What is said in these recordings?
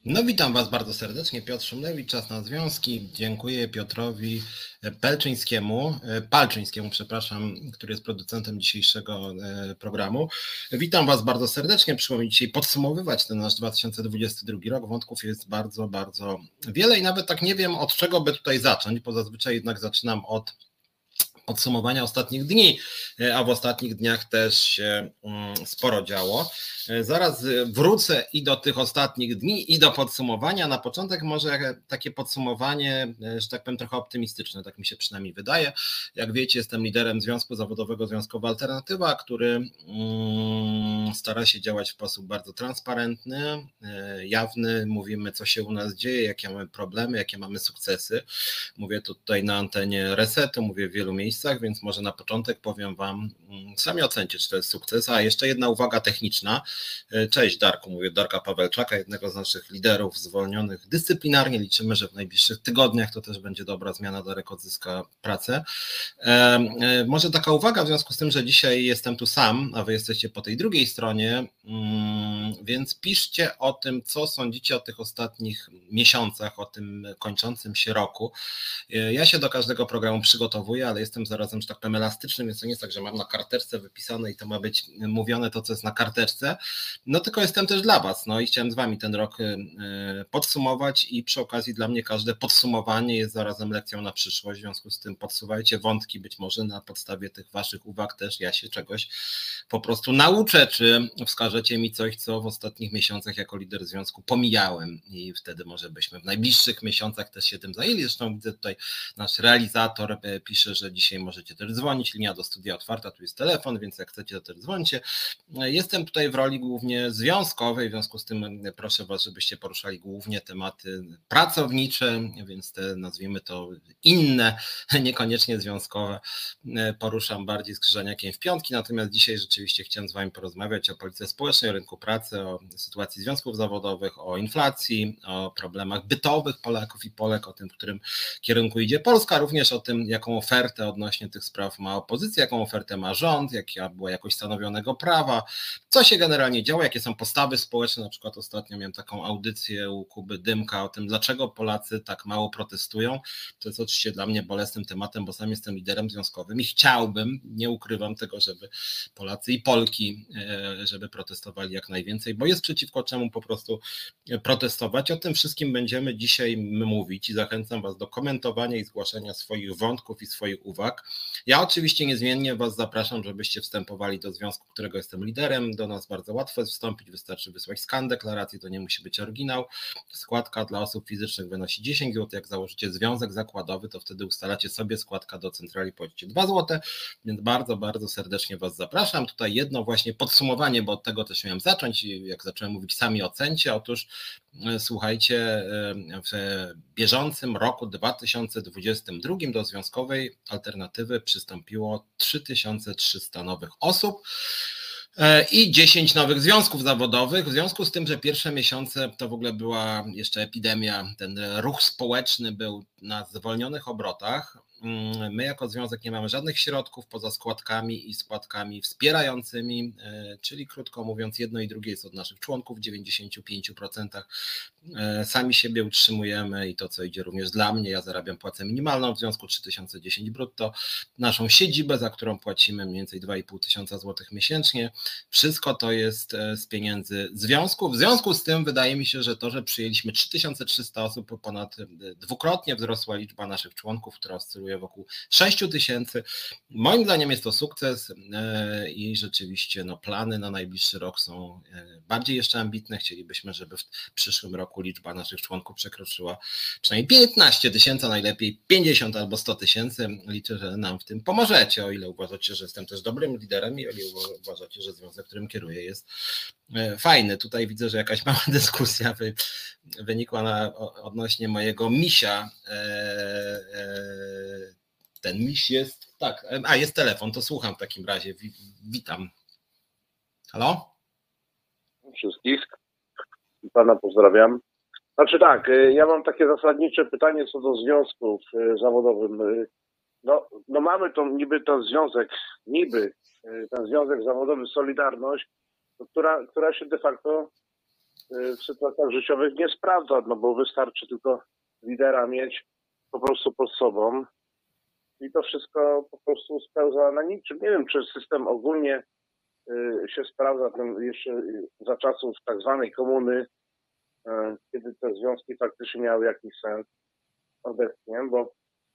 No witam Was bardzo serdecznie, Piotr Szumlewicz, Czas na Związki. Dziękuję Piotrowi Palczyńskiemu, który jest producentem dzisiejszego programu. Witam Was bardzo serdecznie. Przyszło mi dzisiaj podsumowywać ten nasz 2022 rok. Wątków jest bardzo, bardzo wiele i nawet tak nie wiem, od czego by tutaj zacząć, bo zazwyczaj jednak zaczynam od podsumowania ostatnich dni, a w ostatnich dniach też się sporo działo. Zaraz wrócę i do tych ostatnich dni, i do podsumowania. Na początek może takie podsumowanie, że tak powiem, trochę optymistyczne, tak mi się przynajmniej wydaje. Jak wiecie, jestem liderem Związku Zawodowego Związkowa Alternatywa, który stara się działać w sposób bardzo transparentny, jawny. Mówimy, co się u nas dzieje, jakie mamy problemy, jakie mamy sukcesy. Mówię tutaj na antenie Resetu, mówię w wielu miejscach, więc może na początek powiem Wam, sami ocencie, czy to jest sukces. A jeszcze jedna uwaga techniczna. Cześć Darku, mówię Darka Pawełczaka, jednego z naszych liderów zwolnionych dyscyplinarnie. Liczymy, że w najbliższych tygodniach to też będzie dobra zmiana, Darek odzyska pracę. Może taka uwaga w związku z tym, że dzisiaj jestem tu sam, a Wy jesteście po tej drugiej stronie, więc piszcie o tym, co sądzicie o tych ostatnich miesiącach, o tym kończącym się roku. Ja się do każdego programu przygotowuję, ale jestem zarazem, że tak powiem, elastycznym, więc to nie jest tak, że mam na karteczce wypisane i to ma być mówione to, co jest na karteczce, no tylko jestem też dla Was, no i chciałem z Wami ten rok podsumować i przy okazji dla mnie każde podsumowanie jest zarazem lekcją na przyszłość, w związku z tym podsuwajcie wątki, być może na podstawie tych Waszych uwag też ja się czegoś po prostu nauczę, czy wskażecie mi coś, co w ostatnich miesiącach jako lider związku pomijałem i wtedy może byśmy w najbliższych miesiącach też się tym zajęli. Zresztą widzę tutaj nasz realizator pisze, że dzisiaj możecie też dzwonić, linia do studia otwarta, tu jest telefon, więc jak chcecie, to też dzwońcie. Jestem tutaj w roli głównie związkowej, w związku z tym proszę Was, żebyście poruszali głównie tematy pracownicze, więc te, nazwijmy to, inne, niekoniecznie związkowe, poruszam bardziej z Krzyżaniakiem w piątki, natomiast dzisiaj rzeczywiście chciałem z Wami porozmawiać o polityce społecznej, o rynku pracy, o sytuacji związków zawodowych, o inflacji, o problemach bytowych Polaków i Polek, o tym, w którym kierunku idzie Polska, również o tym, jaką ofertę odnośnie tych spraw ma opozycja, jaką ofertę ma rząd, jaka była jakość stanowionego prawa, co się generalnie działo, jakie są postawy społeczne. Na przykład ostatnio miałem taką audycję u Kuby Dymka o tym, dlaczego Polacy tak mało protestują. To jest oczywiście dla mnie bolesnym tematem, bo sam jestem liderem związkowym i chciałbym, nie ukrywam tego, żeby Polacy i Polki, żeby protestowali jak najwięcej, bo jest przeciwko czemu po prostu protestować. O tym wszystkim będziemy dzisiaj mówić i zachęcam Was do komentowania i zgłaszania swoich wątków i swoich uwag. Ja oczywiście niezmiennie Was zapraszam, żebyście wstępowali do związku, którego jestem liderem. Do nas bardzo łatwo jest wstąpić, wystarczy wysłać skan deklaracji, to nie musi być oryginał. Składka dla osób fizycznych wynosi 10 zł. Jak założycie związek zakładowy, to wtedy ustalacie sobie składka do centrali, płacicie 2 zł, więc bardzo, bardzo serdecznie Was zapraszam. Tutaj jedno właśnie podsumowanie, bo od tego też miałem zacząć, jak zacząłem mówić, sami ocencie. Otóż słuchajcie, w bieżącym roku 2022 do Związkowej Alternatywy przystąpiło 3300 nowych osób i 10 nowych związków zawodowych. W związku z tym, że pierwsze miesiące to w ogóle była jeszcze epidemia, ten ruch społeczny był na zwolnionych obrotach. My jako związek nie mamy żadnych środków poza składkami i składkami wspierającymi, czyli krótko mówiąc, jedno i drugie jest od naszych członków w 95%. Sami siebie utrzymujemy i to, co idzie również dla mnie, ja zarabiam płacę minimalną, w związku 3010 brutto, naszą siedzibę, za którą płacimy mniej więcej 2500 zł miesięcznie. Wszystko to jest z pieniędzy związku. W związku z tym wydaje mi się, że to, że przyjęliśmy 3300 osób, ponad dwukrotnie wzrosła liczba naszych członków, która oscyluje wokół 6000. Moim zdaniem jest to sukces i rzeczywiście plany na najbliższy rok są bardziej jeszcze ambitne. Chcielibyśmy, żeby w przyszłym roku liczba naszych członków przekroczyła przynajmniej 15 000, najlepiej 50 albo 100 000. Liczę, że nam w tym pomożecie, o ile uważacie, że jestem też dobrym liderem i o ile uważacie, że związek, którym kieruję, jest fajny. Tutaj widzę, że jakaś mała dyskusja wynikła odnośnie mojego misia. Ten miś jest, tak, jest telefon, to słucham w takim razie. Witam. Halo? Wszystkich. Pana pozdrawiam. Znaczy tak, ja mam takie zasadnicze pytanie co do związków zawodowych. No mamy niby ten związek zawodowy Solidarność, która się de facto w sytuacjach życiowych nie sprawdza, no bo wystarczy tylko lidera mieć po prostu pod sobą i to wszystko po prostu spełza na niczym. Nie wiem, czy system ogólnie się sprawdza, ten jeszcze za czasów tak zwanej komuny, kiedy te związki faktycznie miały jakiś sens obecnie, bo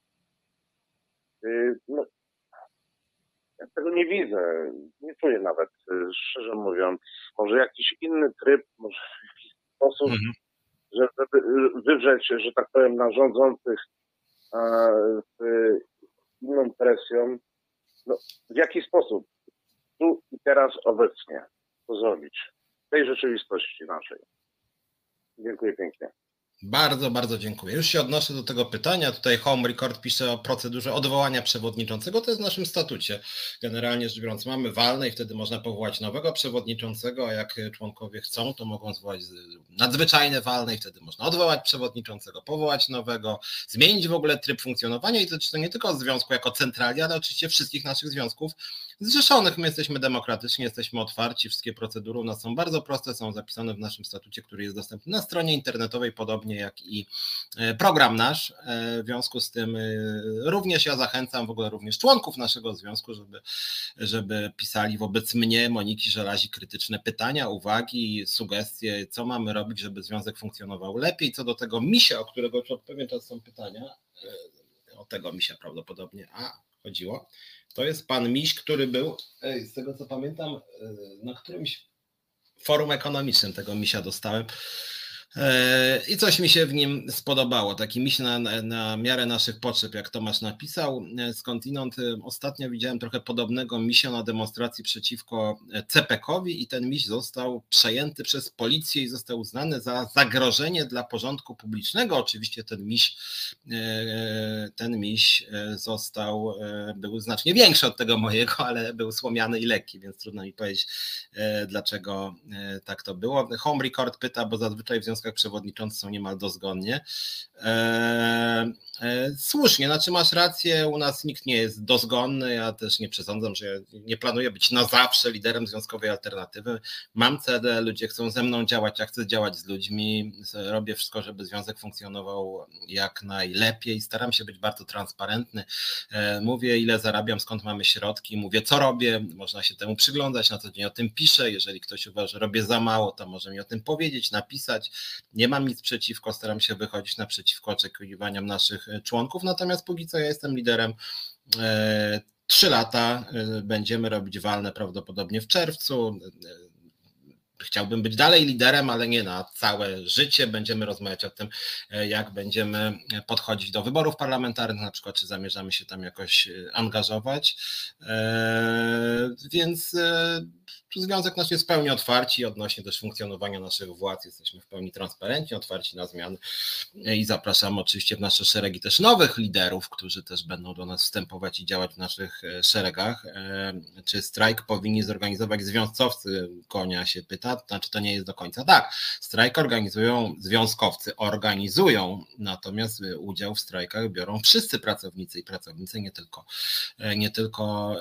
no, ja tego nie widzę, nie czuję nawet, szczerze mówiąc. Może jakiś inny tryb, może w jakiś sposób, żeby wywrzeć, że tak powiem, na rządzących z inną presją. No, w jaki sposób tu i teraz obecnie to zrobić w tej rzeczywistości naszej? Dziękuję pięknie. Bardzo, bardzo dziękuję. Już się odnoszę do tego pytania. Tutaj Home Record pisze o procedurze odwołania przewodniczącego. To jest w naszym statucie. Generalnie rzecz biorąc, mamy walne i wtedy można powołać nowego przewodniczącego, a jak członkowie chcą, to mogą zwołać nadzwyczajne walne i wtedy można odwołać przewodniczącego, powołać nowego, zmienić w ogóle tryb funkcjonowania i to nie tylko związku jako centrali, ale oczywiście wszystkich naszych związków zrzeszonych. My jesteśmy demokratyczni, jesteśmy otwarci, wszystkie procedury u nas są bardzo proste, są zapisane w naszym statucie, który jest dostępny na stronie internetowej, podobnie jak i program nasz. W związku z tym również ja zachęcam w ogóle również członków naszego związku, żeby pisali wobec mnie, Moniki Żelazi, krytyczne pytania, uwagi, sugestie, co mamy robić, żeby związek funkcjonował lepiej. Co do tego misia, o którego już od pewien czas są pytania, o tego misia prawdopodobnie chodziło. To jest pan Miś, który był, z tego co pamiętam, na którymś forum ekonomicznym tego misia dostałem i coś mi się w nim spodobało. Taki miś na miarę naszych potrzeb, jak Tomasz napisał. Skądinąd ostatnio widziałem trochę podobnego misia na demonstracji przeciwko CPK-owi i ten miś został przejęty przez policję i został uznany za zagrożenie dla porządku publicznego. Oczywiście ten miś był znacznie większy od tego mojego, ale był słomiany i lekki, więc trudno mi powiedzieć, dlaczego tak to było. Home Record pyta, bo zazwyczaj w związkach przewodniczący są niemal dozgodnie. Słusznie, znaczy masz rację, u nas nikt nie jest dozgonny, ja też nie przesądzam, że ja nie planuję być na zawsze liderem związkowej alternatywy. Mam cel, ludzie chcą ze mną działać, ja chcę działać z ludźmi, robię wszystko, żeby związek funkcjonował jak najlepiej, staram się być bardzo transparentny, mówię ile zarabiam, skąd mamy środki, mówię co robię, można się temu przyglądać, na co dzień o tym piszę, jeżeli ktoś uważa, że robię za mało, to może mi o tym powiedzieć, napisać, nie mam nic przeciwko, staram się wychodzić naprzeciwko oczekiwaniom naszych członków, natomiast póki co ja jestem liderem 3 lata, będziemy robić walne prawdopodobnie w czerwcu. Chciałbym być dalej liderem, ale nie na całe życie. Będziemy rozmawiać o tym, jak będziemy podchodzić do wyborów parlamentarnych, na przykład, czy zamierzamy się tam jakoś angażować. Więc związek nasz jest w pełni otwarci odnośnie też funkcjonowania naszych władz. Jesteśmy w pełni transparentni, otwarci na zmiany i zapraszamy oczywiście w nasze szeregi też nowych liderów, którzy też będą do nas wstępować i działać w naszych szeregach. Czy strajk powinni zorganizować związkowcy? Konia się pyta, znaczy to nie jest do końca tak. Strajk organizują związkowcy, natomiast udział w strajkach biorą wszyscy pracownicy i pracownice, nie tylko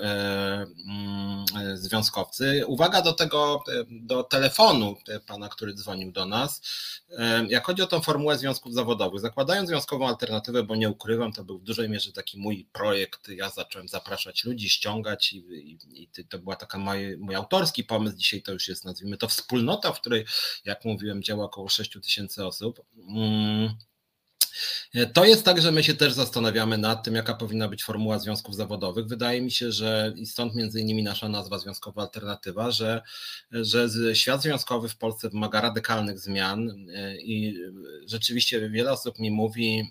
związkowcy. Uwaga do telefonu pana, który dzwonił do nas. Jak chodzi o tą formułę związków zawodowych, zakładając związkową alternatywę, bo nie ukrywam, to był w dużej mierze taki mój projekt, ja zacząłem zapraszać ludzi, ściągać i to była taka mój autorski pomysł, dzisiaj to już jest, nazwijmy to, wspólnota, w której, jak mówiłem, działa około 6 000 osób. To jest tak, że my się też zastanawiamy nad tym, jaka powinna być formuła związków zawodowych. Wydaje mi się, że i stąd między innymi nasza nazwa Związkowa Alternatywa, że świat związkowy w Polsce wymaga radykalnych zmian i rzeczywiście wiele osób mi mówi,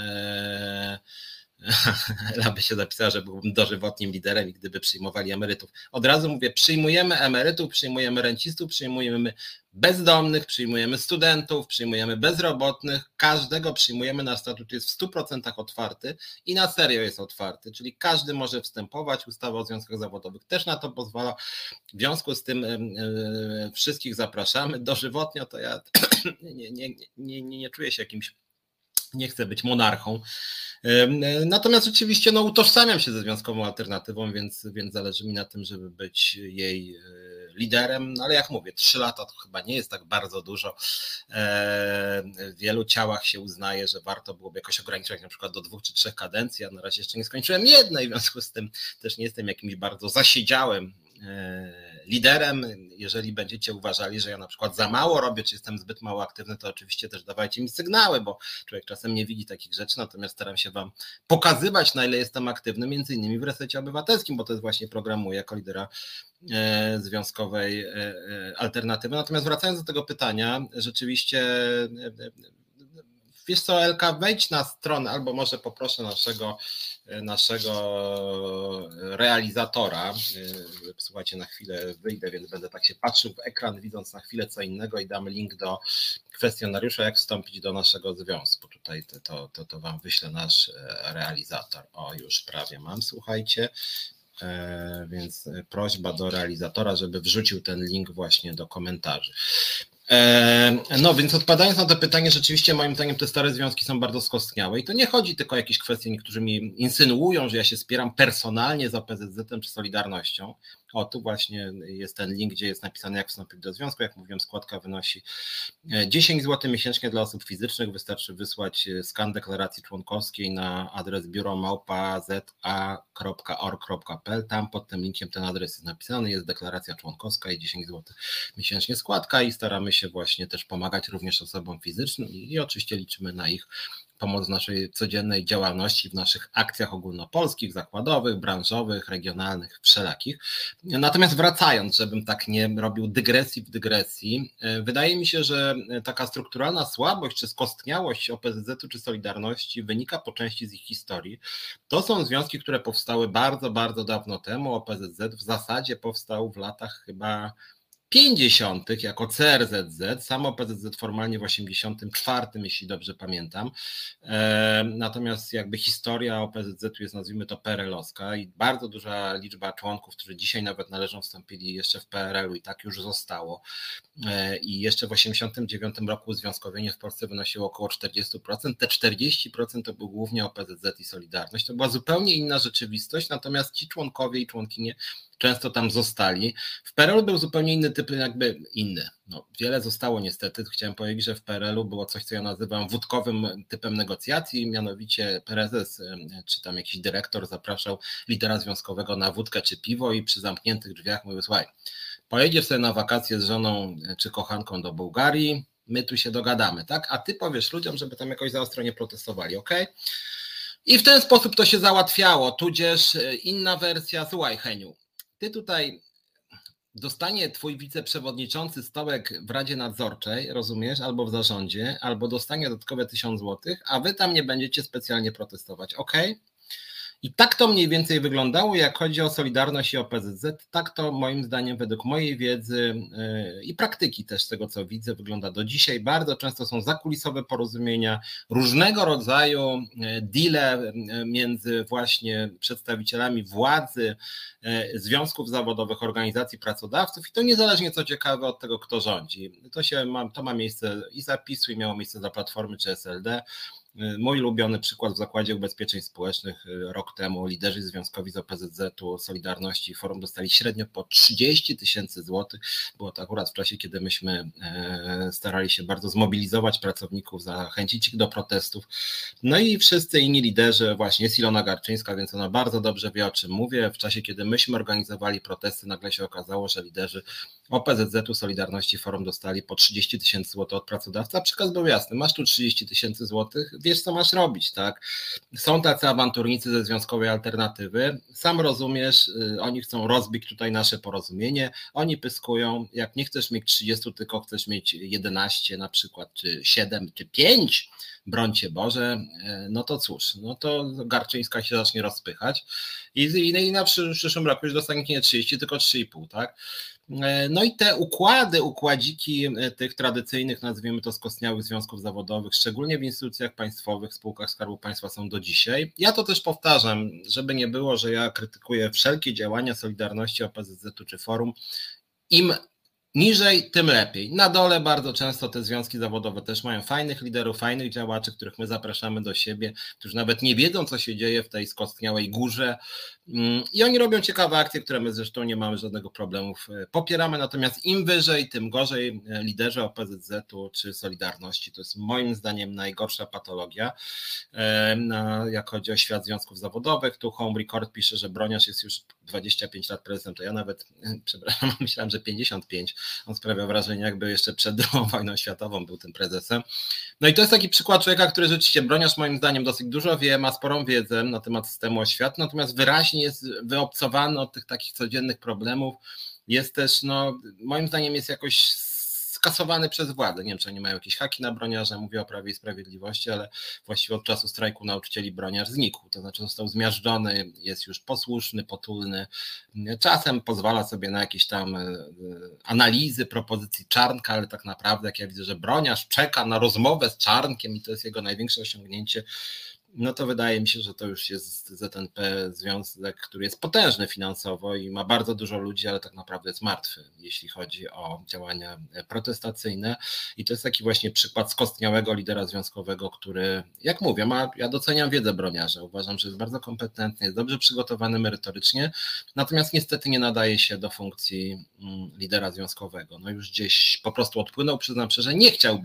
Ela by się zapisała, że byłbym dożywotnim liderem i gdyby przyjmowali emerytów. Od razu mówię, przyjmujemy emerytów, przyjmujemy rencistów, przyjmujemy bezdomnych, przyjmujemy studentów, przyjmujemy bezrobotnych, każdego przyjmujemy, nasz statut jest w 100% otwarty i na serio jest otwarty, czyli każdy może wstępować, ustawa o związkach zawodowych też na to pozwala, w związku z tym wszystkich zapraszamy, dożywotnio to ja nie czuję się jakimś, nie chcę być monarchą, natomiast rzeczywiście utożsamiam się ze związkową alternatywą, więc zależy mi na tym, żeby być jej liderem, no ale jak mówię, 3 lata to chyba nie jest tak bardzo dużo. W wielu ciałach się uznaje, że warto byłoby jakoś ograniczać na przykład do 2 czy 3 kadencji, a na razie jeszcze nie skończyłem jednej, w związku z tym też nie jestem jakimś bardzo zasiedziałym liderem. Jeżeli będziecie uważali, że ja na przykład za mało robię, czy jestem zbyt mało aktywny, to oczywiście też dawajcie mi sygnały, bo człowiek czasem nie widzi takich rzeczy, natomiast staram się wam pokazywać, na ile jestem aktywny, między innymi w Resecie Obywatelskim, bo to jest właśnie program mój jako lidera związkowej alternatywy. Natomiast wracając do tego pytania, rzeczywiście wiesz co, Elka, wejdź na stronę, albo może poproszę naszego realizatora. Słuchajcie, na chwilę wyjdę, więc będę tak się patrzył w ekran, widząc na chwilę co innego i dam link do kwestionariusza, jak wstąpić do naszego związku. Tutaj to wam wyślę nasz realizator. O, już prawie mam, słuchajcie. Więc prośba do realizatora, żeby wrzucił ten link właśnie do komentarzy. No więc odpowiadając na to pytanie, rzeczywiście moim zdaniem te stare związki są bardzo skostniałe i to nie chodzi tylko o jakieś kwestie, niektórzy mi insynuują, że ja się spieram personalnie z OPZZ-em czy Solidarnością. O, tu właśnie jest ten link, gdzie jest napisane, jak wstąpić do związku. Jak mówiłem, składka wynosi 10 zł miesięcznie dla osób fizycznych. Wystarczy wysłać skan deklaracji członkowskiej na adres biuro@za.org.pl. Tam pod tym linkiem ten adres jest napisany, jest deklaracja członkowska i 10 zł miesięcznie składka i staramy się właśnie też pomagać również osobom fizycznym i oczywiście liczymy na ich pomoc w naszej codziennej działalności, w naszych akcjach ogólnopolskich, zakładowych, branżowych, regionalnych, wszelakich. Natomiast wracając, żebym tak nie robił dygresji w dygresji, wydaje mi się, że taka strukturalna słabość czy skostniałość OPZZ-u czy Solidarności wynika po części z ich historii. To są związki, które powstały bardzo, bardzo dawno temu. OPZZ w zasadzie powstał w latach chyba 50. jako CRZZ, samo PZZ formalnie w 84, jeśli dobrze pamiętam. Natomiast jakby historia OPZZ-u jest, nazwijmy to, PRL-owska i bardzo duża liczba członków, którzy dzisiaj nawet należą, wstąpili jeszcze w PRL-u i tak już zostało. I jeszcze w 89 roku uzwiązkowienie w Polsce wynosiło około 40%. Te 40% to był głównie OPZZ i Solidarność. To była zupełnie inna rzeczywistość, natomiast ci członkowie i członkinie często tam zostali. W PRL-u był zupełnie inny typ, jakby inny. No, wiele zostało niestety. Chciałem powiedzieć, że w PRL-u było coś, co ja nazywam wódkowym typem negocjacji, mianowicie prezes czy tam jakiś dyrektor zapraszał lidera związkowego na wódkę czy piwo i przy zamkniętych drzwiach mówił: słuchaj, pojedziesz sobie na wakacje z żoną czy kochanką do Bułgarii, my tu się dogadamy, tak? A ty powiesz ludziom, żeby tam jakoś za ostro nie protestowali, ok? I w ten sposób to się załatwiało, tudzież inna wersja: słuchaj, Heniu, ty tutaj dostanie twój wiceprzewodniczący stołek w Radzie Nadzorczej, rozumiesz, albo w zarządzie, albo dostanie dodatkowe 1000 zł, a wy tam nie będziecie specjalnie protestować, ok? I tak to mniej więcej wyglądało, jak chodzi o Solidarność i OPZZ. Tak to moim zdaniem, według mojej wiedzy i praktyki też z tego, co widzę, wygląda do dzisiaj. Bardzo często są zakulisowe porozumienia, różnego rodzaju deale między właśnie przedstawicielami władzy, związków zawodowych, organizacji pracodawców i to niezależnie, co ciekawe, od tego, kto rządzi. To ma miejsce i za PiS-u, i miało miejsce za Platformy czy SLD. Mój ulubiony przykład w Zakładzie Ubezpieczeń Społecznych rok temu liderzy związkowi z OPZZ-u, Solidarności i Forum dostali średnio po 30 000 złotych. Było to akurat w czasie, kiedy myśmy starali się bardzo zmobilizować pracowników, zachęcić ich do protestów. No i wszyscy inni liderzy, właśnie jest Ilona Garczyńska, więc ona bardzo dobrze wie, o czym mówię. W czasie, kiedy myśmy organizowali protesty, nagle się okazało, że liderzy OPZZ-u, Solidarności, Forum dostali po 30 000 złotych od pracodawcy, a przekaz był jasny: masz tu 30 000 złotych, wiesz, co masz robić, tak? Są tacy awanturnicy ze związkowej alternatywy, sam rozumiesz, oni chcą rozbić tutaj nasze porozumienie, oni pyskują, jak nie chcesz mieć 30, tylko chcesz mieć 11 na przykład, czy 7, czy 5, brońcie Boże, no to cóż, no to Garczyńska się zacznie rozpychać i na przyszłym roku już dostanie nie 30, tylko 3,5, tak? No i te układziki tych tradycyjnych, nazwijmy to, skostniałych związków zawodowych, szczególnie w instytucjach państwowych, spółkach Skarbu Państwa, są do dzisiaj. Ja to też powtarzam, żeby nie było, że ja krytykuję wszelkie działania Solidarności, OPZZ-u czy Forum. Im Niżej, tym lepiej. Na dole bardzo często te związki zawodowe też mają fajnych liderów, fajnych działaczy, których my zapraszamy do siebie, którzy nawet nie wiedzą, co się dzieje w tej skostniałej górze i oni robią ciekawe akcje, które my zresztą nie mamy żadnego problemu popieramy, natomiast im wyżej, tym gorzej liderzy OPZZ-u czy Solidarności. To jest moim zdaniem najgorsza patologia, jak chodzi o świat związków zawodowych. Tu Home Record pisze, że Broniarz jest już 25 lat prezesem, to ja nawet, przepraszam, myślałem, że 55. On sprawia wrażenie, jakby jeszcze przed II wojną światową był tym prezesem. No i to jest taki przykład człowieka, który rzeczywiście, Broniarz moim zdaniem dosyć dużo wie, ma sporą wiedzę na temat systemu oświaty, natomiast wyraźnie jest wyobcowany od tych takich codziennych problemów. Jest też, no moim zdaniem jest jakoś skasowany przez władzę. Nie wiem, czy oni mają jakieś haki na Broniarza, mówię o Prawie i Sprawiedliwości, ale właściwie od czasu strajku nauczycieli Broniarz znikł, to znaczy został zmiażdżony, jest już posłuszny, potulny, czasem pozwala sobie na jakieś tam analizy propozycji Czarnka, ale tak naprawdę jak ja widzę, że Broniarz czeka na rozmowę z Czarnkiem i to jest jego największe osiągnięcie, no to wydaje mi się, że to już jest ZNP związek, który jest potężny finansowo i ma bardzo dużo ludzi, ale tak naprawdę jest martwy, jeśli chodzi o działania protestacyjne. I to jest taki właśnie przykład skostniałego lidera związkowego, który, jak mówię, ja doceniam wiedzę Broniarza, uważam, że jest bardzo kompetentny, jest dobrze przygotowany merytorycznie, natomiast niestety nie nadaje się do funkcji lidera związkowego. No już gdzieś po prostu odpłynął, przyznam szczerze,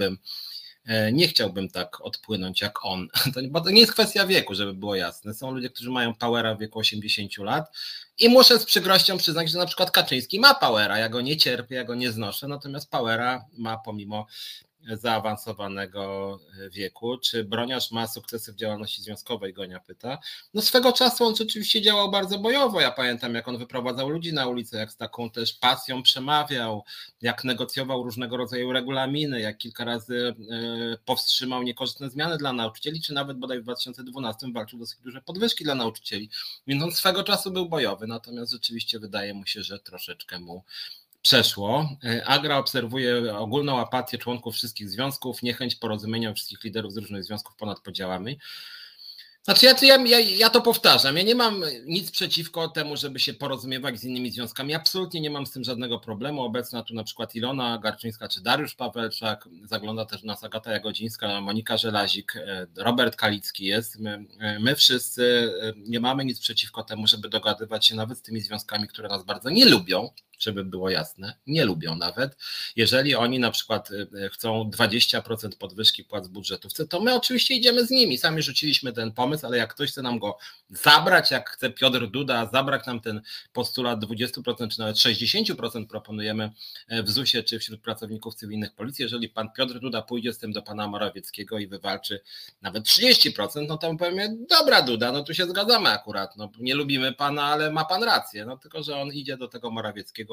nie chciałbym tak odpłynąć jak on, bo to nie jest kwestia wieku, żeby było jasne. Są ludzie, którzy mają powera w wieku 80 lat i muszę z przykrością przyznać, że na przykład Kaczyński ma powera, ja go nie cierpię, ja go nie znoszę, natomiast powera ma pomimo zaawansowanego wieku. Czy Broniarz ma sukcesy w działalności związkowej, Gonia pyta. No swego czasu on rzeczywiście działał bardzo bojowo. Ja pamiętam, jak on wyprowadzał ludzi na ulicę, jak z taką też pasją przemawiał, jak negocjował różnego rodzaju regulaminy, jak kilka razy powstrzymał niekorzystne zmiany dla nauczycieli, czy nawet bodaj w 2012 walczył dosyć duże podwyżki dla nauczycieli. Więc on swego czasu był bojowy, natomiast rzeczywiście wydaje mu się, że troszeczkę mu przeszło. Agra obserwuje ogólną apatię członków wszystkich związków, niechęć porozumienia wszystkich liderów z różnych związków ponad podziałami. Znaczy ja to powtarzam, ja nie mam nic przeciwko temu, żeby się porozumiewać z innymi związkami, absolutnie nie mam z tym żadnego problemu. Obecna tu na przykład Ilona Garczyńska czy Dariusz Pawelczak, zagląda też nas Agata Jagodzińska, Monika Żelazik, Robert Kalicki jest. My wszyscy nie mamy nic przeciwko temu, żeby dogadywać się nawet z tymi związkami, które nas bardzo nie lubią, żeby było jasne, nie lubią nawet. Jeżeli oni na przykład chcą 20% podwyżki płac w budżetówce, to my oczywiście idziemy z nimi. Sami rzuciliśmy ten pomysł, ale jak ktoś chce nam go zabrać, jak chce Piotr Duda zabrać nam ten postulat 20% czy nawet 60% proponujemy w ZUS-ie czy wśród pracowników cywilnych policji, jeżeli pan Piotr Duda pójdzie z tym do pana Morawieckiego i wywalczy nawet 30%, no to my powiemy, dobra Duda, no tu się zgadzamy akurat, no nie lubimy pana, ale ma pan rację, no tylko, że on idzie do tego Morawieckiego,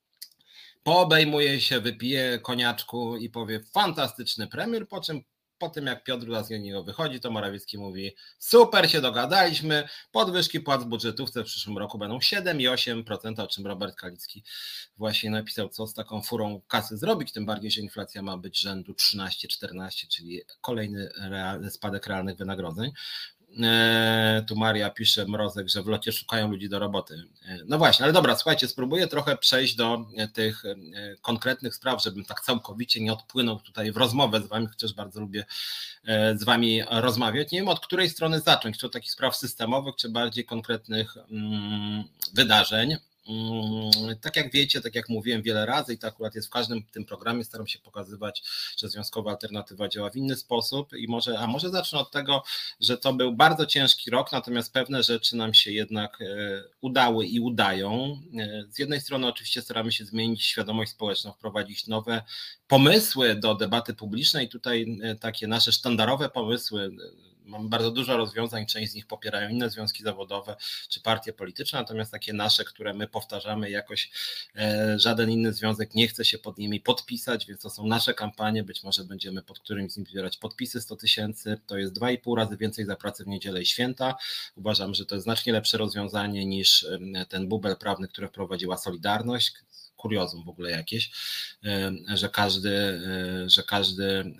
poobejmuje się, wypije koniaczku i powie fantastyczny premier, po czym po tym jak Piotr Duda z niego wychodzi, to Morawiecki mówi super, się dogadaliśmy, podwyżki płac w budżetówce w przyszłym roku będą 7 i 8%, o czym Robert Kalicki właśnie napisał, co z taką furą kasy zrobić, tym bardziej, że inflacja ma być rzędu 13-14, czyli kolejny spadek realnych wynagrodzeń. Tu Maria pisze, Mrozek, że w locie szukają ludzi do roboty. No właśnie, ale dobra, słuchajcie, spróbuję trochę przejść do tych konkretnych spraw, żebym tak całkowicie nie odpłynął tutaj w rozmowę z wami, chociaż bardzo lubię z wami rozmawiać. Nie wiem, od której strony zacząć, czy od takich spraw systemowych, czy bardziej konkretnych wydarzeń. Tak jak wiecie, tak jak mówiłem wiele razy i to akurat jest w każdym tym programie, staram się pokazywać, że Związkowa Alternatywa działa w inny sposób i może zacznę od tego, że to był bardzo ciężki rok, natomiast pewne rzeczy nam się jednak udały i udają. Z jednej strony oczywiście staramy się zmienić świadomość społeczną, wprowadzić nowe pomysły do debaty publicznej. Tutaj takie nasze sztandarowe pomysły, mamy bardzo dużo rozwiązań, część z nich popierają inne związki zawodowe czy partie polityczne, natomiast takie nasze, które my powtarzamy, jakoś żaden inny związek nie chce się pod nimi podpisać, więc to są nasze kampanie, być może będziemy pod którymś z nich zbierać podpisy 100 000, to jest 2,5 razy więcej za pracę w niedzielę i święta. Uważam, że to jest znacznie lepsze rozwiązanie niż ten bubel prawny, który wprowadziła Solidarność. Kuriozum w ogóle jakieś,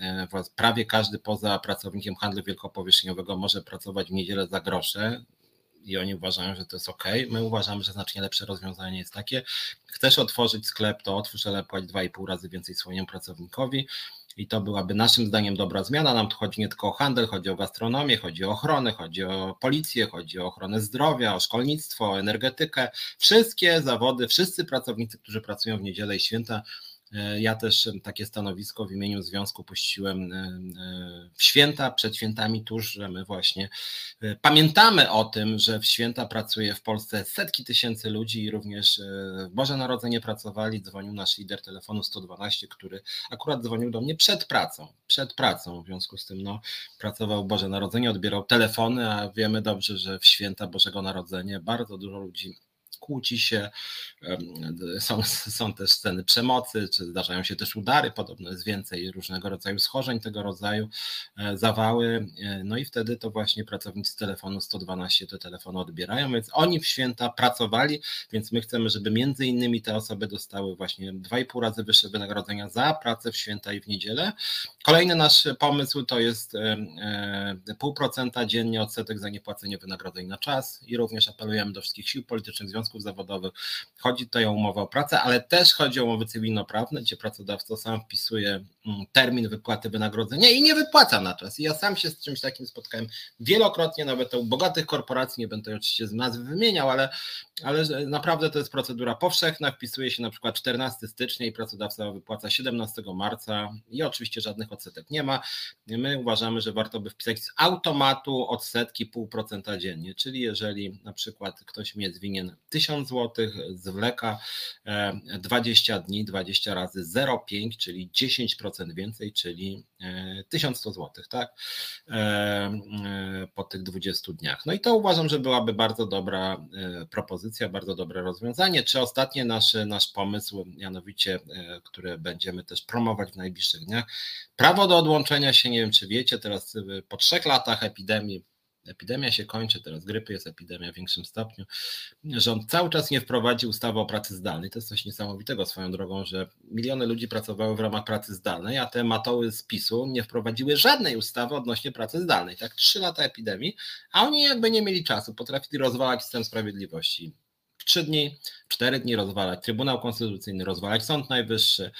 prawie każdy poza pracownikiem handlu wielkopowierzchniowego może pracować w niedzielę za grosze. i oni uważają, że to jest ok. My uważamy, że znacznie lepsze rozwiązanie jest takie: chcesz otworzyć sklep, to otwórz, ale płać 2,5 razy więcej swojemu pracownikowi. I to byłaby naszym zdaniem dobra zmiana. Nam tu chodzi nie tylko o handel, chodzi o gastronomię, chodzi o ochronę, chodzi o policję, chodzi o ochronę zdrowia, o szkolnictwo, o energetykę. Wszystkie zawody, wszyscy pracownicy, którzy pracują w niedzielę i święta. Ja też takie stanowisko w imieniu związku puściłem w święta, przed świętami tuż, że my właśnie pamiętamy o tym, że w święta pracuje w Polsce setki tysięcy ludzi i również w Boże Narodzenie pracowali. Dzwonił nasz lider telefonu 112, który akurat dzwonił do mnie przed pracą, w związku z tym pracował w Boże Narodzenie, odbierał telefony, a wiemy dobrze, że w święta Bożego Narodzenia bardzo dużo ludzi kłóci się, są też sceny przemocy, czy zdarzają się też udary, podobno jest więcej różnego rodzaju schorzeń tego rodzaju, zawały, no i wtedy to właśnie pracownicy telefonu 112 te telefony odbierają, więc oni w święta pracowali, więc my chcemy, żeby między innymi te osoby dostały właśnie 2,5 razy wyższe wynagrodzenia za pracę w święta i w niedzielę. Kolejny nasz pomysł to jest 0,5% dziennie odsetek za niepłacenie wynagrodzeń na czas i również apelujemy do wszystkich sił politycznych, związków zawodowych. Chodzi tutaj o umowę o pracę, ale też chodzi o umowy cywilnoprawne, gdzie pracodawca sam wpisuje termin wypłaty wynagrodzenia i nie wypłaca na czas. I ja sam się z czymś takim spotkałem wielokrotnie, nawet u bogatych korporacji, nie będę oczywiście z nazwy wymieniał, ale naprawdę to jest procedura powszechna, wpisuje się na przykład 14 stycznia i pracodawca wypłaca 17 marca i oczywiście żadnych odsetek nie ma. My uważamy, że warto by wpisać z automatu odsetki 0,5% dziennie, czyli jeżeli na przykład ktoś mi jest winien 1000 zł, zwleka 20 dni, 20 razy 0,5, czyli 10% więcej, czyli 1100 zł, tak? Po tych 20 dniach. No i to uważam, że byłaby bardzo dobra propozycja, bardzo dobre rozwiązanie. Czy ostatnie nasz pomysł, mianowicie, który będziemy też promować w najbliższych dniach, prawo do odłączenia się, nie wiem czy wiecie, teraz po 3 latach epidemia się kończy, teraz grypy, jest epidemia w większym stopniu. Rząd cały czas nie wprowadził ustawy o pracy zdalnej. To jest coś niesamowitego swoją drogą, że miliony ludzi pracowały w ramach pracy zdalnej, a te matoły z PiS-u nie wprowadziły żadnej ustawy odnośnie pracy zdalnej. Tak, 3 lata epidemii, a oni jakby nie mieli czasu, potrafili rozwalać system sprawiedliwości. W 3 dni, 4 dni rozwalać Trybunał Konstytucyjny, rozwalać Sąd Najwyższy.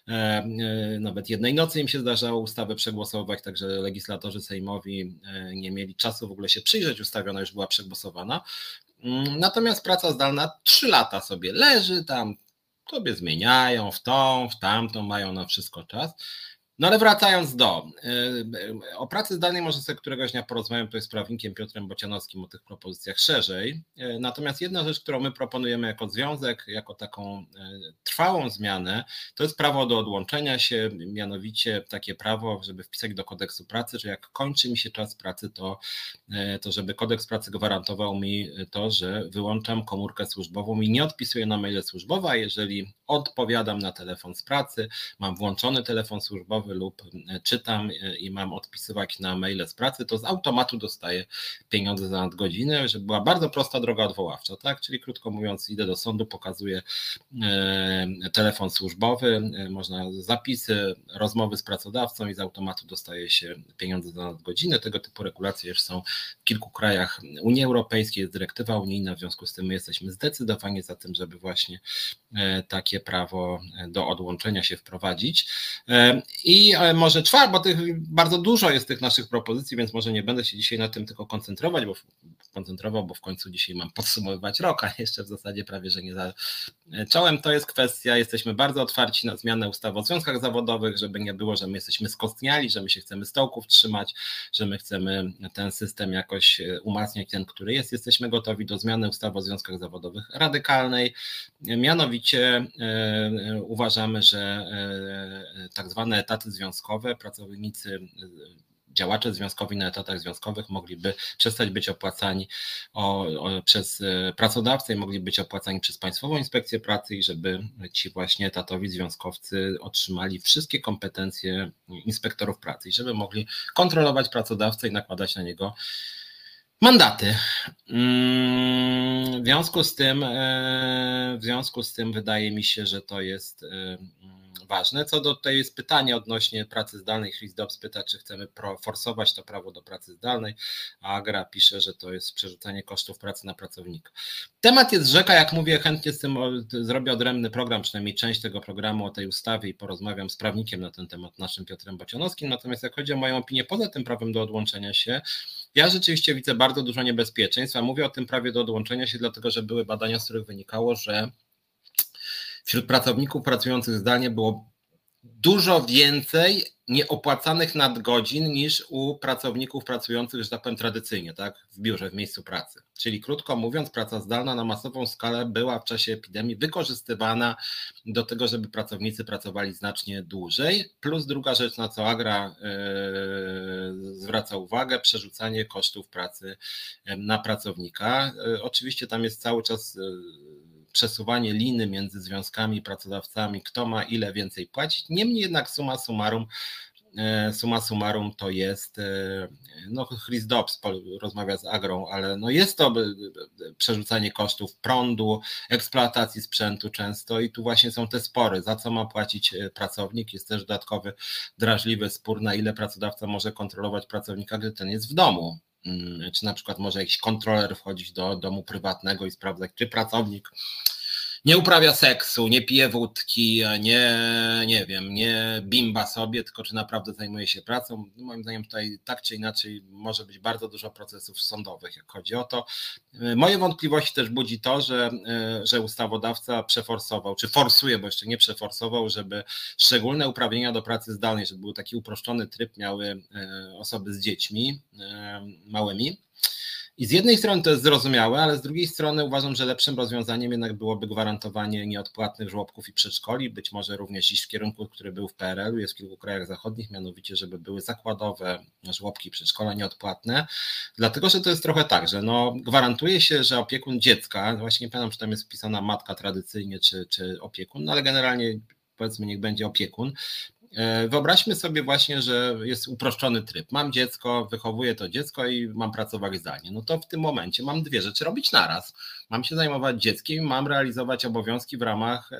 Nawet jednej nocy im się zdarzało ustawę przegłosować, także legislatorzy sejmowi nie mieli czasu w ogóle się przyjrzeć ustawie, ona już była przegłosowana. Natomiast praca zdalna 3 lata sobie leży tam, sobie zmieniają w tą, w tamtą, mają na wszystko czas. No ale wracając o pracy zdalnej może sobie któregoś dnia porozmawiam tutaj z prawnikiem Piotrem Bocianowskim o tych propozycjach szerzej. Natomiast jedna rzecz, którą my proponujemy jako związek, jako taką trwałą zmianę, to jest prawo do odłączenia się, mianowicie takie prawo, żeby wpisać do kodeksu pracy, że jak kończy mi się czas pracy, to żeby kodeks pracy gwarantował mi to, że wyłączam komórkę służbową i nie odpisuję na maile służbowe, a jeżeli odpowiadam na telefon z pracy, mam włączony telefon służbowy lub czytam i mam odpisywać na maile z pracy, to z automatu dostaję pieniądze za nadgodziny, że była bardzo prosta droga odwoławcza, tak? Czyli krótko mówiąc, idę do sądu, pokazuję telefon służbowy, można zapisy, rozmowy z pracodawcą i z automatu dostaje się pieniądze za nadgodziny. Tego typu regulacje już są w kilku krajach Unii Europejskiej, jest dyrektywa unijna, w związku z tym my jesteśmy zdecydowanie za tym, żeby właśnie takie prawo do odłączenia się wprowadzić. I może bo bardzo dużo jest tych naszych propozycji, więc może nie będę się dzisiaj na tym tylko koncentrował, bo w końcu dzisiaj mam podsumowywać rok, a jeszcze w zasadzie prawie, że nie zacząłem. To jest kwestia, jesteśmy bardzo otwarci na zmianę ustawy o związkach zawodowych, żeby nie było, że my jesteśmy skostniali, że my się chcemy stołków trzymać, że my chcemy ten system jakoś umacniać, ten, który jest. Jesteśmy gotowi do zmiany ustawy o związkach zawodowych radykalnej. Mianowicie uważamy, że tak zwane etaty związkowe, pracownicy, działacze związkowi na etatach związkowych mogliby przestać być opłacani przez pracodawcę i mogli być opłacani przez Państwową Inspekcję Pracy i żeby ci właśnie etatowi związkowcy otrzymali wszystkie kompetencje inspektorów pracy i żeby mogli kontrolować pracodawcę i nakładać na niego mandaty. W związku z tym wydaje mi się, że to jest ważne. Co do tutaj jest pytanie odnośnie pracy zdalnej. Chris Dobbs pyta, czy chcemy forsować to prawo do pracy zdalnej, a Agra pisze, że to jest przerzucanie kosztów pracy na pracownika. Temat jest rzeka, jak mówię, chętnie z tym zrobię odrębny program, przynajmniej część tego programu o tej ustawie i porozmawiam z prawnikiem na ten temat, naszym Piotrem Bocianowskim. Natomiast jak chodzi o moją opinię poza tym prawem do odłączenia się, ja rzeczywiście widzę bardzo dużo niebezpieczeństw, a mówię o tym prawie do odłączenia się, dlatego że były badania, z których wynikało, że wśród pracowników pracujących zdalnie było dużo więcej nieopłacanych nadgodzin niż u pracowników pracujących, że tak powiem, tradycyjnie, tak, w biurze, w miejscu pracy. Czyli krótko mówiąc, praca zdalna na masową skalę była w czasie epidemii wykorzystywana do tego, żeby pracownicy pracowali znacznie dłużej. Plus druga rzecz, na co Agra zwraca uwagę, przerzucanie kosztów pracy na pracownika. Oczywiście tam jest cały czas przesuwanie liny między związkami i pracodawcami, kto ma ile więcej płacić. Niemniej jednak summa summarum to jest, no Chris Dobbs rozmawia z Agrą, ale no jest to przerzucanie kosztów prądu, eksploatacji sprzętu często i tu właśnie są te spory, za co ma płacić pracownik. Jest też dodatkowy drażliwy spór, na ile pracodawca może kontrolować pracownika, gdy ten jest w domu. Czy na przykład może jakiś kontroler wchodzić do domu prywatnego i sprawdzać, czy pracownik nie uprawia seksu, nie pije wódki, nie wiem, nie bimba sobie, tylko czy naprawdę zajmuje się pracą. Moim zdaniem tutaj tak czy inaczej może być bardzo dużo procesów sądowych, jak chodzi o to. Moje wątpliwości też budzi to, że ustawodawca przeforsował, czy forsuje, bo jeszcze nie przeforsował, żeby szczególne uprawnienia do pracy zdalnej, żeby był taki uproszczony tryb miały osoby z dziećmi małymi. I z jednej strony to jest zrozumiałe, ale z drugiej strony uważam, że lepszym rozwiązaniem jednak byłoby gwarantowanie nieodpłatnych żłobków i przedszkoli, być może również iść w kierunku, który był w PRL-u, jest w kilku krajach zachodnich, mianowicie, żeby były zakładowe żłobki i przedszkola nieodpłatne, dlatego, że to jest trochę tak, że no, gwarantuje się, że opiekun dziecka, właśnie nie pamiętam, czy tam jest wpisana matka tradycyjnie, czy opiekun, no ale generalnie powiedzmy niech będzie opiekun. Wyobraźmy sobie właśnie, że jest uproszczony tryb. Mam dziecko, wychowuję to dziecko i mam pracować zdalnie. No to w tym momencie mam dwie rzeczy robić naraz. Mam się zajmować dzieckiem, mam realizować obowiązki w ramach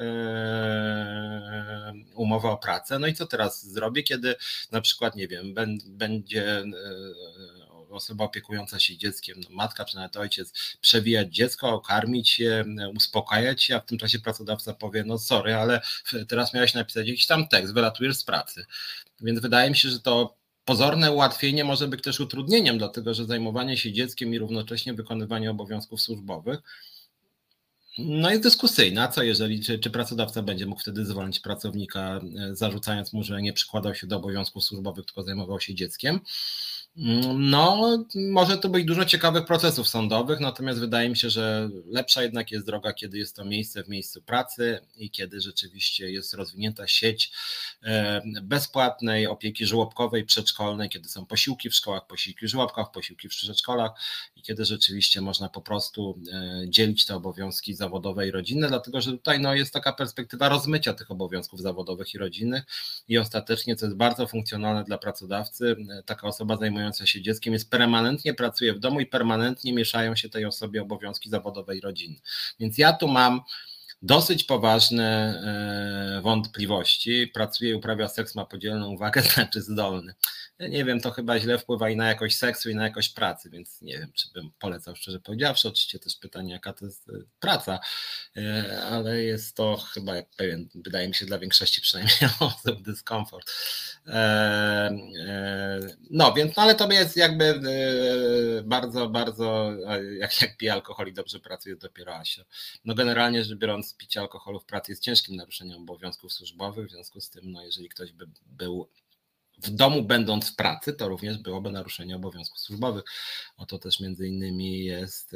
umowy o pracę. No i co teraz zrobię, kiedy na przykład, nie wiem, będzie osoba opiekująca się dzieckiem, no matka czy nawet ojciec, przewijać dziecko, karmić je, uspokajać je, a w tym czasie pracodawca powie, no sorry, ale teraz miałeś napisać jakiś tam tekst, wylatujesz z pracy. Więc wydaje mi się, że to pozorne ułatwienie może być też utrudnieniem, dlatego że zajmowanie się dzieckiem i równocześnie wykonywanie obowiązków służbowych no jest dyskusyjne. A co jeżeli, czy pracodawca będzie mógł wtedy zwolnić pracownika, zarzucając mu, że nie przykładał się do obowiązków służbowych, tylko zajmował się dzieckiem? No, może to być dużo ciekawych procesów sądowych, natomiast wydaje mi się, że lepsza jednak jest droga, kiedy jest to miejsce w miejscu pracy i kiedy rzeczywiście jest rozwinięta sieć bezpłatnej opieki żłobkowej, przedszkolnej, kiedy są posiłki w szkołach, posiłki w żłobkach, posiłki w przedszkolach i kiedy rzeczywiście można po prostu dzielić te obowiązki zawodowe i rodzinne, dlatego że tutaj no, jest taka perspektywa rozmycia tych obowiązków zawodowych i rodzinnych i ostatecznie, co jest bardzo funkcjonalne dla pracodawcy, taka osoba zajmująca się dzieckiem jest permanentnie pracuje w domu i permanentnie mieszają się tej osobie obowiązki zawodowe i rodzinne. Więc ja tu mam dosyć poważne wątpliwości. Pracuje i uprawia seks, ma podzieloną uwagę, znaczy zdolny. Ja nie wiem, to chyba źle wpływa i na jakość seksu, i na jakość pracy, więc nie wiem, czy bym polecał, szczerze powiedziawszy. Oczywiście też pytanie, jaka to jest praca, ale jest to chyba pewien, wydaje mi się, dla większości przynajmniej osób dyskomfort. No więc, no ale to jest jakby bardzo, bardzo, jak pije alkohol i dobrze pracuje, dopiero Asia. No generalnie rzecz biorąc, picie alkoholu w pracy jest ciężkim naruszeniem obowiązków służbowych, w związku z tym, no jeżeli ktoś by był w domu będąc w pracy, to również byłoby naruszenie obowiązków służbowych. O to też między innymi jest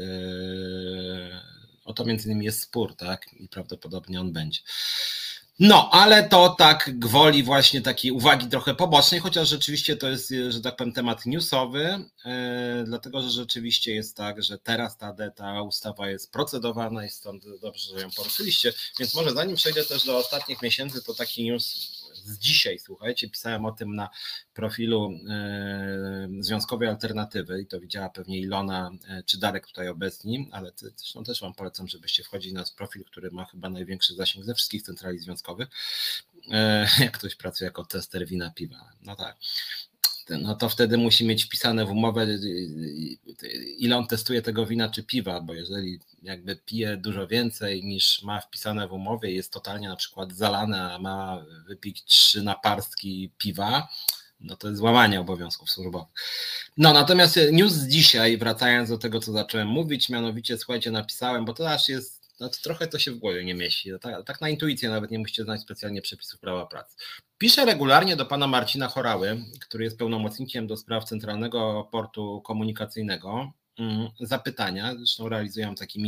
spór, tak? I prawdopodobnie on będzie. No, ale to tak gwoli właśnie takiej uwagi trochę pobocznej, chociaż rzeczywiście to jest, że tak powiem, temat newsowy, dlatego że rzeczywiście jest tak, że teraz ta ustawa jest procedowana i stąd dobrze, że ją poruszyliście, więc może zanim przejdę też do ostatnich miesięcy, to taki news z dzisiaj, słuchajcie, pisałem o tym na profilu Związkowej Alternatywy i to widziała pewnie Ilona czy Darek tutaj obecni, ale zresztą też wam polecam, żebyście wchodzili na profil, który ma chyba największy zasięg ze wszystkich centrali związkowych. jak ktoś pracuje jako tester wina, piwa, no tak, no to wtedy musi mieć wpisane w umowę, ile on testuje tego wina czy piwa, bo jeżeli jakby pije dużo więcej niż ma wpisane w umowie, jest totalnie na przykład zalane, a ma wypić 3 naparstki piwa, no to jest złamanie obowiązków służbowych. No natomiast news z dzisiaj, wracając do tego, co zacząłem mówić, mianowicie słuchajcie, napisałem, bo to aż jest, no to trochę to się w głowie nie mieści, tak na intuicję nawet nie musicie znać specjalnie przepisów prawa pracy. Piszę regularnie do pana Marcina Horały, który jest pełnomocnikiem do spraw Centralnego Portu Komunikacyjnego, zapytania, zresztą realizują taki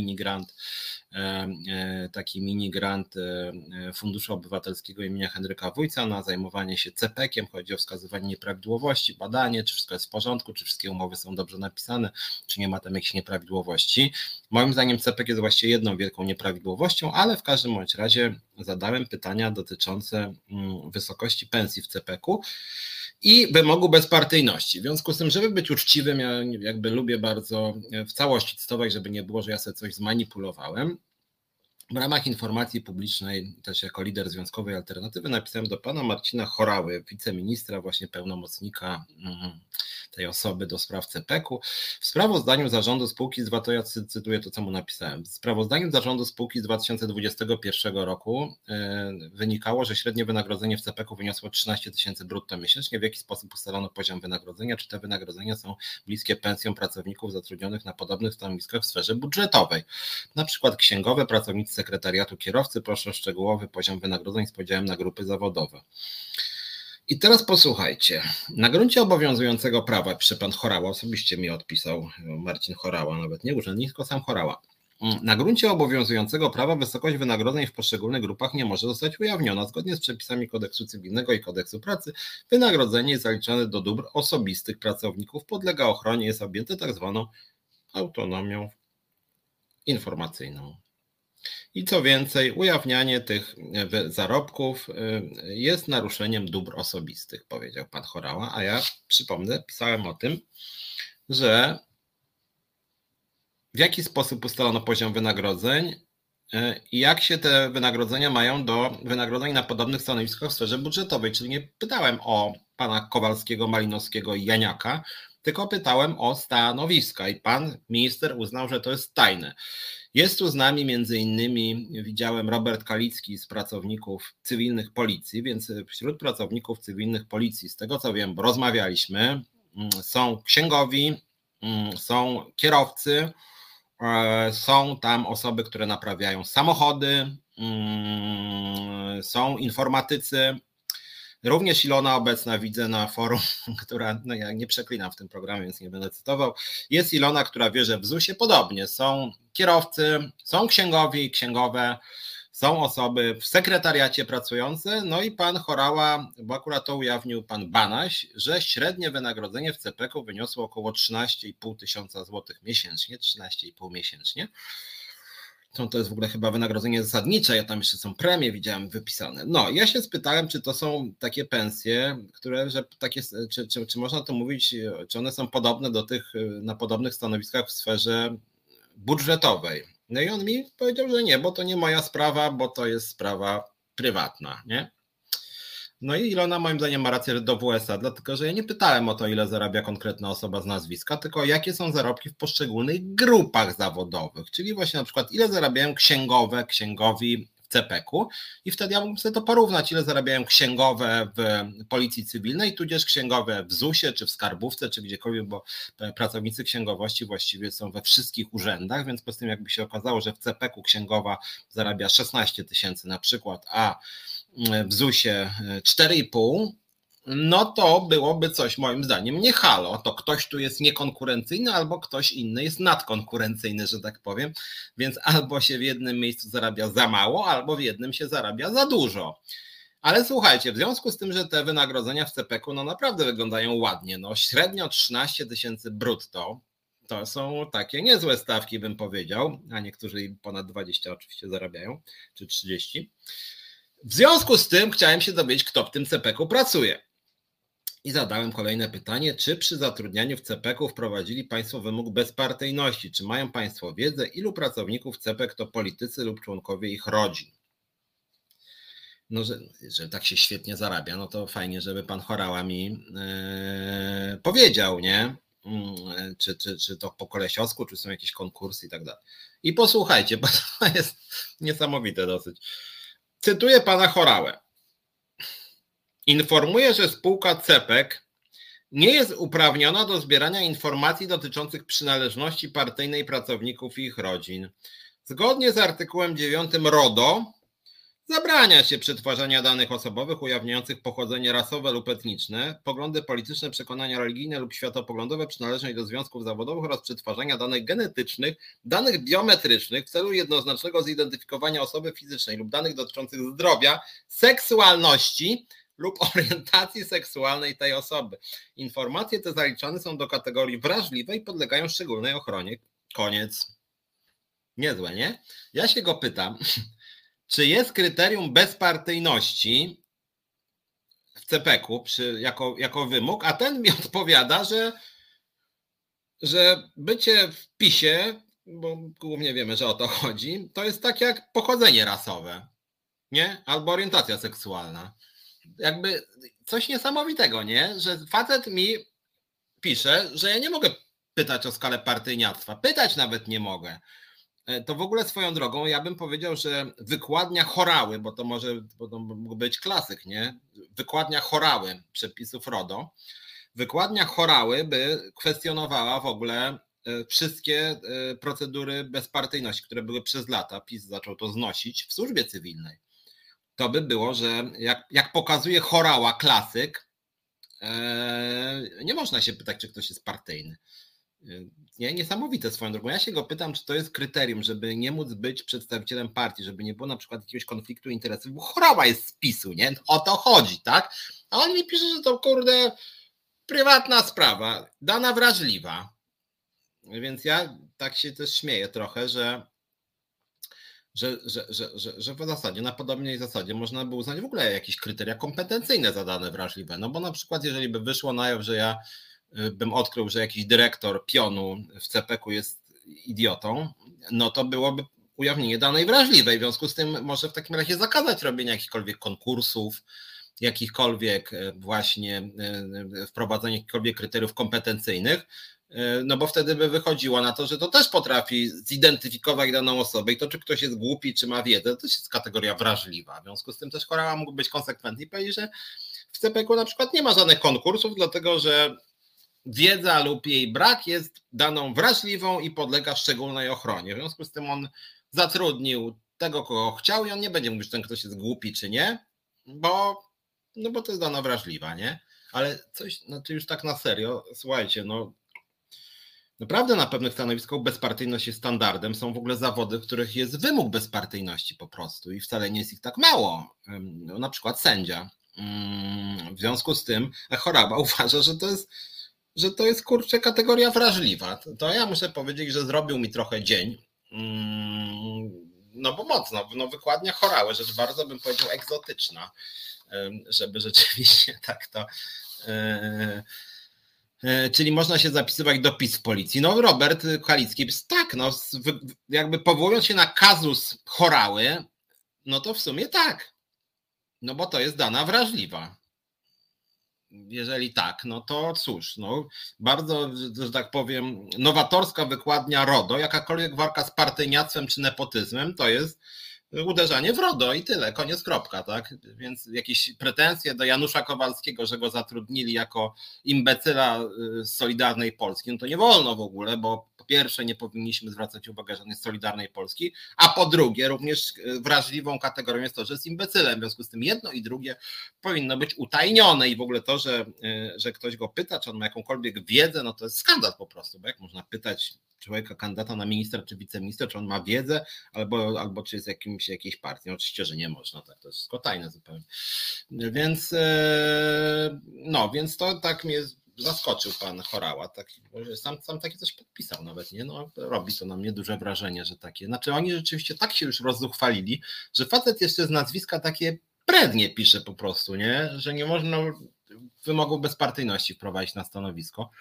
mini grant Funduszu Obywatelskiego imienia Henryka Wójca na zajmowanie się CPK-iem, chodzi o wskazywanie nieprawidłowości, badanie, czy wszystko jest w porządku, czy wszystkie umowy są dobrze napisane, czy nie ma tam jakichś nieprawidłowości. Moim zdaniem CPK jest właściwie jedną wielką nieprawidłowością, ale w każdym bądź razie zadałem pytania dotyczące wysokości pensji w CPK-u i wymogu bezpartyjności. W związku z tym, żeby być uczciwym, ja jakby lubię bardzo w całości cytować, żeby nie było, że ja sobie coś zmanipulowałem. W ramach informacji publicznej, też jako lider Związkowej Alternatywy, napisałem do pana Marcina Horały, wiceministra, właśnie pełnomocnika tej osoby do spraw CPK-u. W sprawozdaniu zarządu spółki z 2000, ja cytuję to, co mu napisałem. W sprawozdaniu zarządu spółki z 2021 roku wynikało, że średnie wynagrodzenie w CPK-u wyniosło 13 000 brutto miesięcznie. W jaki sposób ustalono poziom wynagrodzenia? Czy te wynagrodzenia są bliskie pensjom pracowników zatrudnionych na podobnych stanowiskach w sferze budżetowej? Na przykład księgowe, pracownicy sekretariatu kierowcy, proszę o szczegółowy poziom wynagrodzeń z podziałem na grupy zawodowe. I teraz posłuchajcie, na gruncie obowiązującego prawa, pisze pan Horała, osobiście mi odpisał Marcin Horała, nawet nie urzędnik, tylko sam Horała. Na gruncie obowiązującego prawa wysokość wynagrodzeń w poszczególnych grupach nie może zostać ujawniona. Zgodnie z przepisami Kodeksu Cywilnego i Kodeksu Pracy wynagrodzenie jest zaliczane do dóbr osobistych pracowników, podlega ochronie, jest objęte tak zwaną autonomią informacyjną. I co więcej, ujawnianie tych zarobków jest naruszeniem dóbr osobistych, powiedział pan Horała, a ja przypomnę, pisałem o tym, że w jaki sposób ustalono poziom wynagrodzeń i jak się te wynagrodzenia mają do wynagrodzeń na podobnych stanowiskach w sferze budżetowej, czyli nie pytałem o pana Kowalskiego, Malinowskiego i Janiaka, tylko pytałem o stanowiska i pan minister uznał, że to jest tajne. Jest tu z nami między innymi, widziałem, Robert Kalicki z pracowników cywilnych policji, więc wśród pracowników cywilnych policji, z tego co wiem, bo rozmawialiśmy, są księgowi, są kierowcy, są tam osoby, które naprawiają samochody, są informatycy. Również Ilona obecna widzę na forum, która, no ja nie przeklinam w tym programie, więc nie będę cytował. Jest Ilona, która wie, że w ZUS-ie podobnie są kierowcy, są księgowi, księgowe, są osoby w sekretariacie pracujące, no i pan Horała, bo akurat to ujawnił pan Banaś, że średnie wynagrodzenie w CPK-u wyniosło około 13,5 tysiąca złotych miesięcznie, 13,5 miesięcznie. To jest w ogóle chyba wynagrodzenie zasadnicze, ja tam jeszcze są premie, widziałem wypisane. No, ja się spytałem, czy to są takie pensje, które, że takie, czy można to mówić, czy one są podobne do tych na podobnych stanowiskach w sferze budżetowej. No i on mi powiedział, że nie, bo to nie moja sprawa, bo to jest sprawa prywatna, nie? No i Ilona moim zdaniem ma rację do WSA, dlatego że ja nie pytałem o to, ile zarabia konkretna osoba z nazwiska, tylko jakie są zarobki w poszczególnych grupach zawodowych, czyli właśnie na przykład ile zarabiają księgowi w CPK-u i wtedy ja mógłbym sobie to porównać, ile zarabiają księgowe w Policji Cywilnej, tudzież księgowe w ZUS-ie, czy w skarbówce, czy gdziekolwiek, bo pracownicy księgowości właściwie są we wszystkich urzędach, więc po tym jakby się okazało, że w CPK-u księgowa zarabia 16 tysięcy na przykład, a w ZUS-ie 4,5, no to byłoby coś moim zdaniem nie halo, to ktoś tu jest niekonkurencyjny albo ktoś inny jest nadkonkurencyjny, że tak powiem, więc albo się w jednym miejscu zarabia za mało, albo w jednym się zarabia za dużo. Ale słuchajcie, w związku z tym, że te wynagrodzenia w CPK-u no naprawdę wyglądają ładnie, no średnio 13 tysięcy brutto, to są takie niezłe stawki, bym powiedział, a niektórzy ponad 20 oczywiście zarabiają, czy 30. W związku z tym chciałem się dowiedzieć, kto w tym CPK-u pracuje. I zadałem kolejne pytanie, czy przy zatrudnianiu w CPK-u wprowadzili Państwo wymóg bezpartyjności? Czy mają Państwo wiedzę, ilu pracowników CPK to politycy lub członkowie ich rodzin? no, że tak się świetnie zarabia, no to fajnie, żeby pan Horała mi powiedział, nie? Czy to po kolesiowsku, czy są jakieś konkursy i tak dalej. I posłuchajcie, bo to jest niesamowite dosyć. Cytuję pana Horałę. Informuję, że spółka CPEK nie jest uprawniona do zbierania informacji dotyczących przynależności partyjnej pracowników i ich rodzin. Zgodnie z artykułem 9 RODO zabrania się przetwarzania danych osobowych ujawniających pochodzenie rasowe lub etniczne, poglądy polityczne, przekonania religijne lub światopoglądowe, przynależność do związków zawodowych oraz przetwarzania danych genetycznych, danych biometrycznych w celu jednoznacznego zidentyfikowania osoby fizycznej lub danych dotyczących zdrowia, seksualności lub orientacji seksualnej tej osoby. Informacje te zaliczane są do kategorii wrażliwej i podlegają szczególnej ochronie. Koniec. Niezłe, nie? Ja się go pytam, czy jest kryterium bezpartyjności w CPEK-u jako wymóg, a ten mi odpowiada, że bycie w PiS-ie, bo głównie wiemy, że o to chodzi, to jest tak jak pochodzenie rasowe, nie? Albo orientacja seksualna. Jakby coś niesamowitego, nie? Że facet mi pisze, że ja nie mogę pytać o skalę partyjniactwa. Pytać nawet nie mogę. To w ogóle swoją drogą, ja bym powiedział, że wykładnia Horały, bo to mógł być klasyk, nie? Wykładnia Horały przepisów RODO. Wykładnia Horały by kwestionowała w ogóle wszystkie procedury bezpartyjności, które były przez lata. PiS zaczął to znosić w służbie cywilnej. To by było, że jak pokazuje Horała klasyk, nie można się pytać, czy ktoś jest partyjny. Nie, niesamowite swoją drogą. Ja się go pytam, czy to jest kryterium, żeby nie móc być przedstawicielem partii, żeby nie było na przykład jakiegoś konfliktu interesów, bo Horała jest z PiS-u, nie? O to chodzi, tak? A on mi pisze, że to kurde prywatna sprawa, dana wrażliwa. Więc ja tak się też śmieję trochę, że w zasadzie, na podobnej zasadzie można by uznać w ogóle jakieś kryteria kompetencyjne za dane wrażliwe. No bo na przykład, jeżeli by wyszło na jaw, że ja bym odkrył, że jakiś dyrektor pionu w CPEK-u jest idiotą, no to byłoby ujawnienie danej wrażliwej. W związku z tym może w takim razie zakazać robienia jakichkolwiek konkursów, jakichkolwiek właśnie wprowadzenia jakichkolwiek kryteriów kompetencyjnych, no bo wtedy by wychodziło na to, że to też potrafi zidentyfikować daną osobę i to, czy ktoś jest głupi, czy ma wiedzę, to też jest kategoria wrażliwa. W związku z tym też Horała mógł być konsekwentny i powiedzieć, że w CPEK-u na przykład nie ma żadnych konkursów, dlatego że wiedza lub jej brak jest daną wrażliwą i podlega szczególnej ochronie. W związku z tym on zatrudnił tego, kogo chciał i on nie będzie mówił, czy ten ktoś jest głupi, czy nie, bo to jest dana wrażliwa, nie? Ale coś, znaczy już tak na serio, słuchajcie, no naprawdę na pewnych stanowiskach bezpartyjność jest standardem. Są w ogóle zawody, w których jest wymóg bezpartyjności po prostu i wcale nie jest ich tak mało. No, na przykład sędzia. W związku z tym Horała uważa, że to jest kurczę kategoria wrażliwa. To ja muszę powiedzieć, że zrobił mi trochę dzień. No bo mocno, no wykładnia Horały, rzecz bardzo bym powiedział egzotyczna, żeby rzeczywiście tak to... Czyli można się zapisywać do PiS w policji. No Robert Halicki, tak, no jakby powołując się na kazus Horały, no to w sumie tak. No bo to jest dana wrażliwa. Jeżeli tak, no to cóż, no bardzo, że tak powiem, nowatorska wykładnia RODO, jakakolwiek walka z partyjniactwem czy nepotyzmem, to jest uderzanie w RODO i tyle, koniec, kropka, tak? Więc jakieś pretensje do Janusza Kowalskiego, że go zatrudnili jako imbecyla z Solidarnej Polski, no to nie wolno w ogóle, bo po pierwsze nie powinniśmy zwracać uwagi, że on jest Solidarnej Polski, a po drugie również wrażliwą kategorią jest to, że jest imbecylem, w związku z tym jedno i drugie powinno być utajnione i w ogóle to, że ktoś go pyta, czy on ma jakąkolwiek wiedzę, no to jest skandal po prostu, bo jak można pytać człowieka, kandydata na ministra czy wiceministra, czy on ma wiedzę, albo czy jest jakiejś partii. No, oczywiście, że nie można, tak, to jest wszystko tajne zupełnie. Więc to tak mnie zaskoczył pan Horała. Sam takie coś podpisał nawet, nie? No, robi to na mnie duże wrażenie, że takie. Znaczy oni rzeczywiście tak się już rozzuchwalili, że facet jeszcze z nazwiska takie prednie pisze po prostu, nie? Że nie można wymogów bezpartyjności wprowadzić na stanowisko.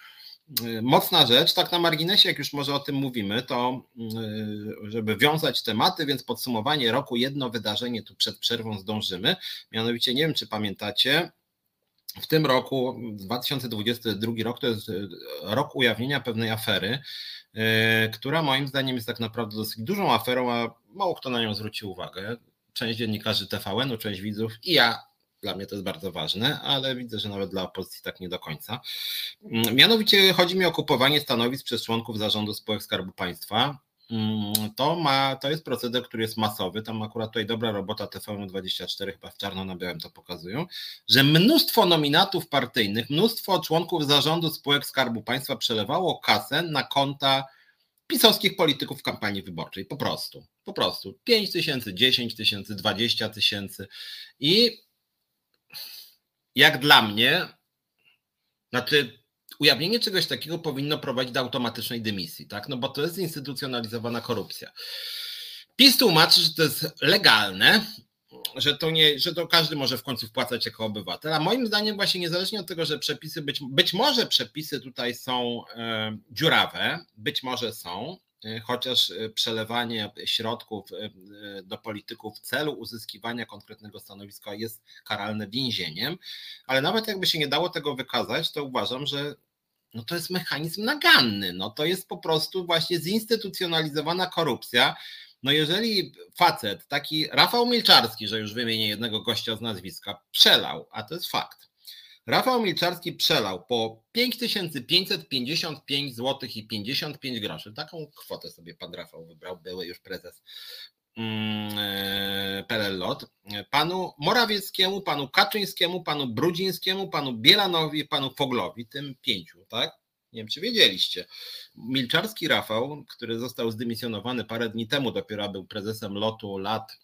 mocna rzecz, tak na marginesie, jak już może o tym mówimy, to żeby wiązać tematy, więc podsumowanie roku, jedno wydarzenie tu przed przerwą zdążymy, mianowicie nie wiem, czy pamiętacie, w tym roku, 2022 rok, to jest rok ujawnienia pewnej afery, która moim zdaniem jest tak naprawdę dosyć dużą aferą, a mało kto na nią zwrócił uwagę. Część dziennikarzy TVN-u, część widzów i ja, dla mnie to jest bardzo ważne, ale widzę, że nawet dla opozycji tak nie do końca. Mianowicie chodzi mi o kupowanie stanowisk przez członków zarządu spółek Skarbu Państwa. To jest proceder, który jest masowy, tam akurat tutaj dobra robota TVN24, chyba w czarno na białym to pokazują, że mnóstwo nominatów partyjnych, mnóstwo członków zarządu spółek Skarbu Państwa przelewało kasę na konta pisowskich polityków w kampanii wyborczej, po prostu 5 tysięcy, 10 tysięcy, 20 tysięcy i jak dla mnie, znaczy ujawnienie czegoś takiego powinno prowadzić do automatycznej dymisji, tak? No bo to jest zinstytucjonalizowana korupcja. PiS tłumaczy, że to jest legalne, że to każdy może w końcu wpłacać jako obywatel, a moim zdaniem właśnie niezależnie od tego, że przepisy, być może przepisy tutaj są dziurawe, być może są, chociaż przelewanie środków do polityków w celu uzyskiwania konkretnego stanowiska jest karalne więzieniem, ale nawet jakby się nie dało tego wykazać, to uważam, że no to jest mechanizm naganny, no to jest po prostu właśnie zinstytucjonalizowana korupcja. No jeżeli facet, taki Rafał Milczarski, że już wymienię jednego gościa z nazwiska, przelał, a to jest fakt, Rafał Milczarski przelał po 5555 zł i 55 groszy. Taką kwotę sobie pan Rafał wybrał, były już prezes PLL LOT. Panu Morawieckiemu, panu Kaczyńskiemu, panu Brudzińskiemu, panu Bielanowi, panu Foglowi, tym 5, tak? Nie wiem, czy wiedzieliście. Milczarski Rafał, który został zdymisjonowany parę dni temu, dopiero był prezesem LOT-u lat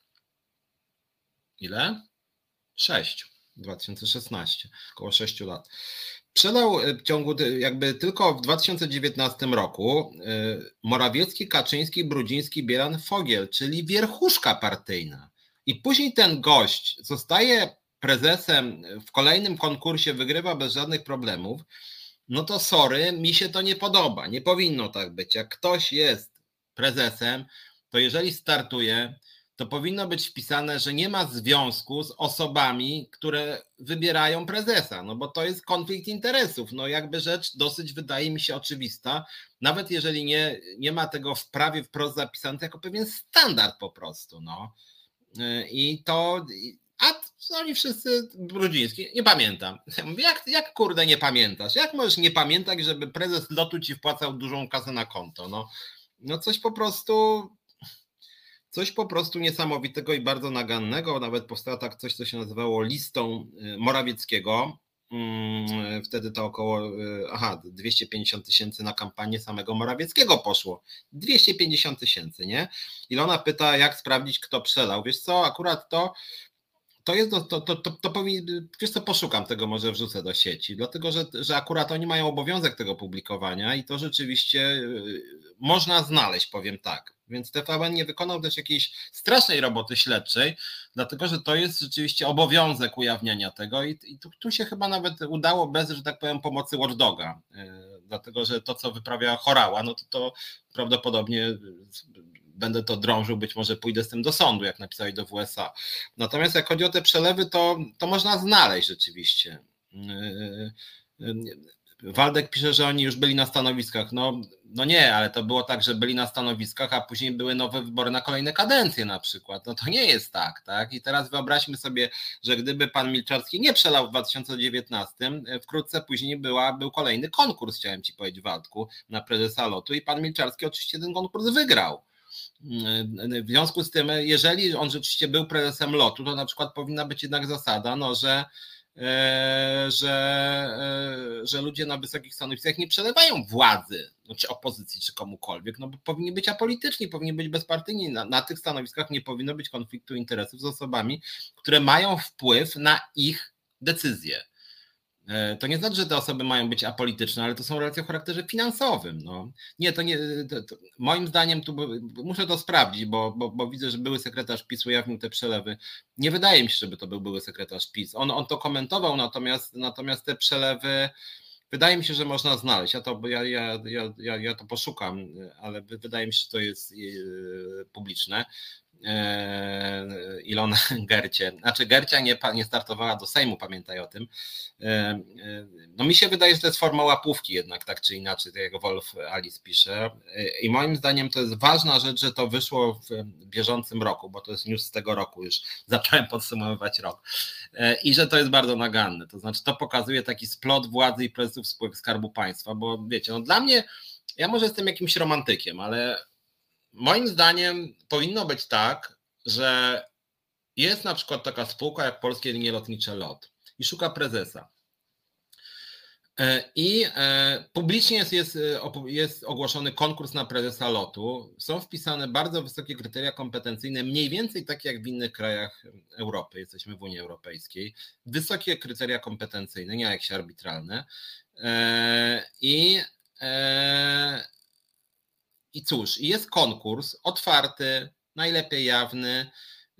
ile? 6. 2016, około 6 lat. Przelał w ciągu, jakby tylko w 2019 roku Morawiecki, Kaczyński, Brudziński, Bielan, Fogiel, czyli wierchuszka partyjna. I później ten gość zostaje prezesem, w kolejnym konkursie wygrywa bez żadnych problemów. No to sorry, mi się to nie podoba. Nie powinno tak być. Jak ktoś jest prezesem, to jeżeli startuje, to powinno być wpisane, że nie ma związku z osobami, które wybierają prezesa, no bo to jest konflikt interesów. No jakby rzecz dosyć wydaje mi się oczywista, nawet jeżeli nie ma tego w prawie wprost zapisane, to jako pewien standard po prostu. No. I to... A oni wszyscy, Brudziński, nie pamiętam. Ja mówię, jak kurde nie pamiętasz? Jak możesz nie pamiętać, żeby prezes LOT-u ci wpłacał dużą kasę na konto? No coś po prostu niesamowitego i bardzo nagannego. Nawet powstało tak coś, co się nazywało listą Morawieckiego. Wtedy to około 250 tysięcy na kampanię samego Morawieckiego poszło. 250 tysięcy, nie? Ilona pyta, jak sprawdzić, kto przelał. Wiesz co, akurat to jest, wiesz co, poszukam tego, może wrzucę do sieci, dlatego że akurat oni mają obowiązek tego publikowania i to rzeczywiście można znaleźć, powiem tak. Więc TVN nie wykonał też jakiejś strasznej roboty śledczej, dlatego że to jest rzeczywiście obowiązek ujawniania tego i tu się chyba nawet udało bez, że tak powiem, pomocy watchdoga, dlatego że to, co wyprawia Horała, no to prawdopodobnie będę to drążył, być może pójdę z tym do sądu, jak napisali do WSA. Natomiast jak chodzi o te przelewy, to można znaleźć rzeczywiście. Waldek pisze, że oni już byli na stanowiskach. No nie, ale to było tak, że byli na stanowiskach, a później były nowe wybory na kolejne kadencje na przykład. No to nie jest tak? I teraz wyobraźmy sobie, że gdyby pan Milczarski nie przelał w 2019, wkrótce później był kolejny konkurs, chciałem ci powiedzieć, Waldku, na prezesa LOT-u i pan Milczarski oczywiście ten konkurs wygrał. W związku z tym, jeżeli on rzeczywiście był prezesem LOT-u, to na przykład powinna być jednak zasada, że ludzie na wysokich stanowiskach nie przelewają władzy, czy opozycji, czy komukolwiek, no bo powinni być apolityczni, powinni być bezpartyjni. Na tych stanowiskach nie powinno być konfliktu interesów z osobami, które mają wpływ na ich decyzje. To nie znaczy, że te osoby mają być apolityczne, ale to są relacje o charakterze finansowym. No. Nie, to nie. Moim zdaniem, tu muszę to sprawdzić, bo widzę, że były sekretarz PiS ujawnił te przelewy. Nie wydaje mi się, żeby to był były sekretarz PiS. On to komentował, natomiast te przelewy Wydaje mi się, że można znaleźć. Ja to poszukam, ale wydaje mi się, że to jest publiczne. Ilona Gercie. Znaczy Gercia nie startowała do Sejmu, pamiętaj o tym. No mi się wydaje, że to jest forma łapówki jednak, tak czy inaczej, tak jak Wolf Alice pisze. I moim zdaniem to jest ważna rzecz, że to wyszło w bieżącym roku, bo to jest news z tego roku, już zacząłem podsumowywać rok. I że to jest bardzo naganne. To znaczy to pokazuje taki splot władzy i prezesów spółek Skarbu Państwa, bo wiecie, no dla mnie, ja może jestem jakimś romantykiem, ale moim zdaniem powinno być tak, że jest na przykład taka spółka jak Polskie Linie Lotnicze LOT i szuka prezesa. I publicznie jest ogłoszony konkurs na prezesa LOT-u. Są wpisane bardzo wysokie kryteria kompetencyjne, mniej więcej takie jak w innych krajach Europy, jesteśmy w Unii Europejskiej. Wysokie kryteria kompetencyjne, nie jakieś arbitralne. I cóż, jest konkurs otwarty, najlepiej jawny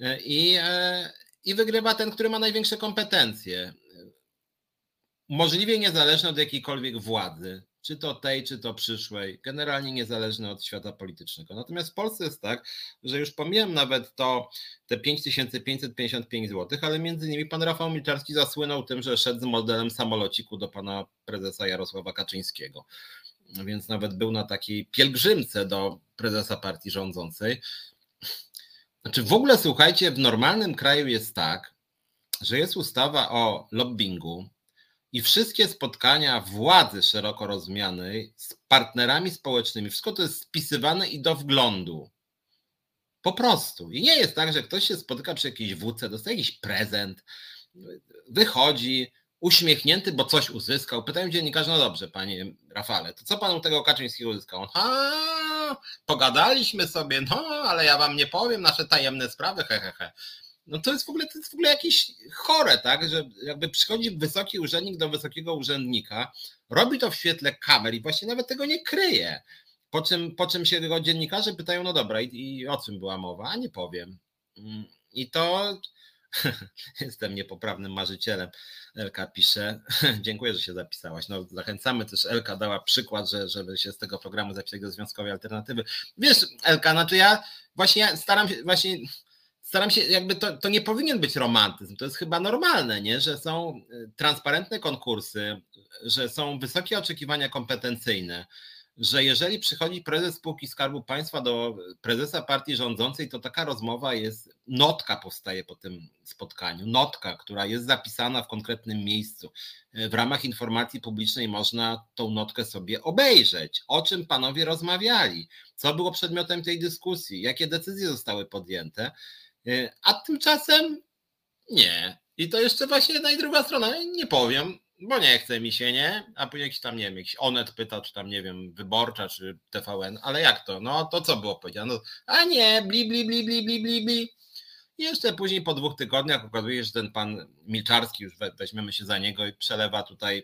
i wygrywa ten, który ma największe kompetencje. Możliwie niezależny od jakiejkolwiek władzy, czy to tej, czy to przyszłej, generalnie niezależny od świata politycznego. Natomiast w Polsce jest tak, że już pomijam nawet te 5555 zł, ale między innymi pan Rafał Milczarski zasłynął tym, że szedł z modelem samolociku do pana prezesa Jarosława Kaczyńskiego. Więc nawet był na takiej pielgrzymce do prezesa partii rządzącej. Znaczy w ogóle słuchajcie, w normalnym kraju jest tak, że jest ustawa o lobbingu i wszystkie spotkania władzy szeroko rozumianej z partnerami społecznymi, wszystko to jest spisywane i do wglądu. Po prostu. I nie jest tak, że ktoś się spotyka przy jakiejś wódce, dostaje jakiś prezent, wychodzi uśmiechnięty, bo coś uzyskał. Pytają dziennikarze, no dobrze, panie Rafale, to co pan u tego Kaczyńskiego uzyskał? Pogadaliśmy sobie, no ale ja wam nie powiem, nasze tajemne sprawy, he. No to jest w ogóle jakieś chore, tak, że jakby przychodzi wysoki urzędnik do wysokiego urzędnika, robi to w świetle kamer i właśnie nawet tego nie kryje. Po czym się go dziennikarze pytają, no dobra, i o czym była mowa? A nie powiem. I to jestem niepoprawnym marzycielem. Elka pisze, dziękuję, że się zapisałaś. No, zachęcamy też, Elka dała przykład, żeby się z tego programu zapisać do Związkowej Alternatywy. Wiesz, Elka, znaczy ja staram się, jakby to nie powinien być romantyzm, to jest chyba normalne, nie? Że są transparentne konkursy, że są wysokie oczekiwania kompetencyjne, że jeżeli przychodzi prezes spółki Skarbu Państwa do prezesa partii rządzącej, to taka rozmowa jest, notka powstaje po tym spotkaniu, notka, która jest zapisana w konkretnym miejscu. W ramach informacji publicznej można tą notkę sobie obejrzeć, o czym panowie rozmawiali, co było przedmiotem tej dyskusji, jakie decyzje zostały podjęte, a tymczasem nie. I to jeszcze właśnie jedna i druga strona, nie powiem, bo nie chce mi się, nie? A później jakiś tam, nie wiem, jakiś Onet pyta, czy tam, nie wiem, Wyborcza, czy TVN, ale jak to? No to co było powiedziane? No, a nie, bli. I jeszcze później po 2 tygodniach okazuje się, że ten pan Milczarski, już weźmiemy się za niego i przelewa tutaj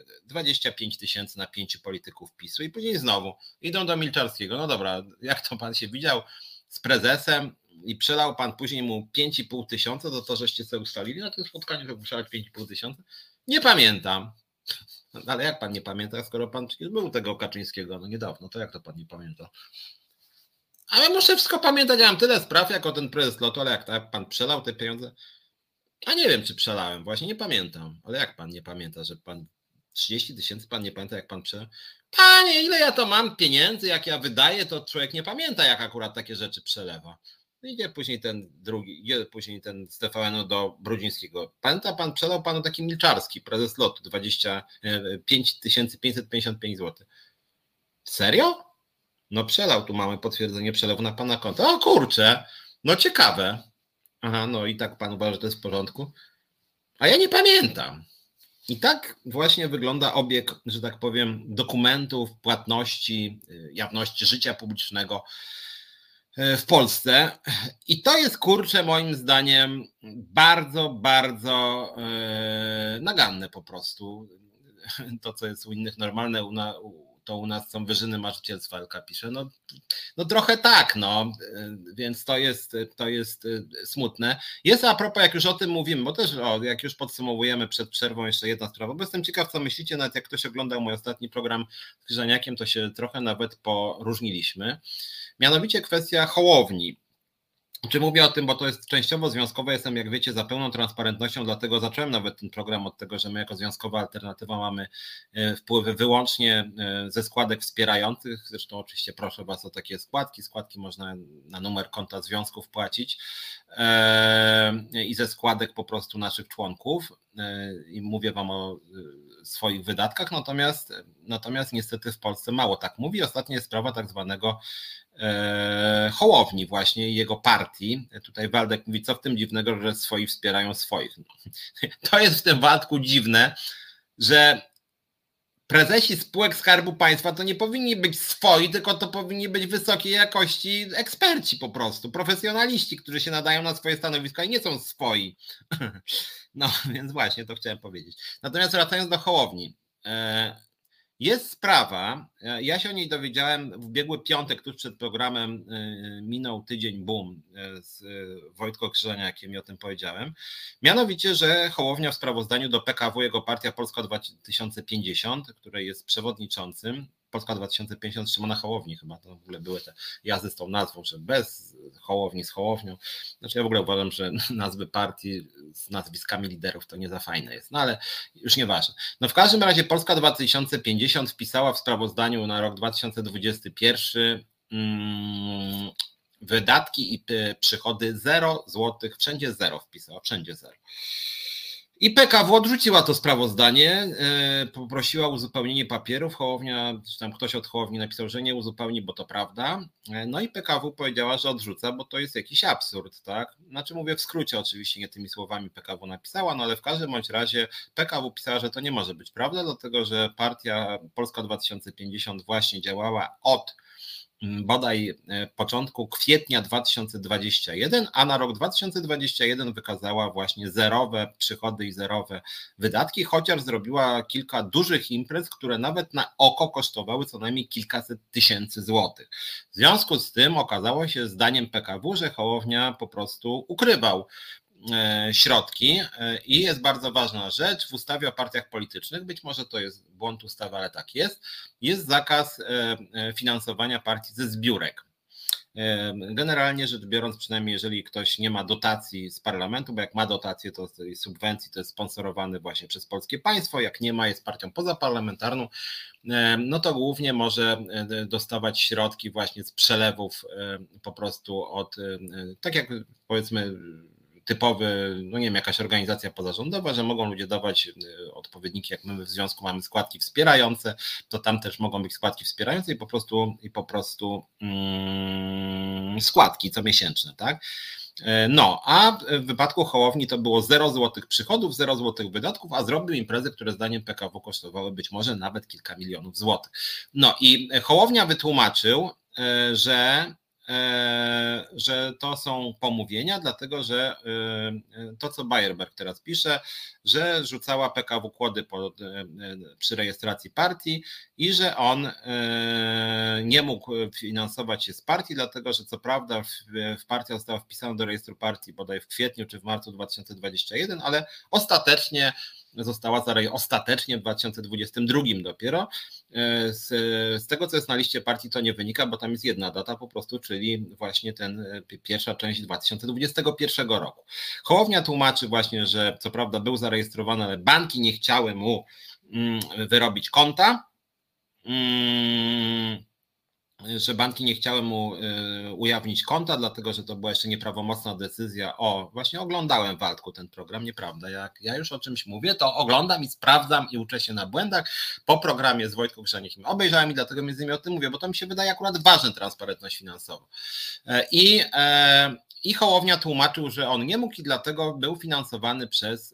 25 000 na 5 polityków PiS-u i później znowu idą do Milczarskiego. No dobra, jak to pan się widział z prezesem i przelał pan później mu 5 500, to żeście sobie ustalili na tym spotkaniu, żeby przelać 5 500? Nie pamiętam. Ale jak pan nie pamięta, skoro pan przecież był tego Kaczyńskiego, no niedawno, to jak to pan nie pamięta? Ale muszę wszystko pamiętać, ja mam tyle spraw jako ten prezes LOT-u, ale jak pan przelał te pieniądze? A nie wiem, czy przelałem, właśnie nie pamiętam. Ale jak pan nie pamięta, że pan 30 000 pan nie pamięta, jak pan przelał? Panie, ile ja to mam pieniędzy, jak ja wydaję, to człowiek nie pamięta, jak akurat takie rzeczy przelewa. Idzie później ten z TVN-u do Brudzińskiego. Pamięta pan, przelał panu taki Milczarski, prezes LOT-u, 25 555 zł. Serio? No przelał, tu mamy potwierdzenie przelewu na pana konto. O kurczę, no ciekawe. Aha, no i tak pan uważa, że to jest w porządku? A ja nie pamiętam. I tak właśnie wygląda obieg, że tak powiem, dokumentów, płatności, jawności życia publicznego w Polsce. I to jest, kurczę, moim zdaniem bardzo, bardzo naganne po prostu. To, co jest u innych normalne, to u nas są wyżyny marzycielstwa, Elka pisze. No trochę tak, no, więc to jest smutne. Jest a propos, jak już o tym mówimy, bo też jak już podsumowujemy przed przerwą jeszcze jedna sprawa, bo jestem ciekaw, co myślicie, nawet jak ktoś oglądał mój ostatni program z Krzyżaniakiem, to się trochę nawet poróżniliśmy. Mianowicie kwestia Hołowni. Czy mówię o tym, bo to jest częściowo związkowe, jestem, jak wiecie, za pełną transparentnością, dlatego zacząłem nawet ten program od tego, że my jako związkowa alternatywa mamy wpływy wyłącznie ze składek wspierających, zresztą oczywiście proszę Was o takie składki można na numer konta związków płacić i ze składek po prostu naszych członków i mówię Wam o swoich wydatkach, natomiast niestety w Polsce mało tak mówi. Ostatnia jest sprawa tak zwanego Hołowni właśnie i jego partii. Tutaj Waldek mówi, co w tym dziwnego, że swoi wspierają swoich. To jest w tym Waldku dziwne, że prezesi spółek Skarbu Państwa to nie powinni być swoi, tylko to powinni być wysokiej jakości eksperci po prostu, profesjonaliści, którzy się nadają na swoje stanowiska i nie są swoi. No więc właśnie to chciałem powiedzieć. Natomiast wracając do Hołowni. Jest sprawa, ja się o niej dowiedziałem w ubiegły piątek, tuż przed programem, minął tydzień, boom, z Wojtkiem Krzyżaniakiem i o tym powiedziałem. Mianowicie, że Hołownia w sprawozdaniu do PKW, jego partia Polska 2050, której jest przewodniczącym, Polska 2050 Szymona Hołowni chyba, to w ogóle były te jazdy z tą nazwą, że bez Hołowni, z Hołownią. Znaczy ja w ogóle uważam, że nazwy partii z nazwiskami liderów to nie za fajne jest, no ale już nieważne. No w każdym razie Polska 2050 wpisała w sprawozdaniu na rok 2021 wydatki i przychody 0 złotych, wszędzie 0 wpisała, wszędzie 0. I PKW odrzuciła to sprawozdanie, poprosiła o uzupełnienie papierów. Hołownia, czy tam ktoś od Hołowni napisał, że nie uzupełni, bo to prawda. No i PKW powiedziała, że odrzuca, bo to jest jakiś absurd, tak? Znaczy mówię w skrócie, oczywiście nie tymi słowami PKW napisała, no ale w każdym bądź razie PKW pisała, że to nie może być prawda, dlatego że partia Polska 2050 właśnie działała od bodaj początku kwietnia 2021, a na rok 2021 wykazała właśnie zerowe przychody i zerowe wydatki, chociaż zrobiła kilka dużych imprez, które nawet na oko kosztowały co najmniej kilkaset tysięcy złotych. W związku z tym okazało się zdaniem PKW, że Hołownia po prostu ukrywał środki i jest bardzo ważna rzecz w ustawie o partiach politycznych, być może to jest błąd ustawy, ale tak jest zakaz finansowania partii ze zbiórek. Generalnie rzecz biorąc, przynajmniej jeżeli ktoś nie ma dotacji z parlamentu, bo jak ma dotację, to z subwencji to jest sponsorowany właśnie przez polskie państwo, jak nie ma, jest partią pozaparlamentarną, no to głównie może dostawać środki właśnie z przelewów po prostu od, tak jak powiedzmy typowy, no nie wiem, jakaś organizacja pozarządowa, że mogą ludzie dawać odpowiedniki, jak my w związku mamy składki wspierające, to tam też mogą być składki wspierające i po prostu składki comiesięczne, tak? No, a w wypadku Hołowni to było 0 złotych przychodów, 0 złotych wydatków, a zrobił imprezy, które zdaniem PKW kosztowały być może nawet kilka milionów złotych. No i Hołownia wytłumaczył, że to są pomówienia, dlatego że to, co Bayerberg teraz pisze, że rzucała PKW kłody przy rejestracji partii i że on nie mógł finansować się z partii, dlatego że co prawda partia została wpisana do rejestru partii bodaj w kwietniu czy w marcu 2021, ale ostatecznie została ostatecznie w 2022 dopiero. Z tego, co jest na liście partii, to nie wynika, bo tam jest jedna data po prostu, czyli właśnie pierwsza część 2021 roku. Hołownia tłumaczy właśnie, że co prawda był zarejestrowany, ale banki nie chciały mu wyrobić konta, że banki nie chciały mu ujawnić konta, dlatego że to była jeszcze nieprawomocna decyzja. Właśnie oglądałem, Waldku, ten program, nieprawda, jak ja już o czymś mówię, to oglądam i sprawdzam i uczę się na błędach. Po programie z Wojtkiem Krzyżaniakiem obejrzałem i dlatego między innymi o tym mówię, bo to mi się wydaje akurat ważne, transparentność finansowa. I Hołownia tłumaczył, że on nie mógł i dlatego był finansowany przez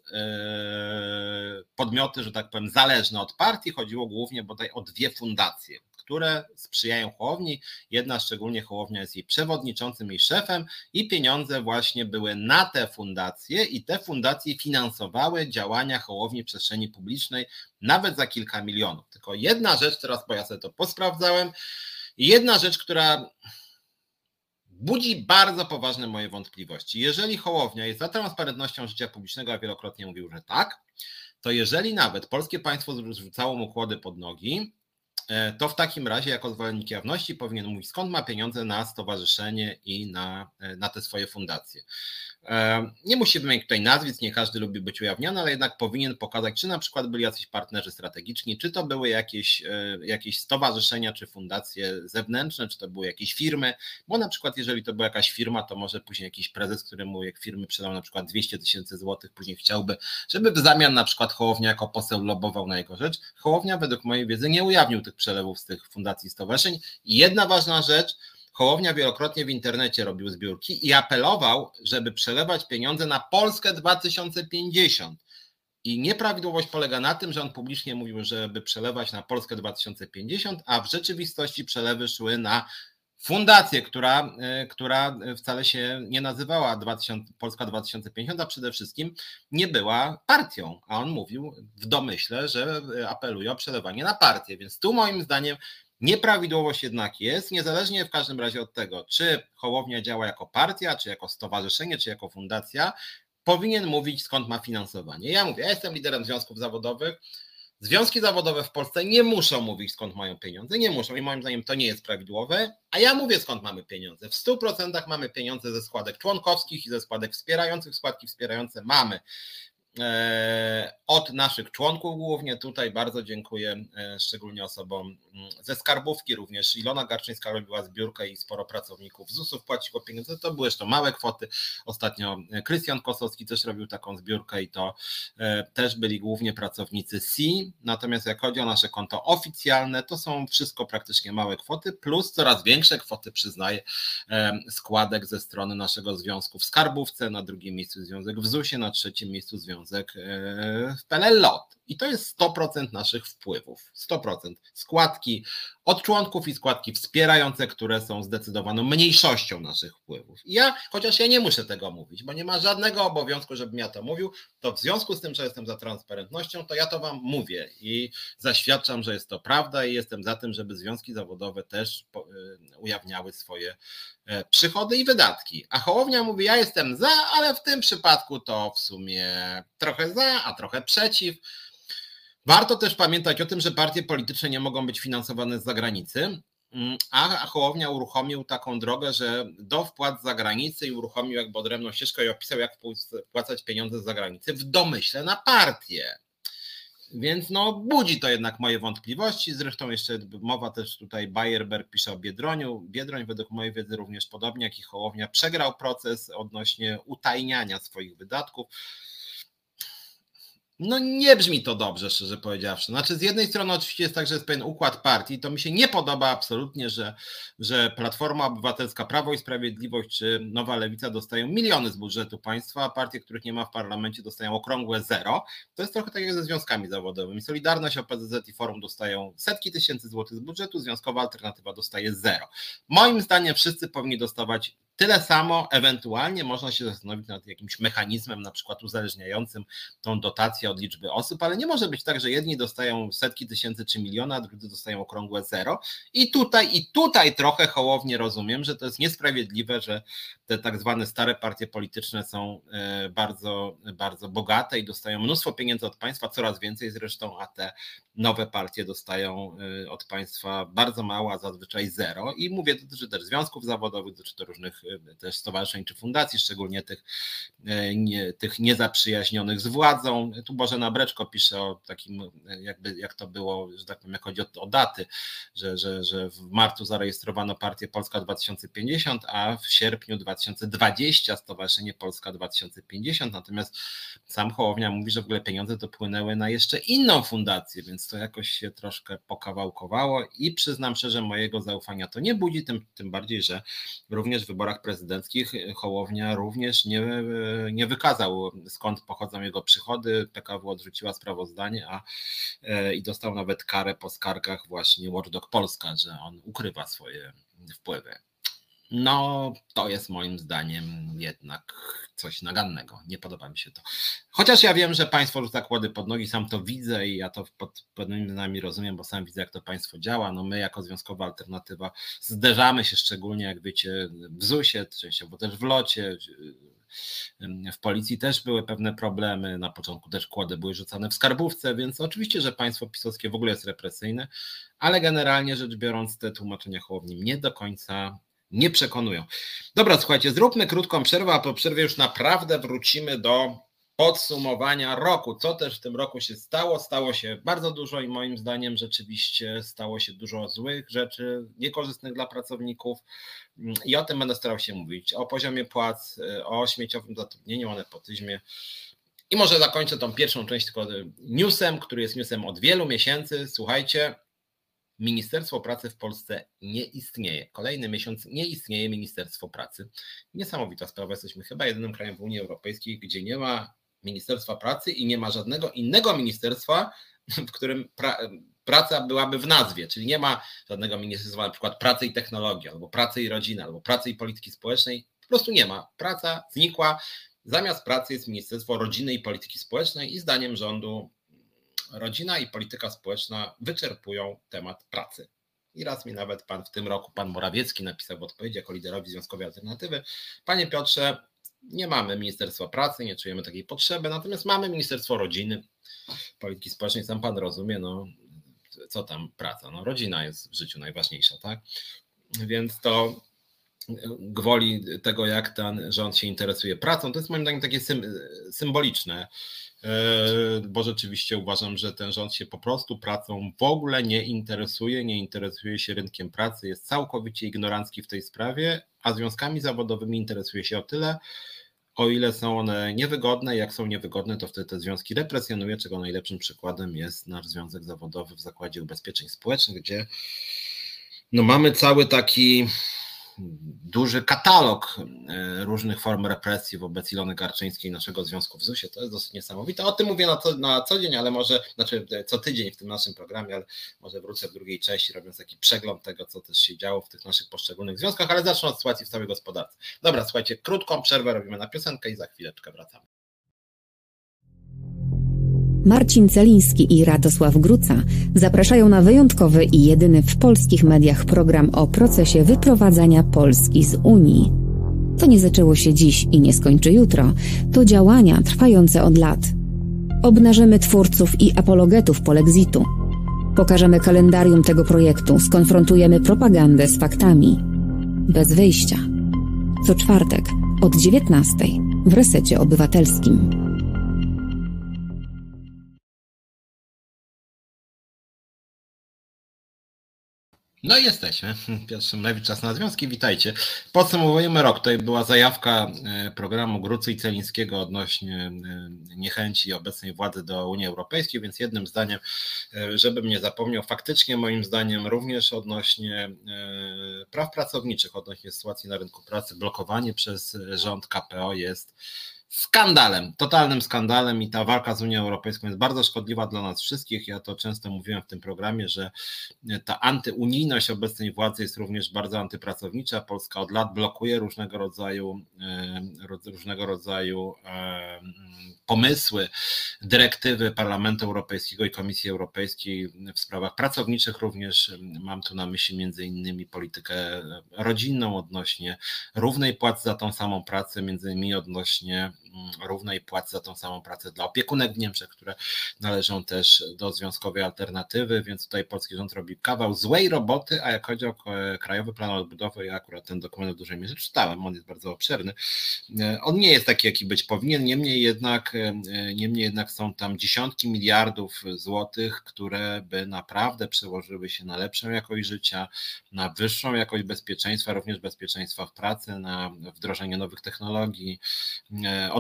podmioty, że tak powiem, zależne od partii. Chodziło głównie bodaj o 2 fundacje, które sprzyjają Hołowni. Hołowni. Jedna szczególnie Hołownia jest jej przewodniczącym i szefem i pieniądze właśnie były na te fundacje i te fundacje finansowały działania Hołowni w przestrzeni publicznej nawet za kilka milionów. Tylko jedna rzecz, teraz bo ja sobie to posprawdzałem, jedna rzecz, która budzi bardzo poważne moje wątpliwości. Jeżeli Hołownia jest za transparentnością życia publicznego, a wielokrotnie mówił, że tak, to jeżeli nawet polskie państwo zrzucało mu kłody pod nogi, to w takim razie jako zwolennik jawności powinien mówić, skąd ma pieniądze na stowarzyszenie i na te swoje fundacje. Nie musi wymienić tutaj nazwisk, nie każdy lubi być ujawniany, ale jednak powinien pokazać, czy na przykład byli jacyś partnerzy strategiczni, czy to były jakieś stowarzyszenia, czy fundacje zewnętrzne, czy to były jakieś firmy, bo na przykład jeżeli to była jakaś firma, to może później jakiś prezes, który mu jak firmy przydał na przykład 200 000 złotych, później chciałby, żeby w zamian na przykład Hołownia jako poseł lobował na jego rzecz. Hołownia według mojej wiedzy nie ujawnił tych przelewów z tych fundacji i stowarzyszeń. I jedna ważna rzecz, Hołownia wielokrotnie w internecie robił zbiórki i apelował, żeby przelewać pieniądze na Polskę 2050. I nieprawidłowość polega na tym, że on publicznie mówił, żeby przelewać na Polskę 2050, a w rzeczywistości przelewy szły na fundację, która wcale się nie nazywała Polska 2050, a przede wszystkim nie była partią. A on mówił w domyśle, że apeluje o przelewanie na partię. Więc tu moim zdaniem nieprawidłowość jednak jest, niezależnie w każdym razie od tego, czy Hołownia działa jako partia, czy jako stowarzyszenie, czy jako fundacja, powinien mówić, skąd ma finansowanie. Ja mówię, ja jestem liderem związków zawodowych. Związki zawodowe w Polsce nie muszą mówić, skąd mają pieniądze, nie muszą i moim zdaniem to nie jest prawidłowe, a ja mówię, skąd mamy pieniądze. W 100% mamy pieniądze ze składek członkowskich i ze składek wspierających. Składki wspierające mamy od naszych członków głównie. Tutaj bardzo dziękuję szczególnie osobom ze skarbówki, również Ilona Garczyńska robiła zbiórkę i sporo pracowników ZUS-ów płaciło pieniądze, to były jeszcze małe kwoty, ostatnio Krystian Kosowski też robił taką zbiórkę i to też byli głównie pracownicy SI, natomiast jak chodzi o nasze konto oficjalne, to są wszystko praktycznie małe kwoty, plus coraz większe kwoty przyznaję składek ze strony naszego związku w skarbówce, na drugim miejscu związek w ZUS-ie, na trzecim miejscu związek w PLL LOT. I to jest 100% naszych wpływów. 100%. Składki od członków i składki wspierające, które są zdecydowaną mniejszością naszych wpływów. I chociaż ja nie muszę tego mówić, bo nie ma żadnego obowiązku, żebym ja to mówił, to w związku z tym, że jestem za transparentnością, to ja to wam mówię i zaświadczam, że jest to prawda i jestem za tym, żeby związki zawodowe też ujawniały swoje przychody i wydatki. A Hołownia mówi, ja jestem za, ale w tym przypadku to w sumie trochę za, a trochę przeciw. Warto też pamiętać o tym, że partie polityczne nie mogą być finansowane z zagranicy, a Hołownia uruchomił taką drogę, że do wpłat z zagranicy i uruchomił jakby odrębną ścieżkę i opisał, jak wpłacać pieniądze z zagranicy w domyśle na partię. Więc budzi to jednak moje wątpliwości. Zresztą jeszcze mowa też tutaj, Bayerberg pisze o Biedroniu. Biedroń według mojej wiedzy również podobnie jak i Hołownia przegrał proces odnośnie utajniania swoich wydatków. Nie brzmi to dobrze, szczerze powiedziawszy. Znaczy z jednej strony oczywiście jest tak, że jest pewien układ partii, to mi się nie podoba absolutnie, że Platforma Obywatelska, Prawo i Sprawiedliwość czy Nowa Lewica dostają miliony z budżetu państwa, a partie, których nie ma w parlamencie, dostają okrągłe zero. To jest trochę tak jak ze związkami zawodowymi. Solidarność, OPZZ i Forum dostają setki tysięcy złotych z budżetu, Związkowa Alternatywa dostaje zero. Moim zdaniem wszyscy powinni dostawać tyle samo, ewentualnie można się zastanowić nad jakimś mechanizmem, na przykład uzależniającym tą dotację od liczby osób, ale nie może być tak, że jedni dostają setki tysięcy czy miliona, a drudzy dostają okrągłe zero. I tutaj trochę Hołownię rozumiem, że to jest niesprawiedliwe, że te tak zwane stare partie polityczne są bardzo, bardzo bogate i dostają mnóstwo pieniędzy od państwa, coraz więcej zresztą, a te nowe partie dostają od państwa bardzo mało, a zazwyczaj zero. I mówię, dotyczy też związków zawodowych, dotyczy to różnych też stowarzyszeń czy fundacji, szczególnie tych niezaprzyjaźnionych z władzą. Tu Bożena Breczko pisze o takim, jakby jak to było, że tak powiem, jak chodzi o daty, że w marcu zarejestrowano partię Polska 2050, a w sierpniu 2020 Stowarzyszenie Polska 2050, natomiast sam Hołownia mówi, że w ogóle pieniądze dopłynęły na jeszcze inną fundację, więc więc to jakoś się troszkę pokawałkowało i przyznam szczerze, mojego zaufania to nie budzi, tym bardziej, że również w wyborach prezydenckich Hołownia również nie wykazał, skąd pochodzą jego przychody. PKW odrzuciła sprawozdanie i dostał nawet karę po skargach właśnie Watchdog Polska, że on ukrywa swoje wpływy. No, to jest moim zdaniem jednak coś nagannego. Nie podoba mi się to. Chociaż ja wiem, że państwo rzuca kłody pod nogi, sam to widzę i ja to pod pewnymi względami rozumiem, bo sam widzę, jak to państwo działa. No my jako Związkowa Alternatywa zderzamy się szczególnie, jak wiecie, w ZUS-ie, częściowo też w LOT-cie. W policji też były pewne problemy, na początku też kłody były rzucane w skarbówce, więc oczywiście, że państwo pisowskie w ogóle jest represyjne, ale generalnie rzecz biorąc te tłumaczenia Hołowni mnie do końca nie przekonują. Dobra, słuchajcie, zróbmy krótką przerwę, a po przerwie już naprawdę wrócimy do podsumowania roku. Co też w tym roku się stało? Stało się bardzo dużo i moim zdaniem rzeczywiście stało się dużo złych rzeczy, niekorzystnych dla pracowników i o tym będę starał się mówić. O poziomie płac, o śmieciowym zatrudnieniu, o nepotyzmie. I może zakończę tą pierwszą część tylko newsem, który jest newsem od wielu miesięcy. Słuchajcie, Ministerstwo Pracy w Polsce nie istnieje. Kolejny miesiąc nie istnieje Ministerstwo Pracy. Niesamowita sprawa. Jesteśmy chyba jedynym krajem w Unii Europejskiej, gdzie nie ma Ministerstwa Pracy i nie ma żadnego innego ministerstwa, w którym praca byłaby w nazwie, czyli nie ma żadnego ministerstwa, na przykład pracy i technologii, albo pracy i rodziny, albo pracy i polityki społecznej. Po prostu nie ma. Praca znikła. Zamiast pracy jest Ministerstwo Rodziny i Polityki Społecznej i zdaniem rządu rodzina i polityka społeczna wyczerpują temat pracy. I raz mi nawet w tym roku pan Morawiecki napisał w odpowiedzi jako liderowi Związkowej Alternatywy: panie Piotrze, nie mamy Ministerstwa Pracy, nie czujemy takiej potrzeby, natomiast mamy Ministerstwo Rodziny, Polityki Społecznej, sam pan rozumie, no co tam praca, no rodzina jest w życiu najważniejsza, tak? Więc to gwoli tego, jak ten rząd się interesuje pracą, to jest moim zdaniem takie symboliczne, bo rzeczywiście uważam, że ten rząd się po prostu pracą w ogóle nie interesuje się rynkiem pracy, jest całkowicie ignorancki w tej sprawie, a związkami zawodowymi interesuje się o tyle, o ile są one niewygodne. Jak są niewygodne, to wtedy te związki represjonuje, czego najlepszym przykładem jest nasz związek zawodowy w Zakładzie Ubezpieczeń Społecznych, gdzie no mamy cały taki duży katalog różnych form represji wobec Ilony Garczyńskiej, naszego związku w ZUS-ie. To jest dosyć niesamowite. O tym mówię na co dzień, ale może, co tydzień w tym naszym programie, ale może wrócę w drugiej części, robiąc taki przegląd tego, co też się działo w tych naszych poszczególnych związkach, ale zacznę od sytuacji w całej gospodarce. Dobra, słuchajcie, krótką przerwę robimy na piosenkę i za chwileczkę wracamy. Marcin Celiński i Radosław Gruca zapraszają na wyjątkowy i jedyny w polskich mediach program o procesie wyprowadzania Polski z Unii. To nie zaczęło się dziś i nie skończy jutro. To działania trwające od lat. Obnażymy twórców i apologetów polexitu. Pokażemy kalendarium tego projektu, skonfrontujemy propagandę z faktami. Bez wyjścia. Co czwartek od 19:00 w Resecie Obywatelskim. No i jesteśmy. Piotr Szymlewicz, Czas na Związki. Witajcie. Podsumowujemy rok. Tutaj była zajawka programu Grucy i Celińskiego odnośnie niechęci obecnej władzy do Unii Europejskiej, więc jednym zdaniem, żebym nie zapomniał, faktycznie moim zdaniem również odnośnie praw pracowniczych, odnośnie sytuacji na rynku pracy, blokowanie przez rząd KPO jest skandalem, totalnym skandalem i ta walka z Unią Europejską jest bardzo szkodliwa dla nas wszystkich. Ja to często mówiłem w tym programie, że ta antyunijność obecnej władzy jest również bardzo antypracownicza. Polska od lat blokuje różnego rodzaju pomysły, dyrektywy Parlamentu Europejskiego i Komisji Europejskiej w sprawach pracowniczych również. Mam tu na myśli między innymi politykę rodzinną odnośnie równej płacy za tą samą pracę, między innymi odnośnie równej płacy za tą samą pracę dla opiekunek w Niemczech, które należą też do Związkowej Alternatywy, więc tutaj polski rząd robi kawał złej roboty, a jak chodzi o Krajowy Plan Odbudowy, ja akurat ten dokument w dużej mierze czytałem, on jest bardzo obszerny. On nie jest taki, jaki być powinien, niemniej jednak są tam dziesiątki miliardów złotych, które by naprawdę przełożyły się na lepszą jakość życia, na wyższą jakość bezpieczeństwa, również bezpieczeństwa w pracy, na wdrożenie nowych technologii,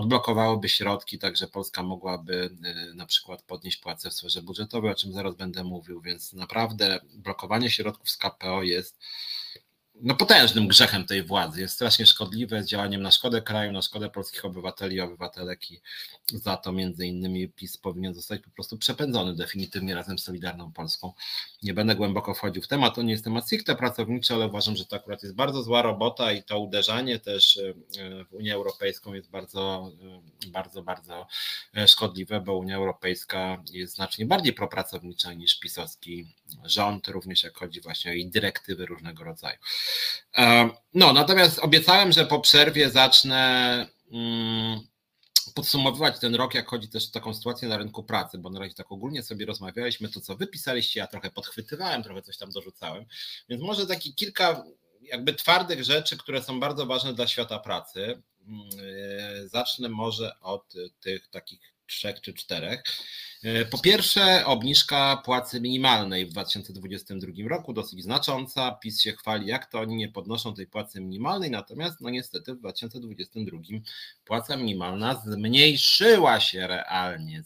odblokowałyby środki, tak że Polska mogłaby na przykład podnieść płace w sferze budżetowej, o czym zaraz będę mówił, więc naprawdę blokowanie środków z KPO jest potężnym grzechem tej władzy, jest strasznie szkodliwe, jest działaniem na szkodę kraju, na szkodę polskich obywateli i obywatelek i za to między innymi PiS powinien zostać po prostu przepędzony definitywnie razem z Solidarną Polską. Nie będę głęboko wchodził w temat, to nie jest temat stricte pracowniczy, ale uważam, że to akurat jest bardzo zła robota i to uderzanie też w Unię Europejską jest bardzo szkodliwe, bo Unia Europejska jest znacznie bardziej propracownicza niż pisowski rząd, również jak chodzi właśnie o jej dyrektywy różnego rodzaju. Natomiast obiecałem, że po przerwie zacznę podsumowywać ten rok, jak chodzi też o taką sytuację na rynku pracy, bo na razie tak ogólnie sobie rozmawialiśmy, to co wy pisaliście, ja trochę podchwytywałem, trochę coś tam dorzucałem, więc może taki kilka jakby twardych rzeczy, które są bardzo ważne dla świata pracy. Zacznę może od tych takich 3 czy 4. Po pierwsze, obniżka płacy minimalnej w 2022 roku, dosyć znacząca. PiS się chwali, jak to oni nie podnoszą tej płacy minimalnej, natomiast niestety w 2022 płaca minimalna zmniejszyła się realnie,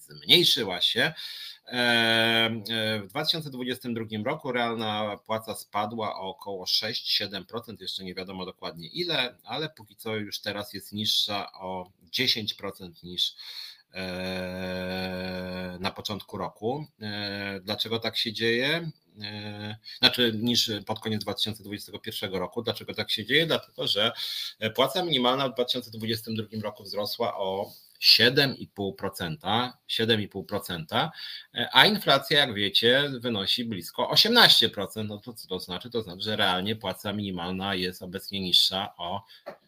W 2022 roku realna płaca spadła o około 6-7%, jeszcze nie wiadomo dokładnie ile, ale póki co już teraz jest niższa o 10% niż na początku roku. Dlaczego tak się dzieje? Niż pod koniec 2021 roku. Dlaczego tak się dzieje? Dlatego, że płaca minimalna w 2022 roku wzrosła o 7,5%, a inflacja, jak wiecie, wynosi blisko 18%. No to co to znaczy? To znaczy, że realnie płaca minimalna jest obecnie niższa o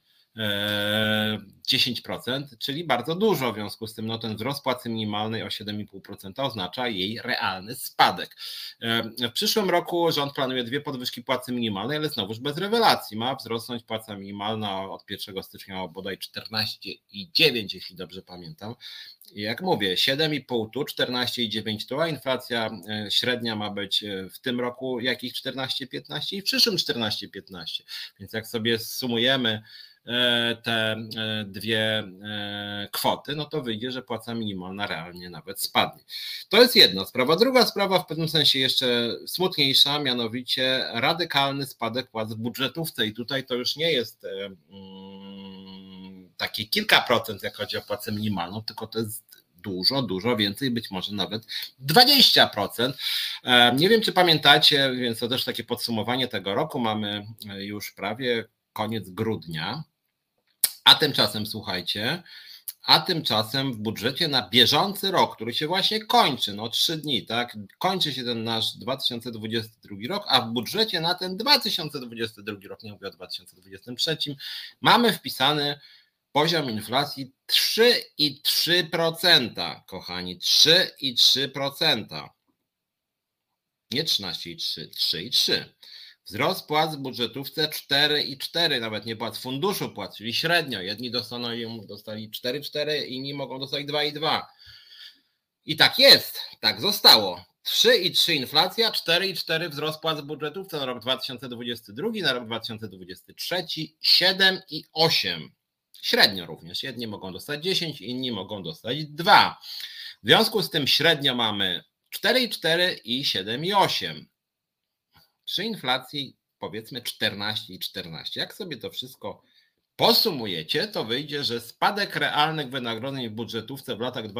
10%, czyli bardzo dużo. W związku z tym ten wzrost płacy minimalnej o 7,5% oznacza jej realny spadek. W przyszłym roku rząd planuje 2 podwyżki płacy minimalnej, ale znowuż bez rewelacji. Ma wzrosnąć płaca minimalna od 1 stycznia o bodaj 14,9, jeśli dobrze pamiętam. I jak mówię, 7,5 tu, 14,9 tu, a inflacja średnia ma być w tym roku jakich 14,15 i w przyszłym 14,15. Więc jak sobie sumujemy te 2 kwoty, no to wyjdzie, że płaca minimalna realnie nawet spadnie. To jest jedna sprawa. Druga sprawa, w pewnym sensie jeszcze smutniejsza, mianowicie radykalny spadek płac w budżetówce i tutaj to już nie jest takie kilka procent, jak chodzi o płacę minimalną, tylko to jest dużo więcej, być może nawet 20%. Nie wiem, czy pamiętacie, więc to też takie podsumowanie tego roku, mamy już prawie koniec grudnia, a tymczasem słuchajcie, w budżecie na bieżący rok, który się właśnie kończy, 3 dni, tak, kończy się ten nasz 2022 rok, a w budżecie na ten 2022 rok, nie mówię o 2023, mamy wpisany poziom inflacji 3,3%, kochani, 3,3%. Nie 13,3, 3,3. Wzrost płac w budżetówce 4,4, nawet nie płac funduszu płac, czyli średnio. Jedni dostali 4,4, inni mogą dostać 2,2. I tak jest, tak zostało. 3,3 inflacja, 4,4 wzrost płac w budżetówce na rok 2022, na rok 2023 7,8. Średnio również. Jedni mogą dostać 10, inni mogą dostać 2. W związku z tym średnio mamy 4,4 i 7,8. Przy inflacji powiedzmy 14,14. Jak sobie to wszystko posumujecie, to wyjdzie, że spadek realnych wynagrodzeń w budżetówce w latach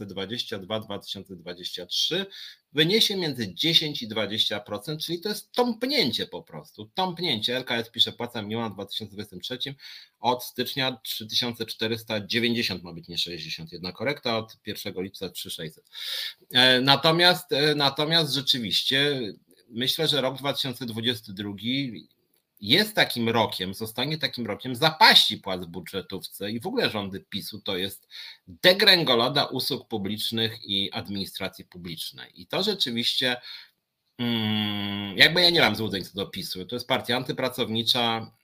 2022-2023 wyniesie między 10 i 20%, czyli to jest tąpnięcie po prostu. Tąpnięcie. LKS pisze, płaca minimalna w 2023 od stycznia 3490 ma być, nie 60. Jedna korekta, od 1 lipca 3600. Natomiast rzeczywiście myślę, że rok 2022 jest takim rokiem, zostanie takim rokiem zapaści płac w budżetówce i w ogóle rządy PiS-u to jest degrengolada usług publicznych i administracji publicznej. I to rzeczywiście, jakby ja nie mam złudzeń co do PiS-u, to jest partia antypracownicza,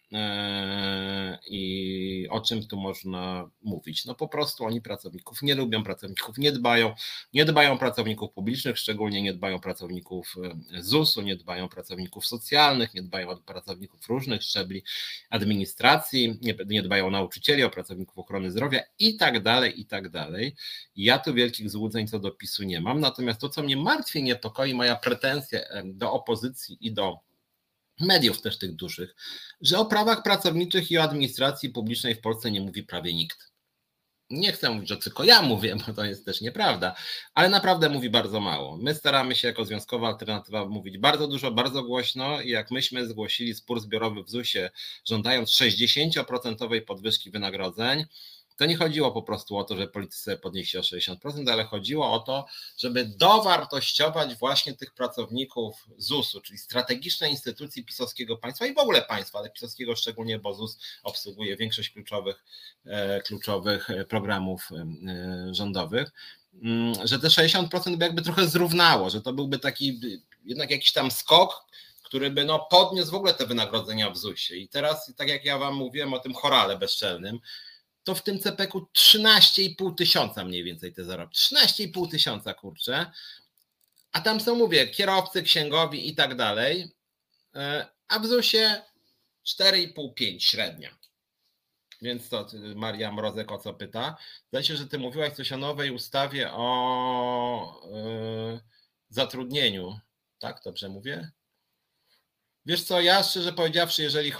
I o czym tu można mówić? No po prostu oni pracowników nie lubią, pracowników nie dbają pracowników publicznych, szczególnie nie dbają pracowników ZUS-u, nie dbają pracowników socjalnych, nie dbają o pracowników różnych szczebli administracji, nie dbają o nauczycieli, o pracowników ochrony zdrowia i tak dalej, i tak dalej. Ja tu wielkich złudzeń co do PiS-u nie mam, natomiast to, co mnie martwi, niepokoi, moja pretensja do opozycji i do mediów też tych dużych, że o prawach pracowniczych i o administracji publicznej w Polsce nie mówi prawie nikt. Nie chcę mówić, że tylko ja mówię, bo to jest też nieprawda, ale naprawdę mówi bardzo mało. My staramy się jako Związkowa Alternatywa mówić bardzo dużo, bardzo głośno i jak myśmy zgłosili spór zbiorowy w ZUS-ie, żądając 60% podwyżki wynagrodzeń, to nie chodziło po prostu o to, że politycy podnieśli o 60%, ale chodziło o to, żeby dowartościować właśnie tych pracowników ZUS-u, czyli strategicznej instytucji pisowskiego państwa i w ogóle państwa, ale pisowskiego szczególnie, bo ZUS obsługuje większość kluczowych programów rządowych, że te 60% by jakby trochę zrównało, że to byłby taki jednak jakiś tam skok, który by podniósł w ogóle te wynagrodzenia w ZUS-ie. I teraz, tak jak ja wam mówiłem o tym chorale bezczelnym, to w tym CPK-u 13,5 tysiąca mniej więcej te zarobki. 13,5 tysiąca, kurczę. A tam są, mówię, kierowcy, księgowi i tak dalej. A w ZUS-ie 4,5-5 średnia. Więc to Maria Mrozek o co pyta. Zdaje się, że ty mówiłaś coś o nowej ustawie o zatrudnieniu. Tak, dobrze mówię? Wiesz co, ja szczerze powiedziawszy, jeżeli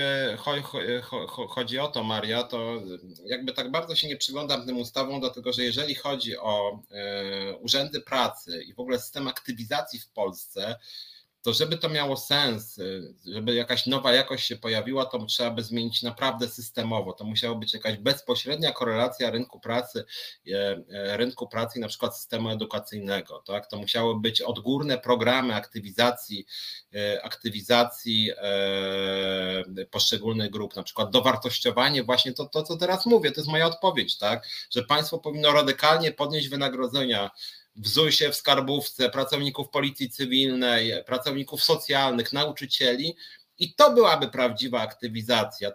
chodzi o to, Maria, to jakby tak bardzo się nie przyglądam tym ustawom, dlatego że jeżeli chodzi o urzędy pracy i w ogóle system aktywizacji w Polsce, to żeby to miało sens, żeby jakaś nowa jakość się pojawiła, to trzeba by zmienić naprawdę systemowo. To musiała być jakaś bezpośrednia korelacja rynku pracy i na przykład systemu edukacyjnego. Tak? To musiały być odgórne programy aktywizacji poszczególnych grup, na przykład dowartościowanie, właśnie to co teraz mówię, to jest moja odpowiedź, tak? Że państwo powinno radykalnie podnieść wynagrodzenia w ZUS-ie, w skarbówce, pracowników policji cywilnej, pracowników socjalnych, nauczycieli i to byłaby prawdziwa aktywizacja,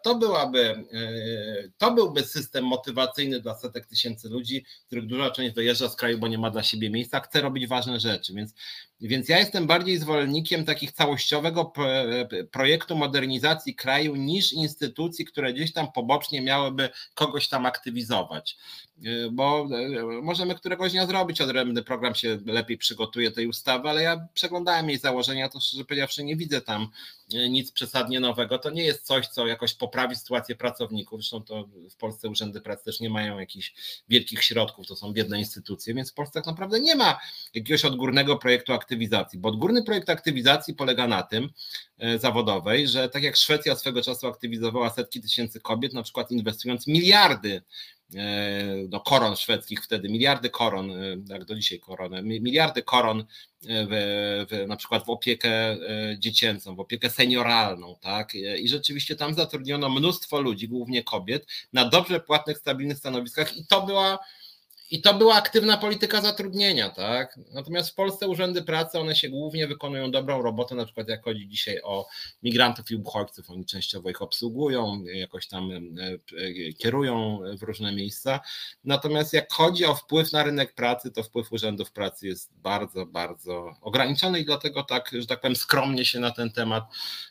to byłby system motywacyjny dla setek tysięcy ludzi, których duża część wyjeżdża z kraju, bo nie ma dla siebie miejsca, chce robić ważne rzeczy, więc ja jestem bardziej zwolennikiem takich całościowego projektu modernizacji kraju niż instytucji, które gdzieś tam pobocznie miałyby kogoś tam aktywizować, bo możemy któregoś dnia zrobić odrębny program, się lepiej przygotuje tej ustawy, ale ja przeglądałem jej założenia, to szczerze powiedziawszy nie widzę tam nic przesadnie nowego, to nie jest coś, co jakoś poprawi sytuację pracowników, zresztą to w Polsce urzędy pracy też nie mają jakichś wielkich środków, to są biedne instytucje, więc w Polsce tak naprawdę nie ma jakiegoś odgórnego projektu aktywizacji, bo odgórny projekt aktywizacji polega na tym, zawodowej, że tak jak Szwecja swego czasu aktywizowała setki tysięcy kobiet, na przykład inwestując miliardy koron szwedzkich wtedy, miliardy koron, jak do dzisiaj korony, miliardy koron na przykład w opiekę dziecięcą, w opiekę senioralną, tak? I rzeczywiście tam zatrudniono mnóstwo ludzi, głównie kobiet, na dobrze płatnych, stabilnych stanowiskach i to była aktywna polityka zatrudnienia, tak? Natomiast w Polsce urzędy pracy, one się głównie wykonują dobrą robotę, na przykład jak chodzi dzisiaj o migrantów i uchodźców, oni częściowo ich obsługują, jakoś tam kierują w różne miejsca. Natomiast jak chodzi o wpływ na rynek pracy, to wpływ urzędów pracy jest bardzo, bardzo ograniczony i dlatego tak, że tak powiem, skromnie się na ten temat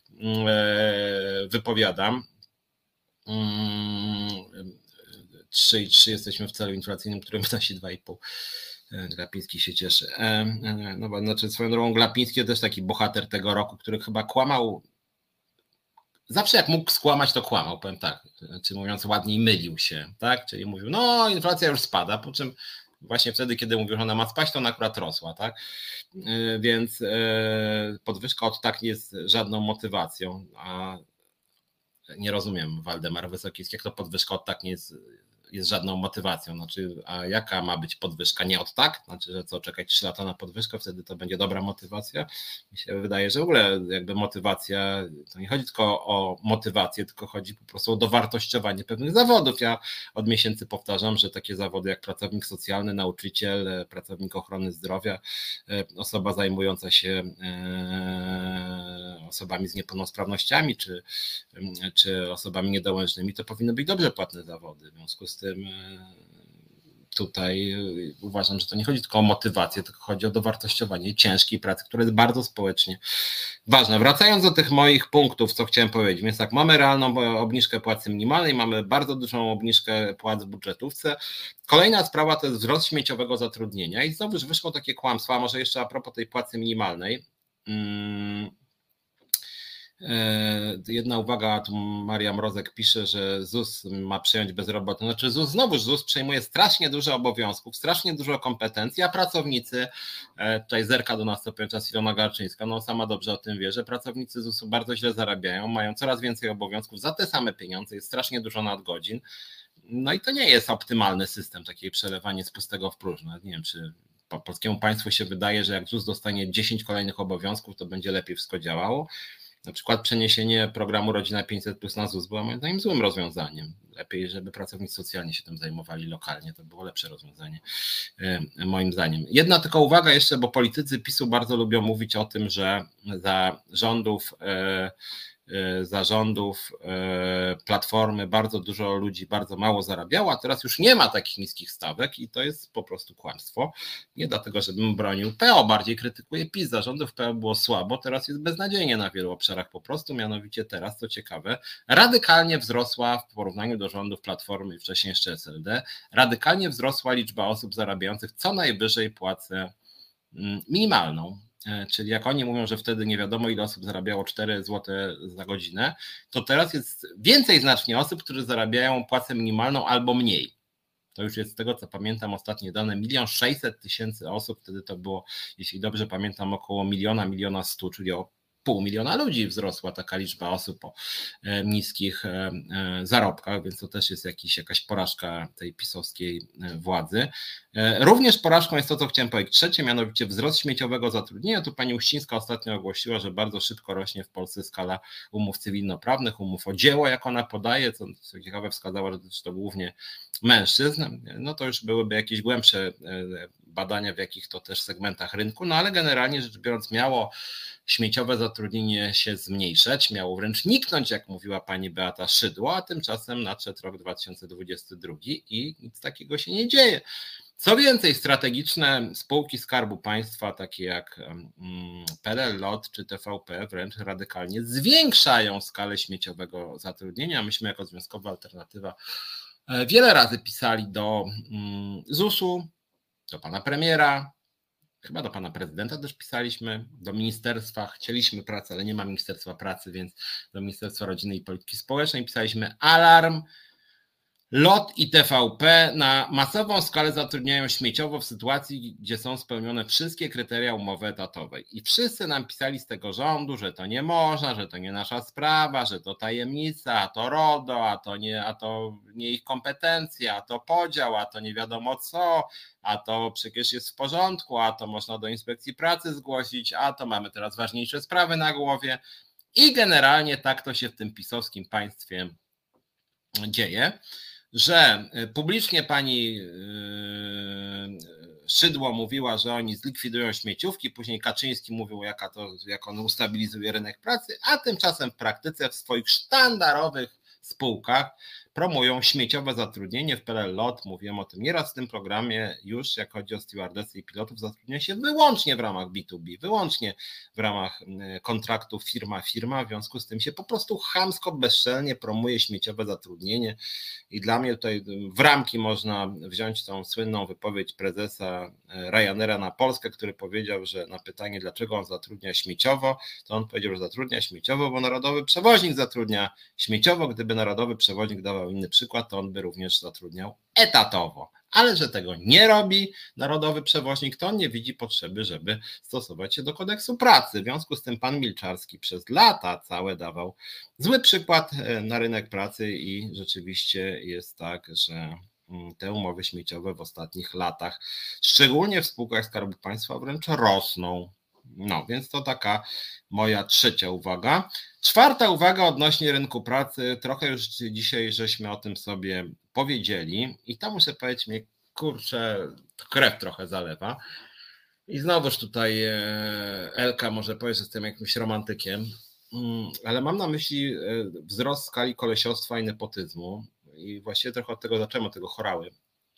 wypowiadam. 3,3 jesteśmy w celu inflacyjnym, który wynosi 2,5. Glapiński się cieszy. No bo znaczy swoją drogą Glapiński to też taki bohater tego roku, który chyba kłamał. Zawsze jak mógł skłamać, to kłamał, powiem tak. Czy mówiąc ładniej, mylił się, tak? Czyli mówił, no inflacja już spada, po czym właśnie wtedy, kiedy mówił, że ona ma spaść, to ona akurat rosła, tak? Więc podwyżka od tak nie jest żadną motywacją, a nie rozumiem, Waldemar Wysokiński, jak to podwyżka od tak nie jest jest żadną motywacją. Znaczy, a jaka ma być podwyżka? Nie od tak? Znaczy, że co, czekać 3 lata na podwyżkę, wtedy to będzie dobra motywacja? Mi się wydaje, że w ogóle jakby motywacja, to nie chodzi tylko o motywację, tylko chodzi po prostu o dowartościowanie pewnych zawodów. Ja od miesięcy powtarzam, że takie zawody jak pracownik socjalny, nauczyciel, pracownik ochrony zdrowia, osoba zajmująca się osobami z niepełnosprawnościami czy osobami niedołężnymi, to powinny być dobrze płatne zawody. W związku z tym tutaj uważam, że to nie chodzi tylko o motywację, tylko chodzi o dowartościowanie ciężkiej pracy, która jest bardzo społecznie ważna. Wracając do tych moich punktów, co chciałem powiedzieć, więc tak, mamy realną obniżkę płacy minimalnej, mamy bardzo dużą obniżkę płac w budżetówce. Kolejna sprawa to jest wzrost śmieciowego zatrudnienia i znowu już wyszło takie kłamstwa, może jeszcze a propos tej płacy minimalnej. Jedna uwaga, tu Maria Mrozek pisze, że ZUS ma przejąć bezrobotnych. Znaczy ZUS przejmuje strasznie dużo obowiązków, strasznie dużo kompetencji, a pracownicy, tutaj zerka do nas co pewien czas Ilona Garczyńska, no sama dobrze o tym wie, że pracownicy ZUS-u bardzo źle zarabiają, mają coraz więcej obowiązków za te same pieniądze, jest strasznie dużo nadgodzin. No i to nie jest optymalny system, takie przelewanie z pustego w próżne. Nie wiem, czy polskiemu państwu się wydaje, że jak ZUS dostanie 10 kolejnych obowiązków, to będzie lepiej wszystko działało. Na przykład przeniesienie programu Rodzina 500+ na ZUS było moim zdaniem złym rozwiązaniem. Lepiej, żeby pracownicy socjalni się tym zajmowali lokalnie, to było lepsze rozwiązanie moim zdaniem. Jedna tylko uwaga jeszcze, bo politycy PiS-u bardzo lubią mówić o tym, że za rządów Platformy bardzo dużo ludzi bardzo mało zarabiało, a teraz już nie ma takich niskich stawek i to jest po prostu kłamstwo. Nie dlatego, żebym bronił PO, bardziej krytykuję PiS. Zarządów PO było słabo, teraz jest beznadziejnie na wielu obszarach po prostu, mianowicie teraz, co ciekawe, radykalnie wzrosła w porównaniu do rządów Platformy i wcześniej jeszcze SLD, radykalnie wzrosła liczba osób zarabiających co najwyżej płacę minimalną. Czyli jak oni mówią, że wtedy nie wiadomo ile osób zarabiało 4 zł za godzinę, to teraz jest więcej znacznie osób, którzy zarabiają płacę minimalną albo mniej. To już jest z tego, co pamiętam, ostatnie dane 1 600 000 osób, wtedy to było, jeśli dobrze pamiętam, około 1 100 000, czyli o 500 000 ludzi wzrosła taka liczba osób o niskich zarobkach, więc to też jest jakaś porażka tej pisowskiej władzy. Również porażką jest to, co chciałem powiedzieć trzecie, mianowicie wzrost śmieciowego zatrudnienia. Tu pani Uścińska ostatnio ogłosiła, że bardzo szybko rośnie w Polsce skala umów cywilnoprawnych, umów o dzieło, jak ona podaje, co ciekawe wskazała, że to głównie mężczyzn. No to już byłyby jakieś głębsze badania, w jakich to też segmentach rynku, no ale generalnie rzecz biorąc miało śmieciowe zatrudnienie się zmniejszać, miało wręcz niknąć, jak mówiła pani Beata Szydło, a tymczasem nadszedł rok 2022 i nic takiego się nie dzieje. Co więcej, strategiczne spółki Skarbu Państwa, takie jak PLL LOT czy TVP, wręcz radykalnie zwiększają skalę śmieciowego zatrudnienia. Myśmy jako Związkowa Alternatywa wiele razy pisali do ZUS-u, do pana premiera, chyba do pana prezydenta też pisaliśmy, do ministerstwa, chcieliśmy pracy, ale nie ma Ministerstwa Pracy, więc do Ministerstwa Rodziny i Polityki Społecznej pisaliśmy alarm. LOT i TVP na masową skalę zatrudniają śmieciowo w sytuacji, gdzie są spełnione wszystkie kryteria umowy etatowej. I wszyscy nam pisali z tego rządu, że to nie można, że to nie nasza sprawa, że to tajemnica, a to RODO, a to nie ich kompetencja, a to podział, a to nie wiadomo co, a to przecież jest w porządku, a to można do Inspekcji Pracy zgłosić, a to mamy teraz ważniejsze sprawy na głowie. I generalnie tak to się w tym pisowskim państwie dzieje, że publicznie pani Szydło mówiła, że oni zlikwidują śmieciówki, później Kaczyński mówił, jak on ustabilizuje rynek pracy, a tymczasem w praktyce w swoich sztandarowych spółkach promują śmieciowe zatrudnienie. W PLL LOT mówiłem o tym nieraz w tym programie, już jak chodzi o stewardesy i pilotów, zatrudnia się wyłącznie w ramach B2B, wyłącznie w ramach kontraktu firma-firma, w związku z tym się po prostu chamsko, bezczelnie promuje śmieciowe zatrudnienie i dla mnie tutaj w ramki można wziąć tą słynną wypowiedź prezesa Ryanaira na Polskę, który powiedział, że na pytanie, dlaczego on zatrudnia śmieciowo, to on powiedział, że zatrudnia śmieciowo, bo narodowy przewoźnik zatrudnia śmieciowo. Gdyby narodowy przewoźnik dawał inny przykład, to on by również zatrudniał etatowo. Ale że tego nie robi narodowy przewoźnik, to on nie widzi potrzeby, żeby stosować się do kodeksu pracy. W związku z tym pan Milczarski przez lata całe dawał zły przykład na rynek pracy i rzeczywiście jest tak, że te umowy śmieciowe w ostatnich latach, szczególnie w spółkach Skarbu Państwa, wręcz rosną. No, więc to taka moja trzecia uwaga. Czwarta uwaga odnośnie rynku pracy. Trochę już dzisiaj żeśmy o tym sobie powiedzieli i tam muszę powiedzieć, mnie kurczę, krew trochę zalewa. I znowuż tutaj Elka może powie, że jestem jakimś romantykiem, ale mam na myśli wzrost skali kolesiostwa i nepotyzmu i właściwie trochę od tego zacząłem, od tego chorały.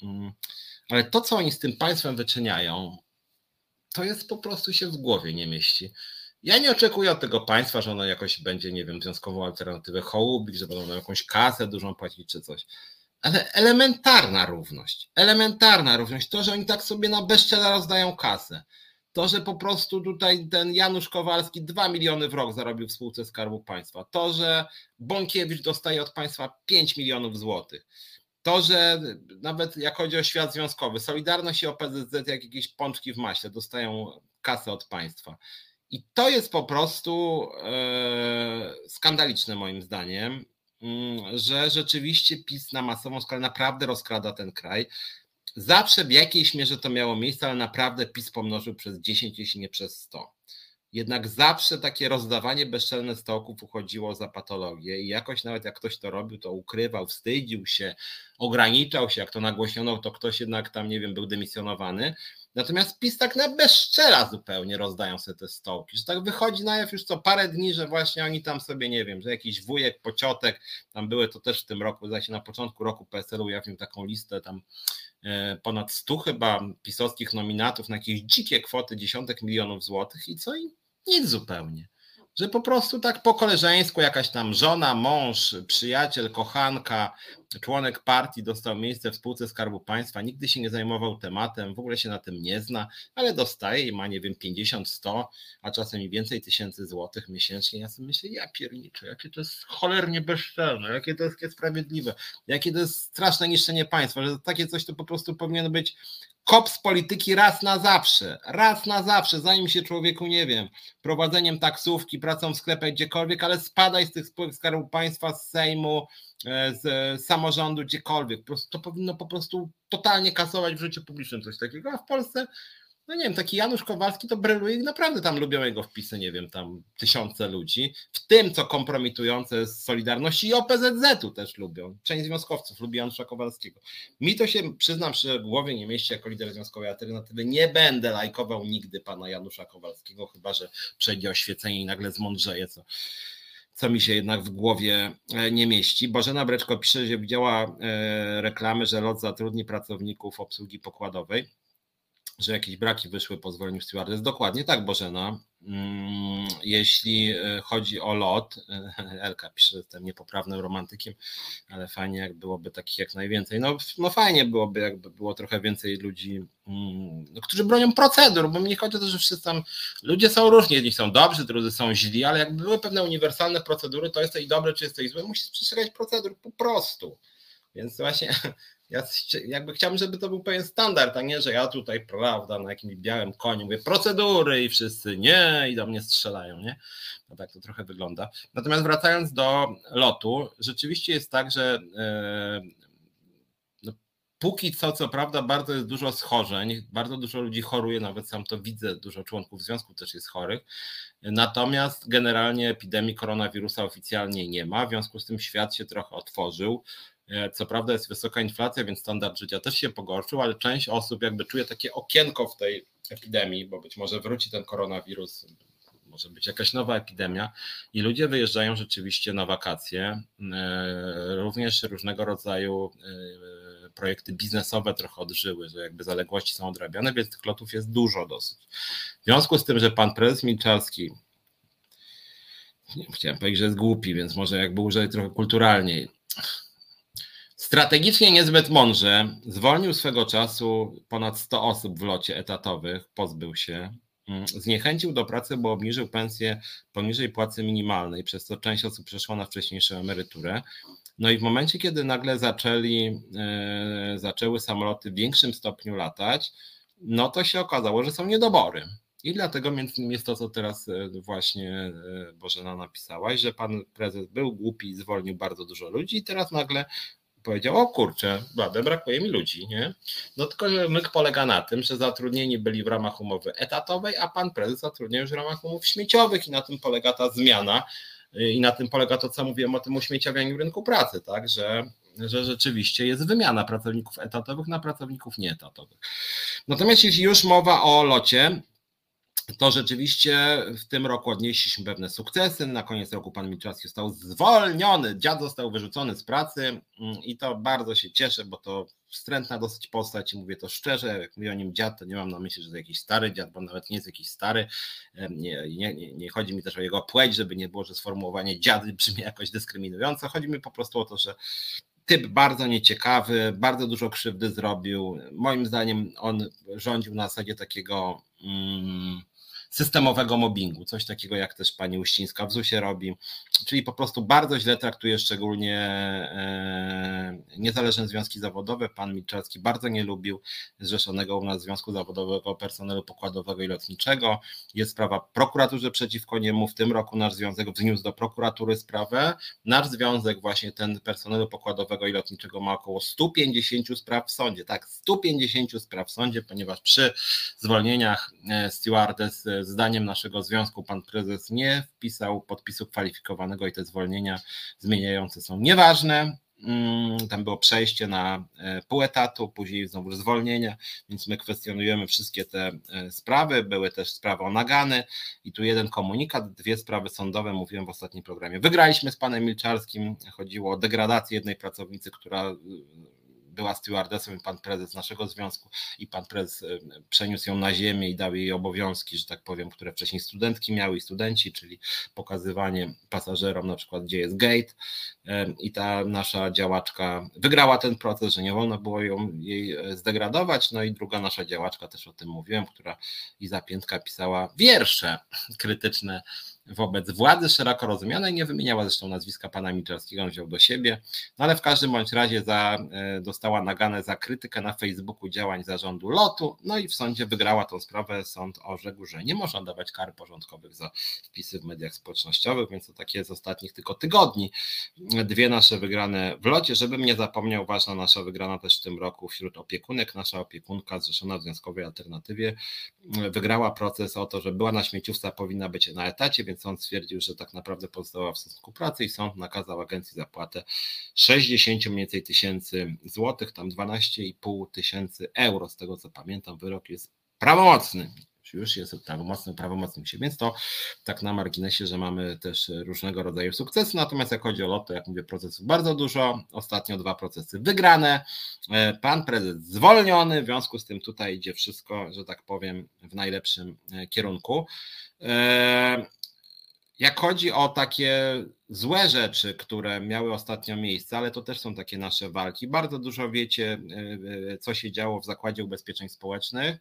Ale to, co oni z tym państwem wyczyniają, to jest po prostu się w głowie nie mieści. Ja nie oczekuję od tego państwa, że ono jakoś będzie, nie wiem, związkową alternatywę hołubić, że będą jakąś kasę dużą płacić czy coś. Ale elementarna równość, to, że oni tak sobie na bezczela rozdają kasę, to, że po prostu tutaj ten Janusz Kowalski 2 miliony w rok zarobił w spółce Skarbu Państwa, to, że Bąkiewicz dostaje od państwa 5 milionów złotych, to, że nawet jak chodzi o świat związkowy, Solidarność i OPZZ jak jakieś pączki w maśle dostają kasę od państwa. I to jest po prostu skandaliczne moim zdaniem, że rzeczywiście PiS na masową skalę naprawdę rozkrada ten kraj. Zawsze w jakiejś mierze to miało miejsce, ale naprawdę PiS pomnożył przez 10, jeśli nie przez 100. Jednak zawsze takie rozdawanie bezczelne stołków uchodziło za patologię i jakoś nawet jak ktoś to robił, to ukrywał, wstydził się, ograniczał się, jak to nagłośniono, to ktoś jednak tam, nie wiem, był dymisjonowany. Natomiast PiS tak na bezczela zupełnie rozdają sobie te stołki, że tak wychodzi na jaw już co parę dni, że właśnie oni tam sobie, nie wiem, że jakiś wujek, pociotek, tam były to też w tym roku, zdaje się na początku roku PSL ujawnił taką listę tam ponad 100 chyba pisowskich nominatów na jakieś dzikie kwoty, dziesiątek milionów złotych i co? I nic zupełnie. Że po prostu tak po koleżeńsku jakaś tam żona, mąż, przyjaciel, kochanka, członek partii dostał miejsce w spółce Skarbu Państwa, nigdy się nie zajmował tematem, w ogóle się na tym nie zna, ale dostaje i ma, nie wiem, 50, 100, a czasem i więcej tysięcy złotych miesięcznie. Ja sobie myślę, ja pierniczę, jakie to jest cholernie bezczelne, jakie to jest niesprawiedliwe, jakie to jest straszne niszczenie państwa, że takie coś to po prostu powinien być kop z polityki raz na zawsze, zanim się człowieku, nie wiem, prowadzeniem taksówki, pracą w sklepach, gdziekolwiek, ale spadaj z tych spółek Skarbu Państwa, z Sejmu, z samorządu, gdziekolwiek. To powinno po prostu totalnie kasować w życiu publicznym coś takiego, a w Polsce, no nie wiem, taki Janusz Kowalski to bryluje i naprawdę tam lubią jego wpisy, nie wiem, tam tysiące ludzi, w tym co kompromitujące z Solidarności i OPZZ-u też lubią. Część związkowców lubi Janusza Kowalskiego. Mi to się, przyznam, że w głowie nie mieści jako lider Związkowej Alternatywy. Nie będę lajkował nigdy pana Janusza Kowalskiego, chyba że przejdzie oświecenie i nagle zmądrzeje, co mi się jednak w głowie nie mieści. Bożena Breczko pisze, że widziała reklamy, że LOT zatrudni pracowników obsługi pokładowej, że jakieś braki wyszły po zwolnieniu stewardess. Dokładnie tak, Bożena. Jeśli chodzi o LOT, Elka pisze, że jestem niepoprawnym romantykiem, ale fajnie jak byłoby takich jak najwięcej. No fajnie byłoby, jakby było trochę więcej ludzi, którzy bronią procedur, bo mi nie chodzi o to, że wszyscy tam, ludzie są różni, jedni są dobrzy, drudzy są źli, ale jakby były pewne uniwersalne procedury, to jesteś dobry, czy jesteś zły, musisz przestrzegać procedur po prostu. Więc właśnie ja jakby chciałbym, żeby to był pewien standard, a nie, że ja tutaj, prawda, na jakimś białym koniu mówię procedury i wszyscy nie i do mnie strzelają, nie? No tak to trochę wygląda. Natomiast wracając do lotu, rzeczywiście jest tak, że póki co prawda bardzo jest dużo schorzeń, bardzo dużo ludzi choruje, nawet sam to widzę, dużo członków związku też jest chorych, natomiast generalnie epidemii koronawirusa oficjalnie nie ma, w związku z tym świat się trochę otworzył. Co prawda jest wysoka inflacja, więc standard życia też się pogorszył, ale część osób jakby czuje takie okienko w tej epidemii, bo być może wróci ten koronawirus, może być jakaś nowa epidemia i ludzie wyjeżdżają rzeczywiście na wakacje. Również różnego rodzaju projekty biznesowe trochę odżyły, że jakby zaległości są odrabiane, więc tych lotów jest dużo dosyć. W związku z tym, że pan prezes Milczarski, chciałem powiedzieć, że jest głupi, więc może jakby użyć trochę kulturalniej, strategicznie niezbyt mądrze zwolnił swego czasu ponad 100 osób w locie etatowych, pozbył się, zniechęcił do pracy, bo obniżył pensję poniżej płacy minimalnej, przez co część osób przeszła na wcześniejszą emeryturę. No i w momencie, kiedy nagle zaczęły samoloty w większym stopniu latać, no to się okazało, że są niedobory. I dlatego między innymi jest to, co teraz właśnie Bożena napisałaś, że pan prezes był głupi i zwolnił bardzo dużo ludzi i teraz nagle powiedział, o kurczę, brakuje mi ludzi, nie? No tylko, że myk polega na tym, że zatrudnieni byli w ramach umowy etatowej, a pan prezes zatrudniał już w ramach umów śmieciowych i na tym polega ta zmiana i na tym polega to, co mówiłem o tym uśmieciowianiu rynku pracy, tak, że rzeczywiście jest wymiana pracowników etatowych na pracowników nieetatowych. Natomiast jeśli już mowa o locie, to rzeczywiście w tym roku odnieśliśmy pewne sukcesy. Na koniec roku pan Milczarski został zwolniony, dziad został wyrzucony z pracy i to bardzo się cieszę, bo to wstrętna dosyć postać i mówię to szczerze, jak mówię o nim dziad, to nie mam na myśli, że to jakiś stary dziad, bo nawet nie jest jakiś stary, nie chodzi mi też o jego płeć, żeby nie było, że sformułowanie dziad brzmi jakoś dyskryminująco, chodzi mi po prostu o to, że typ bardzo nieciekawy, bardzo dużo krzywdy zrobił, moim zdaniem on rządził na zasadzie takiego systemowego mobbingu, coś takiego jak też pani Uścińska w ZUS-ie robi, czyli po prostu bardzo źle traktuje szczególnie niezależne związki zawodowe. Pan Milczarski bardzo nie lubił zrzeszonego u nas Związku Zawodowego Personelu Pokładowego i Lotniczego. Jest sprawa w prokuraturze przeciwko niemu. W tym roku nasz związek wniósł do prokuratury sprawę. Nasz związek właśnie ten personelu pokładowego i lotniczego ma około 150 spraw w sądzie. Tak, 150 spraw w sądzie, ponieważ przy zwolnieniach stewardess zdaniem naszego związku pan prezes nie wpisał podpisu kwalifikowanego i te zwolnienia zmieniające są nieważne. Tam było przejście na pół etatu, później znowu zwolnienia, więc my kwestionujemy wszystkie te sprawy. Były też sprawy o nagany i tu jeden komunikat, 2 sprawy sądowe, mówiłem w ostatnim programie. Wygraliśmy z panem Milczarskim, chodziło o degradację jednej pracownicy, która była stewardessem, pan prezes naszego związku i pan prezes przeniósł ją na ziemię i dał jej obowiązki, że tak powiem, które wcześniej studentki miały i studenci, czyli pokazywanie pasażerom na przykład, gdzie jest gate i ta nasza działaczka wygrała ten proces, że nie wolno było jej zdegradować, no i druga nasza działaczka, też o tym mówiłem, która Iza Piętka pisała wiersze krytyczne wobec władzy szeroko rozumianej, nie wymieniała zresztą nazwiska pana Milczarskiego, on wziął do siebie, no ale w każdym bądź razie dostała naganę za krytykę na Facebooku działań zarządu LOT-u, no i w sądzie wygrała tą sprawę, sąd orzekł, że nie można dawać kar porządkowych za wpisy w mediach społecznościowych, więc to takie z ostatnich tylko tygodni, 2 nasze wygrane w locie, żebym nie zapomniał, ważna nasza wygrana też w tym roku wśród opiekunek, nasza opiekunka zrzeszona w Związkowej Alternatywie wygrała proces o to, że była na śmieciówce, a powinna być na etacie, więc sąd stwierdził, że tak naprawdę pozostała w stosunku pracy i sąd nakazał agencji zapłatę 60 mniej więcej tysięcy złotych, tam 12,5 tysięcy euro, z tego co pamiętam, wyrok jest prawomocny. Już jest prawomocnym się, więc to tak na marginesie, że mamy też różnego rodzaju sukcesy, natomiast jak chodzi o LOT, to jak mówię, procesów bardzo dużo, ostatnio 2 procesy wygrane, pan prezes zwolniony, w związku z tym tutaj idzie wszystko, że tak powiem, w najlepszym kierunku. Jak chodzi o takie złe rzeczy, które miały ostatnio miejsce, ale to też są takie nasze walki, bardzo dużo wiecie, co się działo w Zakładzie Ubezpieczeń Społecznych.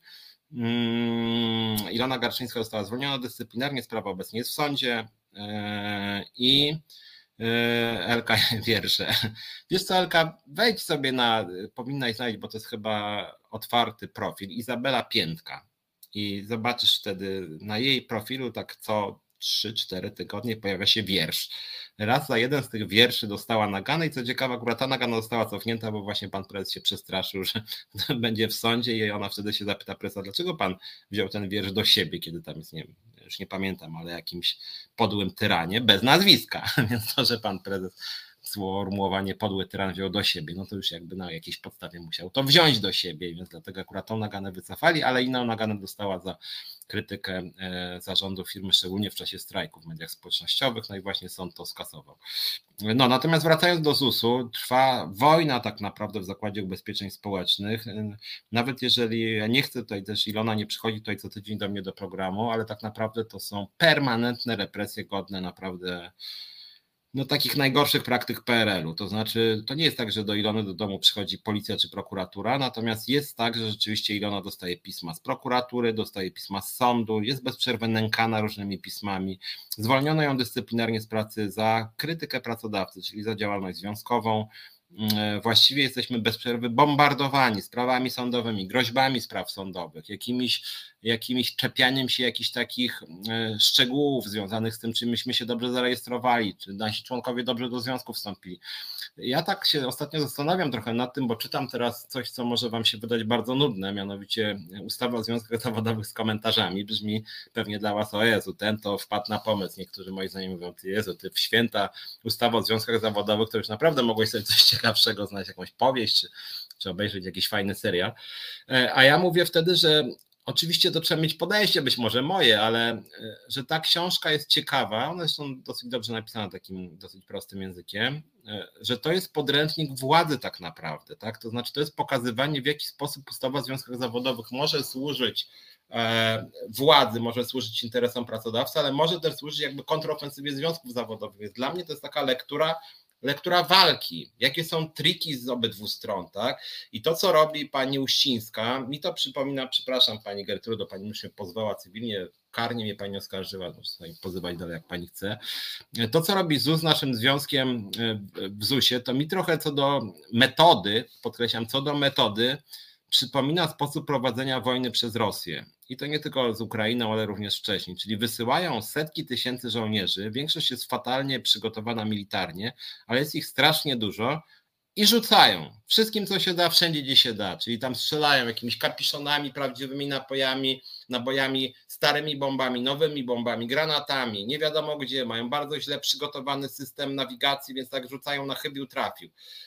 Ilona Garczyńska została zwolniona dyscyplinarnie, sprawa obecnie jest w sądzie i Elka wiersze. Wiesz co, Elka, wejdź sobie powinnaś znaleźć, bo to jest chyba otwarty profil, Izabela Piętka i zobaczysz wtedy na jej profilu tak co 3-4 tygodnie pojawia się wiersz. Raz za jeden z tych wierszy dostała naganę i co ciekawe, akurat ta nagana została cofnięta, bo właśnie pan prezes się przestraszył, że będzie w sądzie i ona wtedy się zapyta prezesa, dlaczego pan wziął ten wiersz do siebie, kiedy tam jest, nie wiem, już nie pamiętam, ale jakimś podłym tyranie, bez nazwiska, więc to, że pan prezes sformułowanie podły tyran wziął do siebie, no to już jakby na jakiejś podstawie musiał to wziąć do siebie, więc dlatego akurat tą naganę wycofali, ale inną naganę dostała za krytykę zarządu firmy, szczególnie w czasie strajku w mediach społecznościowych, no i właśnie sąd to skasował. No natomiast wracając do ZUS-u, trwa wojna tak naprawdę w Zakładzie Ubezpieczeń Społecznych, nawet jeżeli, ja nie chcę tutaj też, Ilona nie przychodzi tutaj co tydzień do mnie do programu, ale tak naprawdę to są permanentne represje godne naprawdę takich najgorszych praktyk PRL-u, to znaczy to nie jest tak, że do Ilony do domu przychodzi policja czy prokuratura, natomiast jest tak, że rzeczywiście Ilona dostaje pisma z prokuratury, dostaje pisma z sądu, jest bez przerwy nękana różnymi pismami, zwolniono ją dyscyplinarnie z pracy za krytykę pracodawcy, czyli za działalność związkową. Właściwie jesteśmy bez przerwy bombardowani sprawami sądowymi, groźbami spraw sądowych, jakimiś czepianiem się jakichś takich szczegółów związanych z tym, czy myśmy się dobrze zarejestrowali, czy nasi członkowie dobrze do związku wstąpili. Ja tak się ostatnio zastanawiam trochę nad tym, bo czytam teraz coś, co może wam się wydać bardzo nudne, mianowicie ustawa o związkach zawodowych z komentarzami. Brzmi pewnie dla was, o Jezu, ten to wpadł na pomysł. Niektórzy moi znajomi mówią, ty Jezu, ty w święta ustawa o związkach zawodowych, to już naprawdę mogłeś sobie coś ciekawszego znaleźć, jakąś powieść, czy obejrzeć jakiś fajny serial. A ja mówię wtedy, że oczywiście to trzeba mieć podejście, być może moje, ale że ta książka jest ciekawa, ona jest dosyć dobrze napisana takim dosyć prostym językiem, że to jest podręcznik władzy tak naprawdę, tak? To znaczy to jest pokazywanie, w jaki sposób ustawa o związkach zawodowych może służyć władzy, może służyć interesom pracodawcy, ale może też służyć jakby kontrofensywie związków zawodowych. Więc dla mnie to jest taka lektura walki, jakie są triki z obydwu stron, tak? I to, co robi pani Uścińska, mi to przypomina, przepraszam pani Gertrudo, pani już mnie pozwała cywilnie, karnie mnie pani oskarżyła, może sobie pozywać dalej jak pani chce. To, co robi ZUS naszym związkiem w ZUS-ie, to mi trochę co do metody, podkreślam, co do metody, przypomina sposób prowadzenia wojny przez Rosję. I to nie tylko z Ukrainą, ale również wcześniej. Czyli wysyłają setki tysięcy żołnierzy, większość jest fatalnie przygotowana militarnie, ale jest ich strasznie dużo i rzucają wszystkim, co się da, wszędzie, gdzie się da. Czyli tam strzelają jakimiś kapiszonami, prawdziwymi nabojami, starymi bombami, nowymi bombami, granatami, nie wiadomo gdzie, mają bardzo źle przygotowany system nawigacji, więc tak rzucają na chybił trafił.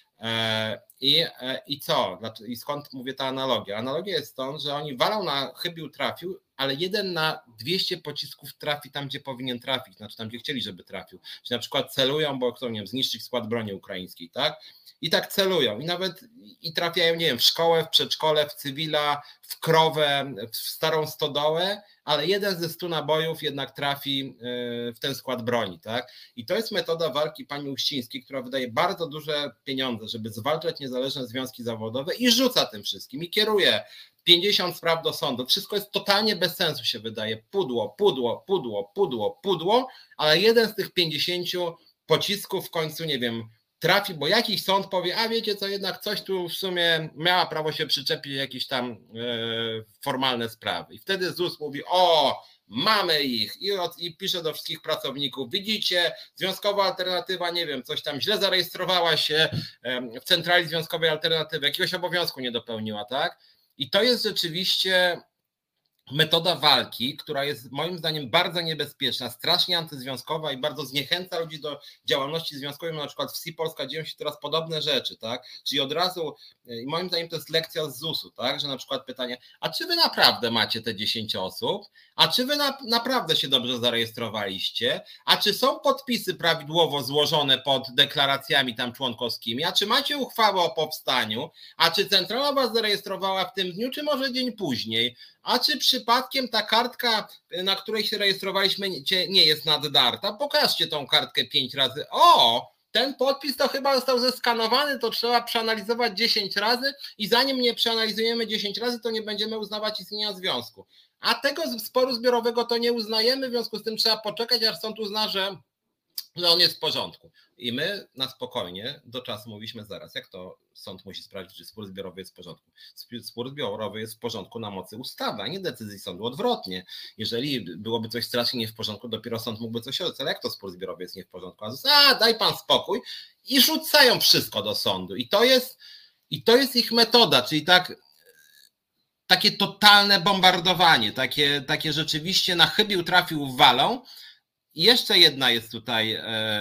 I co? I skąd mówię ta analogia? Analogia jest stąd, że oni walą na chybił trafił, ale 1 na 200 pocisków trafi tam, gdzie powinien trafić, znaczy tam, gdzie chcieli, żeby trafił. Czyli na przykład celują, bo chcą, nie wiem, zniszczyć skład broni ukraińskiej, tak? I tak celują i nawet trafiają, nie wiem, w szkołę, w przedszkole, w cywila, w krowę, w starą stodołę, ale 1 ze 100 nabojów jednak trafi w ten skład broni, tak? I to jest metoda walki pani Uścińskiej, która wydaje bardzo duże pieniądze, żeby zwalczać niezależne związki zawodowe i rzuca tym wszystkim i kieruje 50 spraw do sądu. Wszystko jest totalnie bez sensu, się wydaje. Pudło, ale 1 z tych 50 pocisków w końcu, nie wiem, trafi, bo jakiś sąd powie, a wiecie co, jednak coś tu w sumie miała prawo się przyczepić, jakieś tam formalne sprawy. I wtedy ZUS mówi, o, mamy ich i pisze do wszystkich pracowników, widzicie, związkowa alternatywa, nie wiem, coś tam źle zarejestrowała się w centrali związkowej alternatywy, jakiegoś obowiązku nie dopełniła, tak? I to jest rzeczywiście metoda walki, która jest moim zdaniem bardzo niebezpieczna, strasznie antyzwiązkowa i bardzo zniechęca ludzi do działalności związkowej. Na przykład w Wsi Polska dzieją się teraz podobne rzeczy, tak? Czyli od razu, i moim zdaniem to jest lekcja z ZUS-u, tak? Że na przykład pytanie, a czy wy naprawdę macie te 10 osób? A czy wy naprawdę się dobrze zarejestrowaliście? A czy są podpisy prawidłowo złożone pod deklaracjami tam członkowskimi? A czy macie uchwałę o powstaniu? A czy centrala was zarejestrowała w tym dniu, czy może dzień później? A czy przypadkiem ta kartka, na której się rejestrowaliśmy, nie jest naddarta? Pokażcie tą kartkę 5 razy. O, ten podpis to chyba został zeskanowany, to trzeba przeanalizować 10 razy i zanim nie przeanalizujemy 10 razy, to nie będziemy uznawać istnienia związku. A tego sporu zbiorowego to nie uznajemy, w związku z tym trzeba poczekać, aż sąd uzna, że on jest w porządku. I my na spokojnie do czasu mówiliśmy zaraz, jak to sąd musi sprawdzić, czy spór zbiorowy jest w porządku. Spór zbiorowy jest w porządku na mocy ustawy, a nie decyzji sądu. Odwrotnie. Jeżeli byłoby coś strasznie nie w porządku, dopiero sąd mógłby coś orzec, ale jak to spór zbiorowy jest nie w porządku? A daj pan spokój i rzucają wszystko do sądu. I to jest ich metoda, czyli takie totalne bombardowanie, takie rzeczywiście na chybił trafił walą. I jeszcze jedna jest tutaj,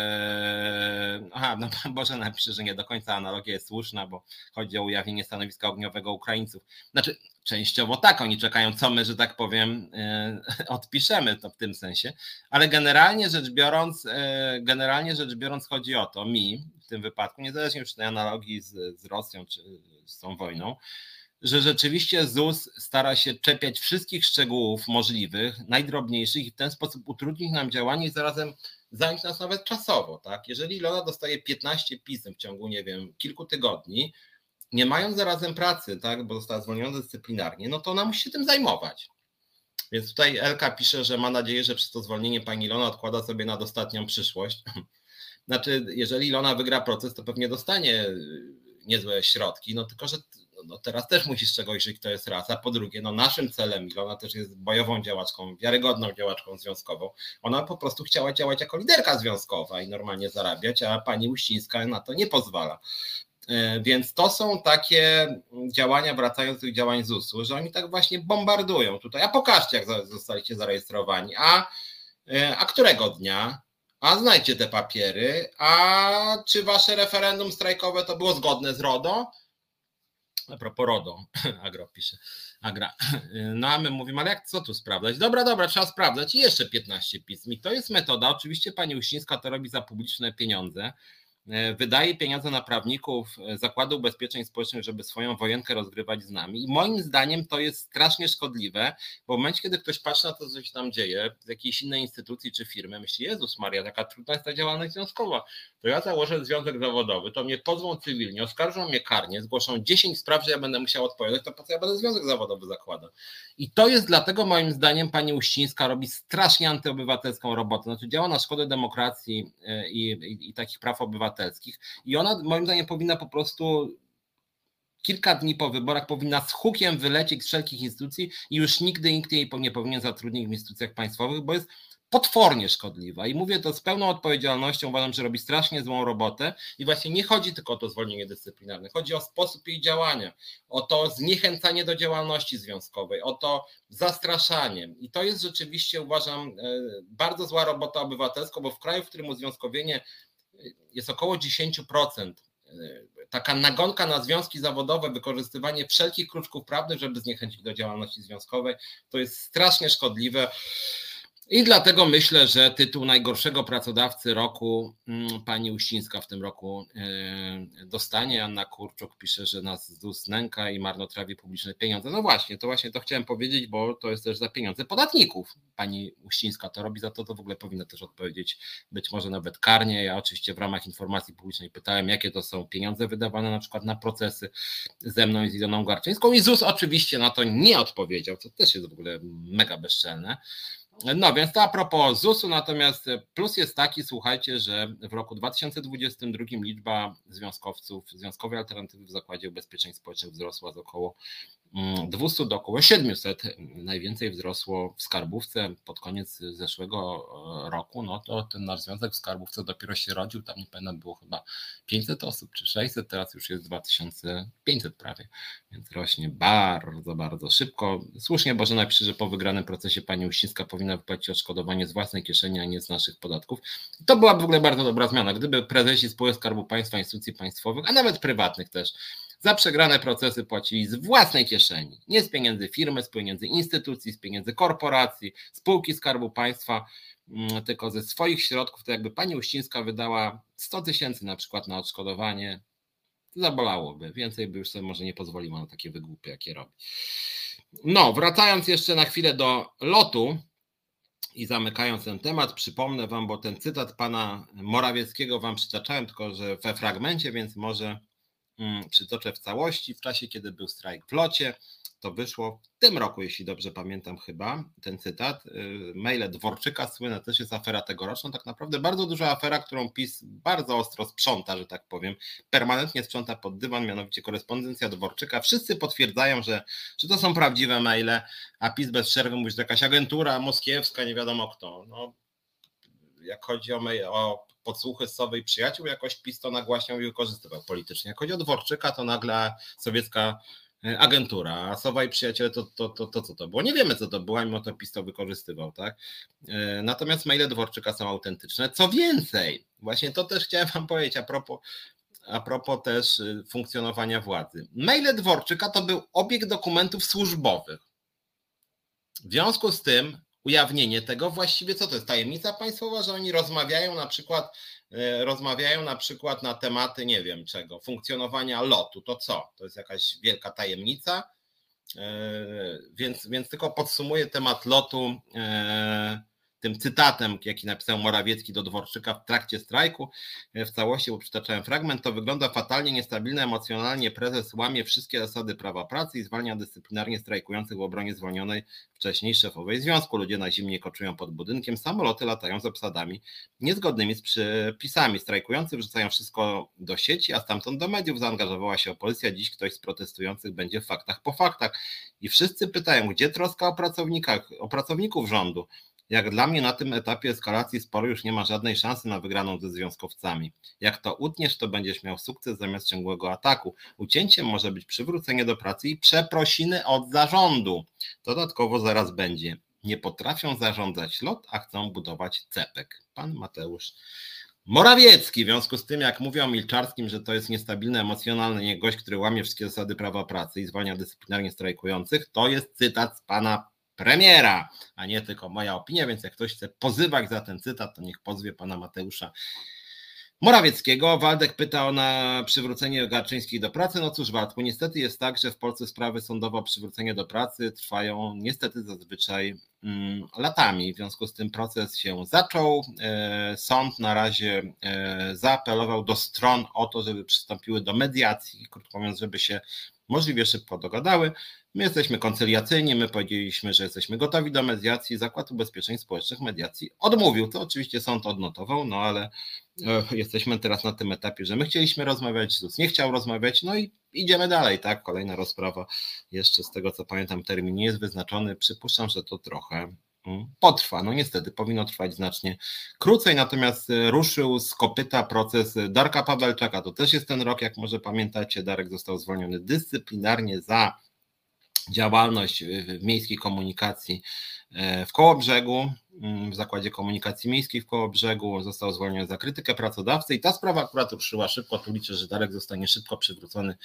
no Boże napisze, że nie do końca analogia jest słuszna, bo chodzi o ujawnienie stanowiska ogniowego Ukraińców. Znaczy częściowo tak, oni czekają, co my, że tak powiem, odpiszemy to w tym sensie, ale generalnie rzecz biorąc chodzi o to, mi w tym wypadku, niezależnie już tej analogii z Rosją czy z tą wojną, że rzeczywiście ZUS stara się czepiać wszystkich szczegółów możliwych, najdrobniejszych i w ten sposób utrudnić nam działanie i zarazem zająć nas nawet czasowo. Tak? Jeżeli Ilona dostaje 15 pism w ciągu, nie wiem, kilku tygodni, nie mając zarazem pracy, tak, bo została zwolniona dyscyplinarnie, no to ona musi się tym zajmować. Więc tutaj Elka pisze, że ma nadzieję, że przez to zwolnienie pani Ilona odkłada sobie na dostatnią przyszłość. Znaczy, jeżeli Ilona wygra proces, to pewnie dostanie niezłe środki, no tylko że no teraz też musisz czegoś żyć, to jest raz, a po drugie, no naszym celem, Ilona też jest bojową działaczką, wiarygodną działaczką związkową, ona po prostu chciała działać jako liderka związkowa i normalnie zarabiać, a pani Uścińska na to nie pozwala. Więc to są takie działania, wracając do tych działań ZUS-u, że oni tak właśnie bombardują tutaj, a pokażcie, jak zostaliście zarejestrowani, a którego dnia, a znajdźcie te papiery, a czy wasze referendum strajkowe to było zgodne z RODO? A propos RODO, Agro pisze, Agra. No a my mówimy, ale co tu sprawdzać? Dobra, trzeba sprawdzać i jeszcze 15 pism. I to jest metoda, oczywiście pani Uścińska to robi za publiczne pieniądze, wydaje pieniądze na prawników Zakładu Ubezpieczeń Społecznych, żeby swoją wojenkę rozgrywać z nami i moim zdaniem to jest strasznie szkodliwe, bo w momencie, kiedy ktoś patrzy na to, co się tam dzieje w jakiejś innej instytucji czy firmy, myśli, Jezus Maria, taka trudna jest ta działalność związkowa, to ja założę związek zawodowy, to mnie pozwą cywilnie, oskarżą mnie karnie, zgłoszą 10 spraw, że ja będę musiał odpowiadać, to po co ja będę związek zawodowy zakładał? I to jest dlatego moim zdaniem pani Uścińska robi strasznie antyobywatelską robotę, znaczy działa na szkodę demokracji i takich praw obywatelskich i ona moim zdaniem powinna po prostu kilka dni po wyborach powinna z hukiem wylecieć z wszelkich instytucji i już nigdy nikt jej nie powinien zatrudnić w instytucjach państwowych, bo jest potwornie szkodliwa i mówię to z pełną odpowiedzialnością, uważam, że robi strasznie złą robotę i właśnie nie chodzi tylko o to zwolnienie dyscyplinarne, chodzi o sposób jej działania, o to zniechęcanie do działalności związkowej, o to zastraszanie i to jest rzeczywiście, uważam, bardzo zła robota obywatelska, bo w kraju, w którym uzwiązkowienie jest około 10%, taka nagonka na związki zawodowe, wykorzystywanie wszelkich kruczków prawnych, żeby zniechęcić do działalności związkowej, to jest strasznie szkodliwe. I dlatego myślę, że tytuł najgorszego pracodawcy roku pani Uścińska w tym roku dostanie. Anna Kurczuk pisze, że nas ZUS nęka i marnotrawi publiczne pieniądze. No właśnie to chciałem powiedzieć, bo to jest też za pieniądze podatników. Pani Uścińska to robi, za to w ogóle powinna też odpowiedzieć, być może nawet karnie. Ja oczywiście w ramach informacji publicznej pytałem, jakie to są pieniądze wydawane na przykład na procesy ze mną i z Iloną Garczyńską i ZUS oczywiście na to nie odpowiedział, co też jest w ogóle mega bezczelne. No więc to a propos ZUS-u, natomiast plus jest taki, słuchajcie, że w roku 2022 liczba związkowców, związkowej alternatywy w Zakładzie Ubezpieczeń Społecznych wzrosła z około 200 do około 700. Najwięcej wzrosło w skarbówce pod koniec zeszłego roku, no to ten nasz związek w skarbówce dopiero się rodził, tam nie pamiętam, było chyba 500 osób czy 600, teraz już jest 2500 prawie, więc rośnie bardzo, bardzo szybko. Słusznie Bożena pisze, że po wygranym procesie pani Uścińska powinna wypłacić odszkodowanie z własnej kieszeni, a nie z naszych podatków. To byłaby w ogóle bardzo dobra zmiana, gdyby prezesi spółek Skarbu Państwa, instytucji państwowych, a nawet prywatnych też, za przegrane procesy płacili z własnej kieszeni, nie z pieniędzy firmy, z pieniędzy instytucji, z pieniędzy korporacji, spółki Skarbu Państwa, tylko ze swoich środków, to jakby pani Uścińska wydała 100 000 na przykład na odszkodowanie, to zabolałoby, więcej by już sobie może nie pozwoliła na takie wygłupy, jakie robi. No, wracając jeszcze na chwilę do lotu i zamykając ten temat, przypomnę wam, bo ten cytat pana Morawieckiego wam przytaczałem, tylko że we fragmencie, więc może przytoczę w całości. W czasie, kiedy był strajk w locie, to wyszło w tym roku, jeśli dobrze pamiętam chyba, ten cytat, maile Dworczyka, słynna też jest afera tegoroczna, tak naprawdę bardzo duża afera, którą PiS bardzo ostro sprząta, że tak powiem, permanentnie sprząta pod dywan, mianowicie korespondencja Dworczyka. Wszyscy potwierdzają, że to są prawdziwe maile, a PiS bez przerwy mówi, że to jakaś agentura moskiewska, nie wiadomo kto. No, jak chodzi o podsłuchy z Sowy i przyjaciół, jakoś PiS to nagłaśniał i wykorzystywał politycznie. Jak chodzi o Dworczyka, to nagle sowiecka agentura, a Sowa i przyjaciele to co to było? Nie wiemy, co to było, mimo to PiS to wykorzystywał, tak? Natomiast maile Dworczyka są autentyczne. Co więcej, właśnie to też chciałem wam powiedzieć a propos też funkcjonowania władzy. Maile Dworczyka to był obieg dokumentów służbowych. W związku z tym ujawnienie tego właściwie co to jest? Tajemnica państwowa, że oni rozmawiają na przykład na tematy, nie wiem czego, funkcjonowania lotu, to co? To jest jakaś wielka tajemnica? Więc tylko podsumuję temat lotu tym cytatem, jaki napisał Morawiecki do Dworczyka w trakcie strajku, w całości, bo przytaczałem fragment, to wygląda fatalnie, niestabilny emocjonalnie, prezes łamie wszystkie zasady prawa pracy i zwalnia dyscyplinarnie strajkujących w obronie zwolnionej wcześniej szefowej związku. Ludzie na zimnie koczują pod budynkiem, samoloty latają z obsadami niezgodnymi z przepisami. Strajkujący wrzucają wszystko do sieci, a stamtąd do mediów zaangażowała się opozycja. Dziś ktoś z protestujących będzie w faktach po faktach. I wszyscy pytają, gdzie troska o pracowników rządu? Jak dla mnie na tym etapie eskalacji sporu już nie ma żadnej szansy na wygraną ze związkowcami. Jak to utniesz, to będziesz miał sukces zamiast ciągłego ataku. Ucięciem może być przywrócenie do pracy i przeprosiny od zarządu. Dodatkowo zaraz będzie. Nie potrafią zarządzać lot, a chcą budować cepek. Pan Mateusz Morawiecki. W związku z tym, jak mówią o Milczarskim, że to jest niestabilny emocjonalnie gość, który łamie wszystkie zasady prawa pracy i zwalnia dyscyplinarnie strajkujących, to jest cytat z pana premiera, a nie tylko moja opinia, więc jak ktoś chce pozywać za ten cytat, to niech pozwie pana Mateusza Morawieckiego. Waldek pyta o przywrócenie Garczyńskiej do pracy. No cóż, Waldku, niestety jest tak, że w Polsce sprawy sądowe o przywrócenie do pracy trwają niestety zazwyczaj latami. W związku z tym proces się zaczął. Sąd na razie zaapelował do stron o to, żeby przystąpiły do mediacji, krótko mówiąc, żeby się możliwie szybko dogadały. My jesteśmy koncyliacyjni, my powiedzieliśmy, że jesteśmy gotowi do mediacji. Zakład Ubezpieczeń Społecznych mediacji odmówił. To oczywiście sąd odnotował, no ale jesteśmy teraz na tym etapie, że my chcieliśmy rozmawiać, ZUS nie chciał rozmawiać, no i idziemy dalej, tak? Kolejna rozprawa, jeszcze z tego co pamiętam termin nie jest wyznaczony, przypuszczam, że to trochę potrwa. No niestety powinno trwać znacznie krócej, natomiast ruszył z kopyta proces Darka Pawelczaka. To też jest ten rok, jak może pamiętacie, Darek został zwolniony dyscyplinarnie za działalność w miejskiej komunikacji w Kołobrzegu, w Zakładzie Komunikacji Miejskiej w Kołobrzegu, został zwolniony za krytykę pracodawcy i ta sprawa akurat ruszyła szybko, tu liczę, że Darek zostanie szybko przywrócony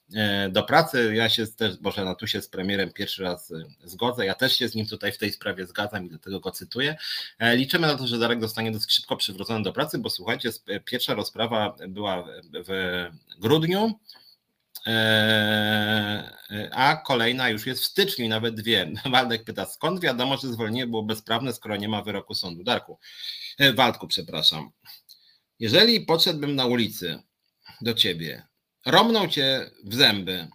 do pracy. Ja się też, Bożena, tu się z premierem pierwszy raz zgodzę, ja też się z nim tutaj w tej sprawie zgadzam i dlatego go cytuję. Liczymy na to, że Darek zostanie dosyć szybko przywrócony do pracy, bo słuchajcie, pierwsza rozprawa była w grudniu, a kolejna już jest w styczniu i nawet dwie. Waldek pyta, skąd wiadomo, że zwolnienie było bezprawne, skoro nie ma wyroku sądu? Waldku, przepraszam. Jeżeli podszedłbym na ulicy do ciebie, romnął cię w zęby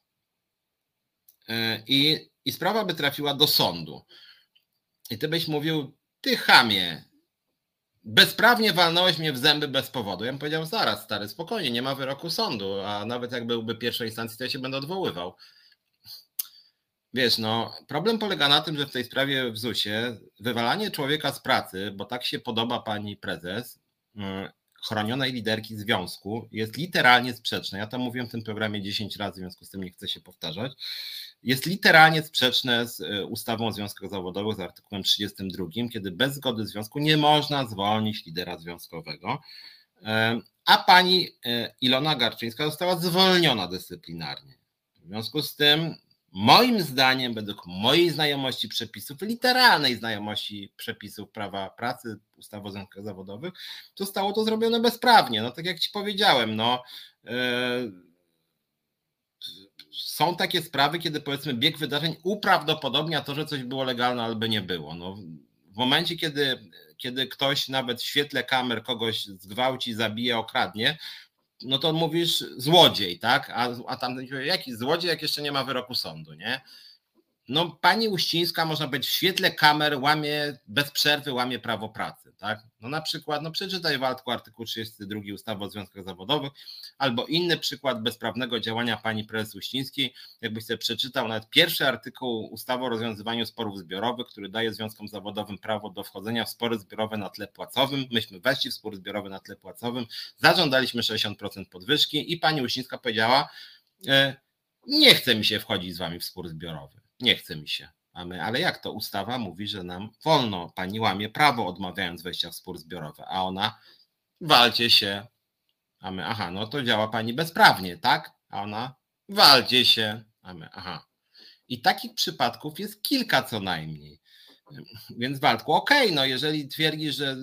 i sprawa by trafiła do sądu i ty byś mówił, ty chamie, bezprawnie walnąłeś mnie w zęby bez powodu. Ja bym powiedział, zaraz stary, spokojnie, nie ma wyroku sądu, a nawet jak byłby pierwszej instancji, to ja się będę odwoływał. Wiesz, no problem polega na tym, że w tej sprawie w ZUS-ie wywalanie człowieka z pracy, bo tak się podoba pani prezes, chronionej liderki związku, jest literalnie sprzeczne. Ja to mówiłem w tym programie 10 razy, w związku z tym nie chcę się powtarzać. Jest literalnie sprzeczne z ustawą o związkach zawodowych, z artykułem 32, kiedy bez zgody związku nie można zwolnić lidera związkowego, a pani Ilona Garczyńska została zwolniona dyscyplinarnie. W związku z tym, moim zdaniem, według mojej znajomości przepisów, literalnej znajomości przepisów prawa pracy, ustawy o związkach zawodowych, zostało to zrobione bezprawnie. No tak jak ci powiedziałem, no są takie sprawy, kiedy powiedzmy bieg wydarzeń uprawdopodobnia to, że coś było legalne albo nie było. No, w momencie, kiedy ktoś nawet w świetle kamer kogoś zgwałci, zabije, okradnie, no to mówisz złodziej, tak? A tam jaki złodziej, jak jeszcze nie ma wyroku sądu, nie? No pani Uścińska, można powiedzieć, w świetle kamer bez przerwy łamie prawo pracy, tak? No na przykład, no przeczytaj, Waldku, artykuł 32 ustawy o związkach zawodowych, albo inny przykład bezprawnego działania pani prezes Uścińskiej, jakbyś sobie przeczytał nawet pierwszy artykuł ustawy o rozwiązywaniu sporów zbiorowych, który daje związkom zawodowym prawo do wchodzenia w spory zbiorowe na tle płacowym. Myśmy weszli w spór zbiorowy na tle płacowym, zażądaliśmy 60% podwyżki i pani Uścińska powiedziała, nie chce mi się wchodzić z wami w spór zbiorowy. Nie chce mi się. Ale jak to ustawa mówi, że nam wolno, pani łamie prawo, odmawiając wejścia w spór zbiorowy, a ona walcie się. A my, aha, no to działa pani bezprawnie, tak? A ona walcie się. A my, aha. I takich przypadków jest kilka co najmniej. Więc Waldku, okej, no jeżeli twierdzisz, że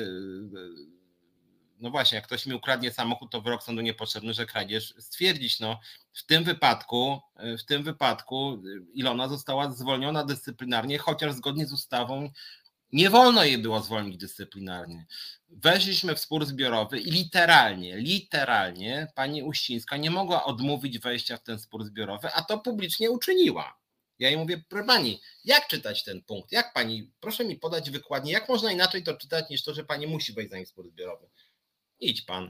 no właśnie, jak ktoś mi ukradnie samochód, to wyrok sądu niepotrzebny, że kradzież stwierdzić. No, w tym wypadku Ilona została zwolniona dyscyplinarnie, chociaż zgodnie z ustawą Nie wolno jej było zwolnić dyscyplinarnie. Weszliśmy w spór zbiorowy i literalnie pani Uścińska nie mogła odmówić wejścia w ten spór zbiorowy, a to publicznie uczyniła. Ja jej mówię, proszę pani, jak czytać ten punkt? Jak pani, proszę mi podać wykładnię, jak można inaczej to czytać niż to, że pani musi wejść za nim w spór zbiorowy? Idź pan.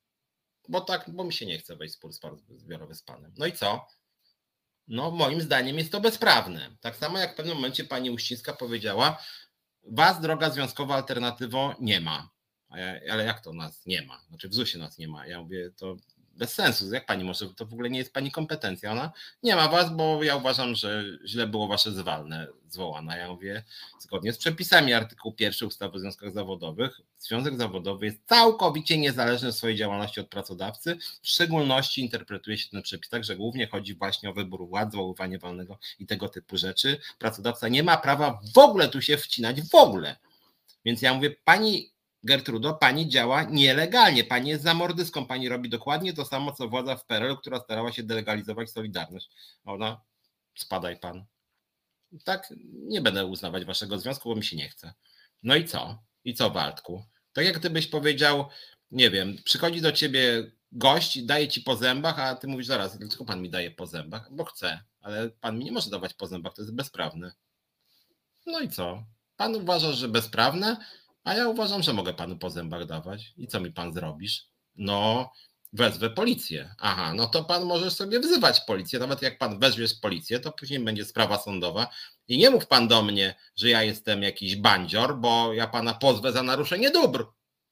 Bo mi się nie chce wejść w spór zbiorowy z panem. No i co? No moim zdaniem jest to bezprawne. Tak samo jak w pewnym momencie pani Uścińska powiedziała, was, droga związkowa Alternatywo, nie ma. Ale jak to nas nie ma? Znaczy w ZUS-ie nas nie ma. Ja mówię, to bez sensu. Jak pani może, to w ogóle nie jest pani kompetencja. Ona nie ma was, bo ja uważam, że źle było wasze zwalne zwołane. Ja mówię, zgodnie z przepisami artykuł 1 ustawy o związkach zawodowych, związek zawodowy jest całkowicie niezależny w swojej działalności od pracodawcy. W szczególności interpretuje się ten przepis tak, że głównie chodzi właśnie o wybór władz, zwoływanie walnego i tego typu rzeczy. Pracodawca nie ma prawa w ogóle tu się wcinać, w ogóle. Więc ja mówię, pani Gertrudo, pani działa nielegalnie, pani jest zamordyską, pani robi dokładnie to samo, co władza w PRL-u, która starała się delegalizować Solidarność. Ona, spadaj pan. Tak, nie będę uznawać waszego związku, bo mi się nie chce. No i co? I co, Waldku? Tak jak gdybyś powiedział, nie wiem, przychodzi do ciebie gość, daje ci po zębach, a ty mówisz zaraz, dlaczego pan mi daje po zębach? Bo chce, ale pan mi nie może dawać po zębach, to jest bezprawne. No i co? Pan uważa, że bezprawne? A ja uważam, że mogę panu po zębach dawać. I co mi pan zrobisz? No, wezwę policję. Aha, no to pan możesz sobie wzywać policję. Nawet jak pan weźmiesz policję, to później będzie sprawa sądowa. I nie mów pan do mnie, że ja jestem jakiś bandzior, bo ja pana pozwę za naruszenie dóbr.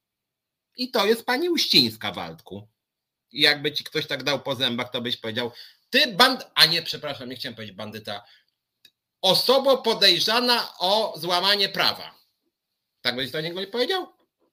I to jest pani Uścińska, Waldku. I jakby ci ktoś tak dał po zębach, to byś powiedział, ty a nie, przepraszam, nie chciałem powiedzieć bandyta. Osoba podejrzana o złamanie prawa. Tak byś do niego nie powiedział?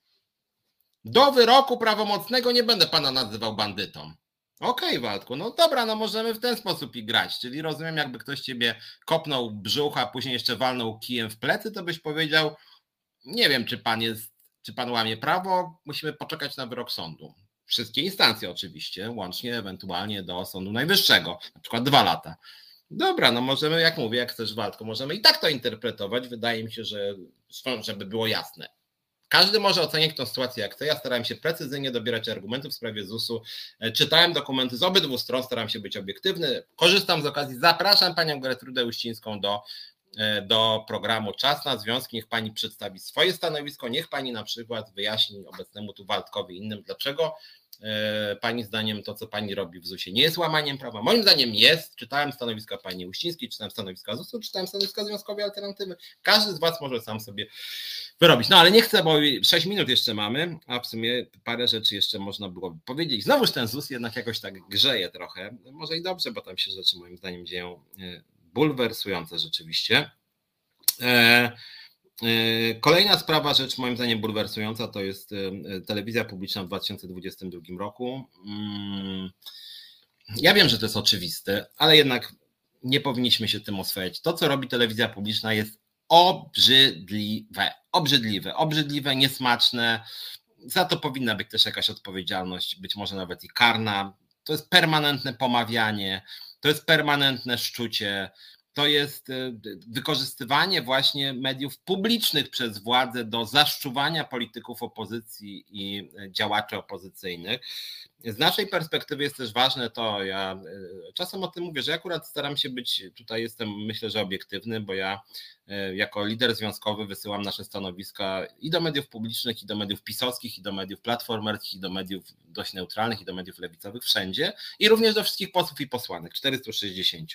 Do wyroku prawomocnego nie będę pana nazywał bandytą. Okej, Waldku, no dobra, no możemy w ten sposób i grać. Czyli rozumiem, jakby ktoś ciebie kopnął brzuch, a później jeszcze walnął kijem w plecy, to byś powiedział, nie wiem, czy pan łamie prawo, musimy poczekać na wyrok sądu. Wszystkie instancje oczywiście, łącznie ewentualnie do Sądu Najwyższego, na przykład 2 lata. Dobra, no możemy, jak mówię, jak chcesz, Waldku, możemy i tak to interpretować. Wydaje mi się, żeby było jasne. Każdy może oceniać tę sytuację jak chce. Ja starałem się precyzyjnie dobierać argumentów w sprawie ZUS-u. Czytałem dokumenty z obydwu stron, starałem się być obiektywny. Korzystam z okazji, zapraszam panią Gertrudę Uścińską do programu Czas na Związki. Niech pani przedstawi swoje stanowisko, niech pani na przykład wyjaśni obecnemu tu Waldkowi i innym, dlaczego pani zdaniem to, co pani robi w ZUS-ie, nie jest łamaniem prawa. Moim zdaniem jest. Czytałem stanowiska pani Uścińskiej, czytałem stanowiska ZUS-u, czytałem stanowiska Związkowej Alternatywy. Każdy z was może sam sobie wyrobić. No ale nie chcę, bo 6 minut jeszcze mamy, a w sumie parę rzeczy jeszcze można było powiedzieć. Znowuż ten ZUS jednak jakoś tak grzeje trochę. Może i dobrze, bo tam się rzeczy moim zdaniem dzieją bulwersujące rzeczywiście. Kolejna sprawa, rzecz moim zdaniem bulwersująca, to jest telewizja publiczna w 2022 roku. Ja wiem, że to jest oczywiste, ale jednak nie powinniśmy się tym oswajać. To, co robi telewizja publiczna, jest obrzydliwe, niesmaczne. Za to powinna być też jakaś odpowiedzialność, być może nawet i karna. To jest permanentne pomawianie, to jest permanentne szczucie. To jest wykorzystywanie właśnie mediów publicznych przez władzę do zaszczuwania polityków opozycji i działaczy opozycyjnych. Z naszej perspektywy jest też ważne to, ja czasem o tym mówię, że akurat staram się być, tutaj jestem myślę, że obiektywny, bo ja jako lider związkowy wysyłam nasze stanowiska i do mediów publicznych, i do mediów pisowskich, i do mediów platformerskich, i do mediów dość neutralnych, i do mediów lewicowych, wszędzie, i również do wszystkich posłów i posłanek, 460.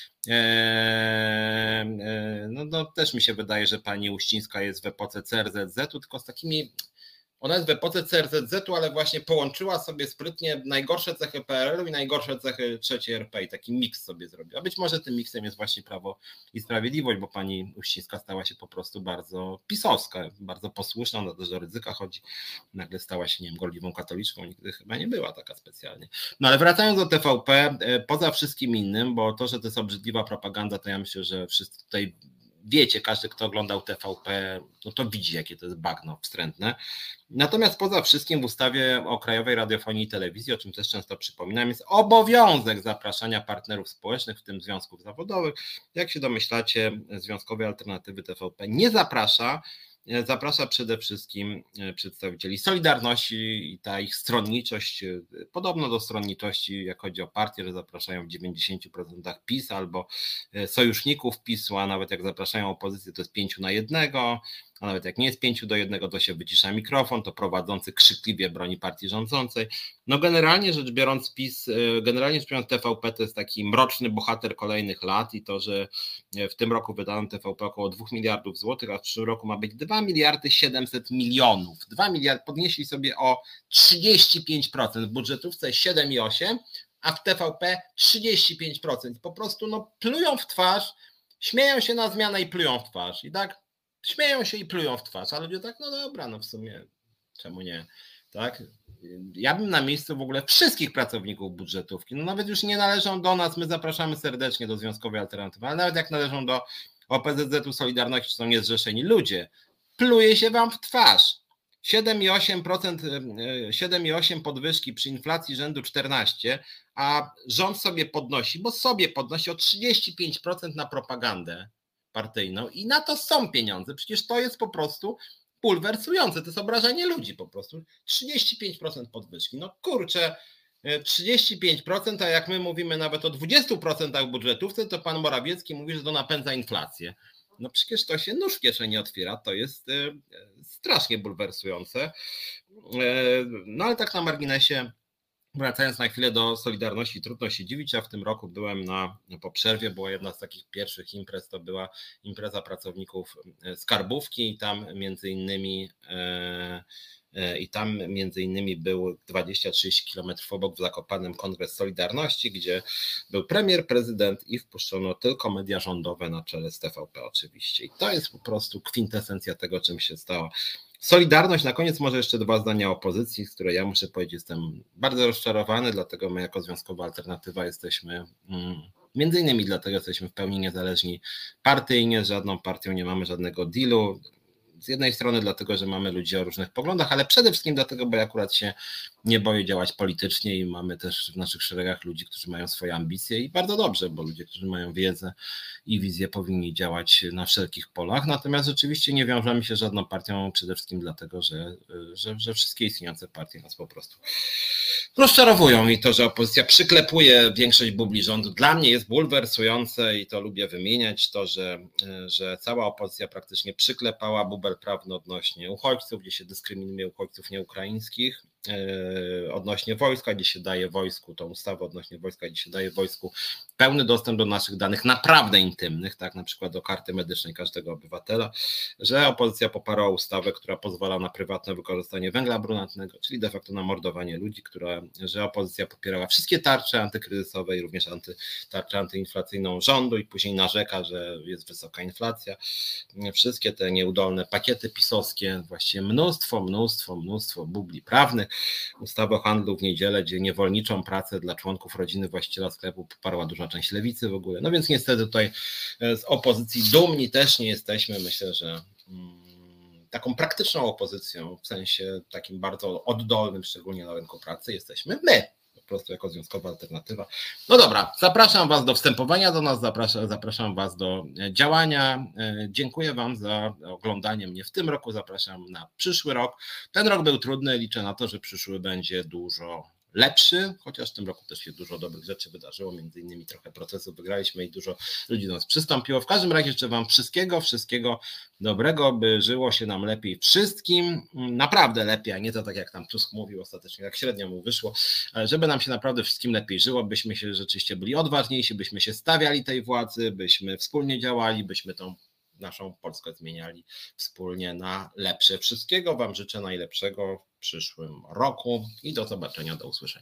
No też mi się wydaje, że pani Uścińska jest w epoce CRZZ-u, tylko z takimi, ona jest w epoce CRZZ-u, ale właśnie połączyła sobie sprytnie najgorsze cechy PRL-u i najgorsze cechy III RP i taki miks sobie zrobiła. A być może tym miksem jest właśnie Prawo i Sprawiedliwość, bo pani Uścińska stała się po prostu bardzo pisowska, bardzo posłuszna, ona też do Rydzyka chodzi, nagle stała się, nie wiem, gorliwą katoliczką, nigdy chyba nie była taka specjalnie. No ale wracając do TVP, poza wszystkim innym, bo to, że to jest obrzydliwa propaganda, to ja myślę, że wszyscy tutaj wiecie, każdy, kto oglądał TVP, no to widzi, jakie to jest bagno wstrętne. Natomiast poza wszystkim w ustawie o Krajowej Radiofonii i Telewizji, o czym też często przypominam, jest obowiązek zapraszania partnerów społecznych, w tym związków zawodowych. Jak się domyślacie, Związkowej Alternatywy TVP nie zaprasza. zaprasza przede wszystkim przedstawicieli Solidarności i ta ich stronniczość, podobno do stronniczości, jak chodzi o partię, że zapraszają w 90% PiS albo sojuszników PiS-u, a nawet jak zapraszają opozycję, to jest 5-1, a nawet jak nie jest 5-1, to się wycisza mikrofon, to prowadzący krzykliwie broni partii rządzącej. No generalnie rzecz biorąc PiS, generalnie rzecz biorąc TVP to jest taki mroczny bohater kolejnych lat i to, że w tym roku wydano TVP około 2 miliardów złotych, a w przyszłym roku ma być 2 miliardy 700 milionów. 2 miliardy podnieśli sobie o 35%, w budżetówce 7,8, a w TVP 35%. Po prostu plują w twarz, śmieją się na zmianę i plują w twarz. I tak śmieją się i plują w twarz, a ludzie tak, no dobra, w sumie czemu nie, tak? Ja bym na miejscu w ogóle wszystkich pracowników budżetówki, nawet już nie należą do nas, my zapraszamy serdecznie do Związkowej Alternatywy, ale nawet jak należą do OPZZ-u Solidarności, są niezrzeszeni ludzie, pluje się wam w twarz. 7,8% podwyżki przy inflacji rzędu 14%, a rząd sobie podnosi, bo sobie podnosi o 35% na propagandę partyjną i na to są pieniądze. Przecież to jest po prostu bulwersujące, to jest obrażanie ludzi po prostu. 35% podwyżki. No kurczę, 35%, a jak my mówimy nawet o 20% w budżetówce, to pan Morawiecki mówi, że to napędza inflację. No przecież to się nóż w kieszeni otwiera, to jest strasznie bulwersujące. No ale tak na marginesie, wracając na chwilę do Solidarności, trudno się dziwić, ja w tym roku byłem po przerwie, była jedna z takich pierwszych imprez, to była impreza pracowników Skarbówki i tam między innymi był 20-30 km obok w Zakopanem Kongres Solidarności, gdzie był premier, prezydent i wpuszczono tylko media rządowe na czele z TVP oczywiście. I to jest po prostu kwintesencja tego, czym się stało Solidarność. Na koniec może jeszcze 2 zdania o opozycji, z której ja muszę powiedzieć, jestem bardzo rozczarowany, dlatego my jako Związkowa Alternatywa jesteśmy, między innymi dlatego jesteśmy w pełni niezależni partyjnie, z żadną partią nie mamy żadnego dealu. Z jednej strony dlatego, że mamy ludzi o różnych poglądach, ale przede wszystkim dlatego, bo ja akurat się nie boję działać politycznie i mamy też w naszych szeregach ludzi, którzy mają swoje ambicje i bardzo dobrze, bo ludzie, którzy mają wiedzę i wizję, powinni działać na wszelkich polach. Natomiast rzeczywiście nie wiążemy się z żadną partią, przede wszystkim dlatego, że wszystkie istniejące partie nas po prostu rozczarowują i to, że opozycja przyklepuje większość bubli rządu, dla mnie jest bulwersujące i to lubię wymieniać, to, że cała opozycja praktycznie przyklepała bubel prawny odnośnie uchodźców, gdzie się dyskryminuje uchodźców nieukraińskich, odnośnie wojska, gdzie się daje wojsku, tą ustawę odnośnie wojska, gdzie się daje wojsku pełny dostęp do naszych danych naprawdę intymnych, tak, na przykład do karty medycznej każdego obywatela, że opozycja poparła ustawę, która pozwala na prywatne wykorzystanie węgla brunatnego, czyli de facto na mordowanie ludzi, że opozycja popierała wszystkie tarcze antykryzysowe i również tarczę antyinflacyjną rządu i później narzeka, że jest wysoka inflacja. Wszystkie te nieudolne pakiety pisowskie, właściwie mnóstwo bubli prawnych. Ustawę o handlu w niedzielę, gdzie niewolniczą pracę dla członków rodziny właściciela sklepu poparła duża część lewicy w ogóle. No więc niestety tutaj z opozycji dumni też nie jesteśmy. Myślę, że taką praktyczną opozycją, w sensie takim bardzo oddolnym, szczególnie na rynku pracy, jesteśmy my. Po prostu jako Związkowa Alternatywa. No dobra, zapraszam Was do wstępowania do nas, zapraszam Was do działania. Dziękuję Wam za oglądanie mnie w tym roku, zapraszam na przyszły rok. Ten rok był trudny, liczę na to, że przyszły będzie dużo lepszy, chociaż w tym roku też się dużo dobrych rzeczy wydarzyło, między innymi trochę procesów wygraliśmy i dużo ludzi do nas przystąpiło. W każdym razie życzę Wam wszystkiego dobrego, by żyło się nam lepiej wszystkim, naprawdę lepiej, a nie to tak jak tam Tusk mówił ostatecznie, jak średnio mu wyszło, żeby nam się naprawdę wszystkim lepiej żyło, byśmy się rzeczywiście byli odważniejsi, byśmy się stawiali tej władzy, byśmy wspólnie działali, byśmy tą naszą Polskę zmieniali wspólnie na lepsze. Wszystkiego Wam życzę najlepszego w przyszłym roku i do zobaczenia, do usłyszenia.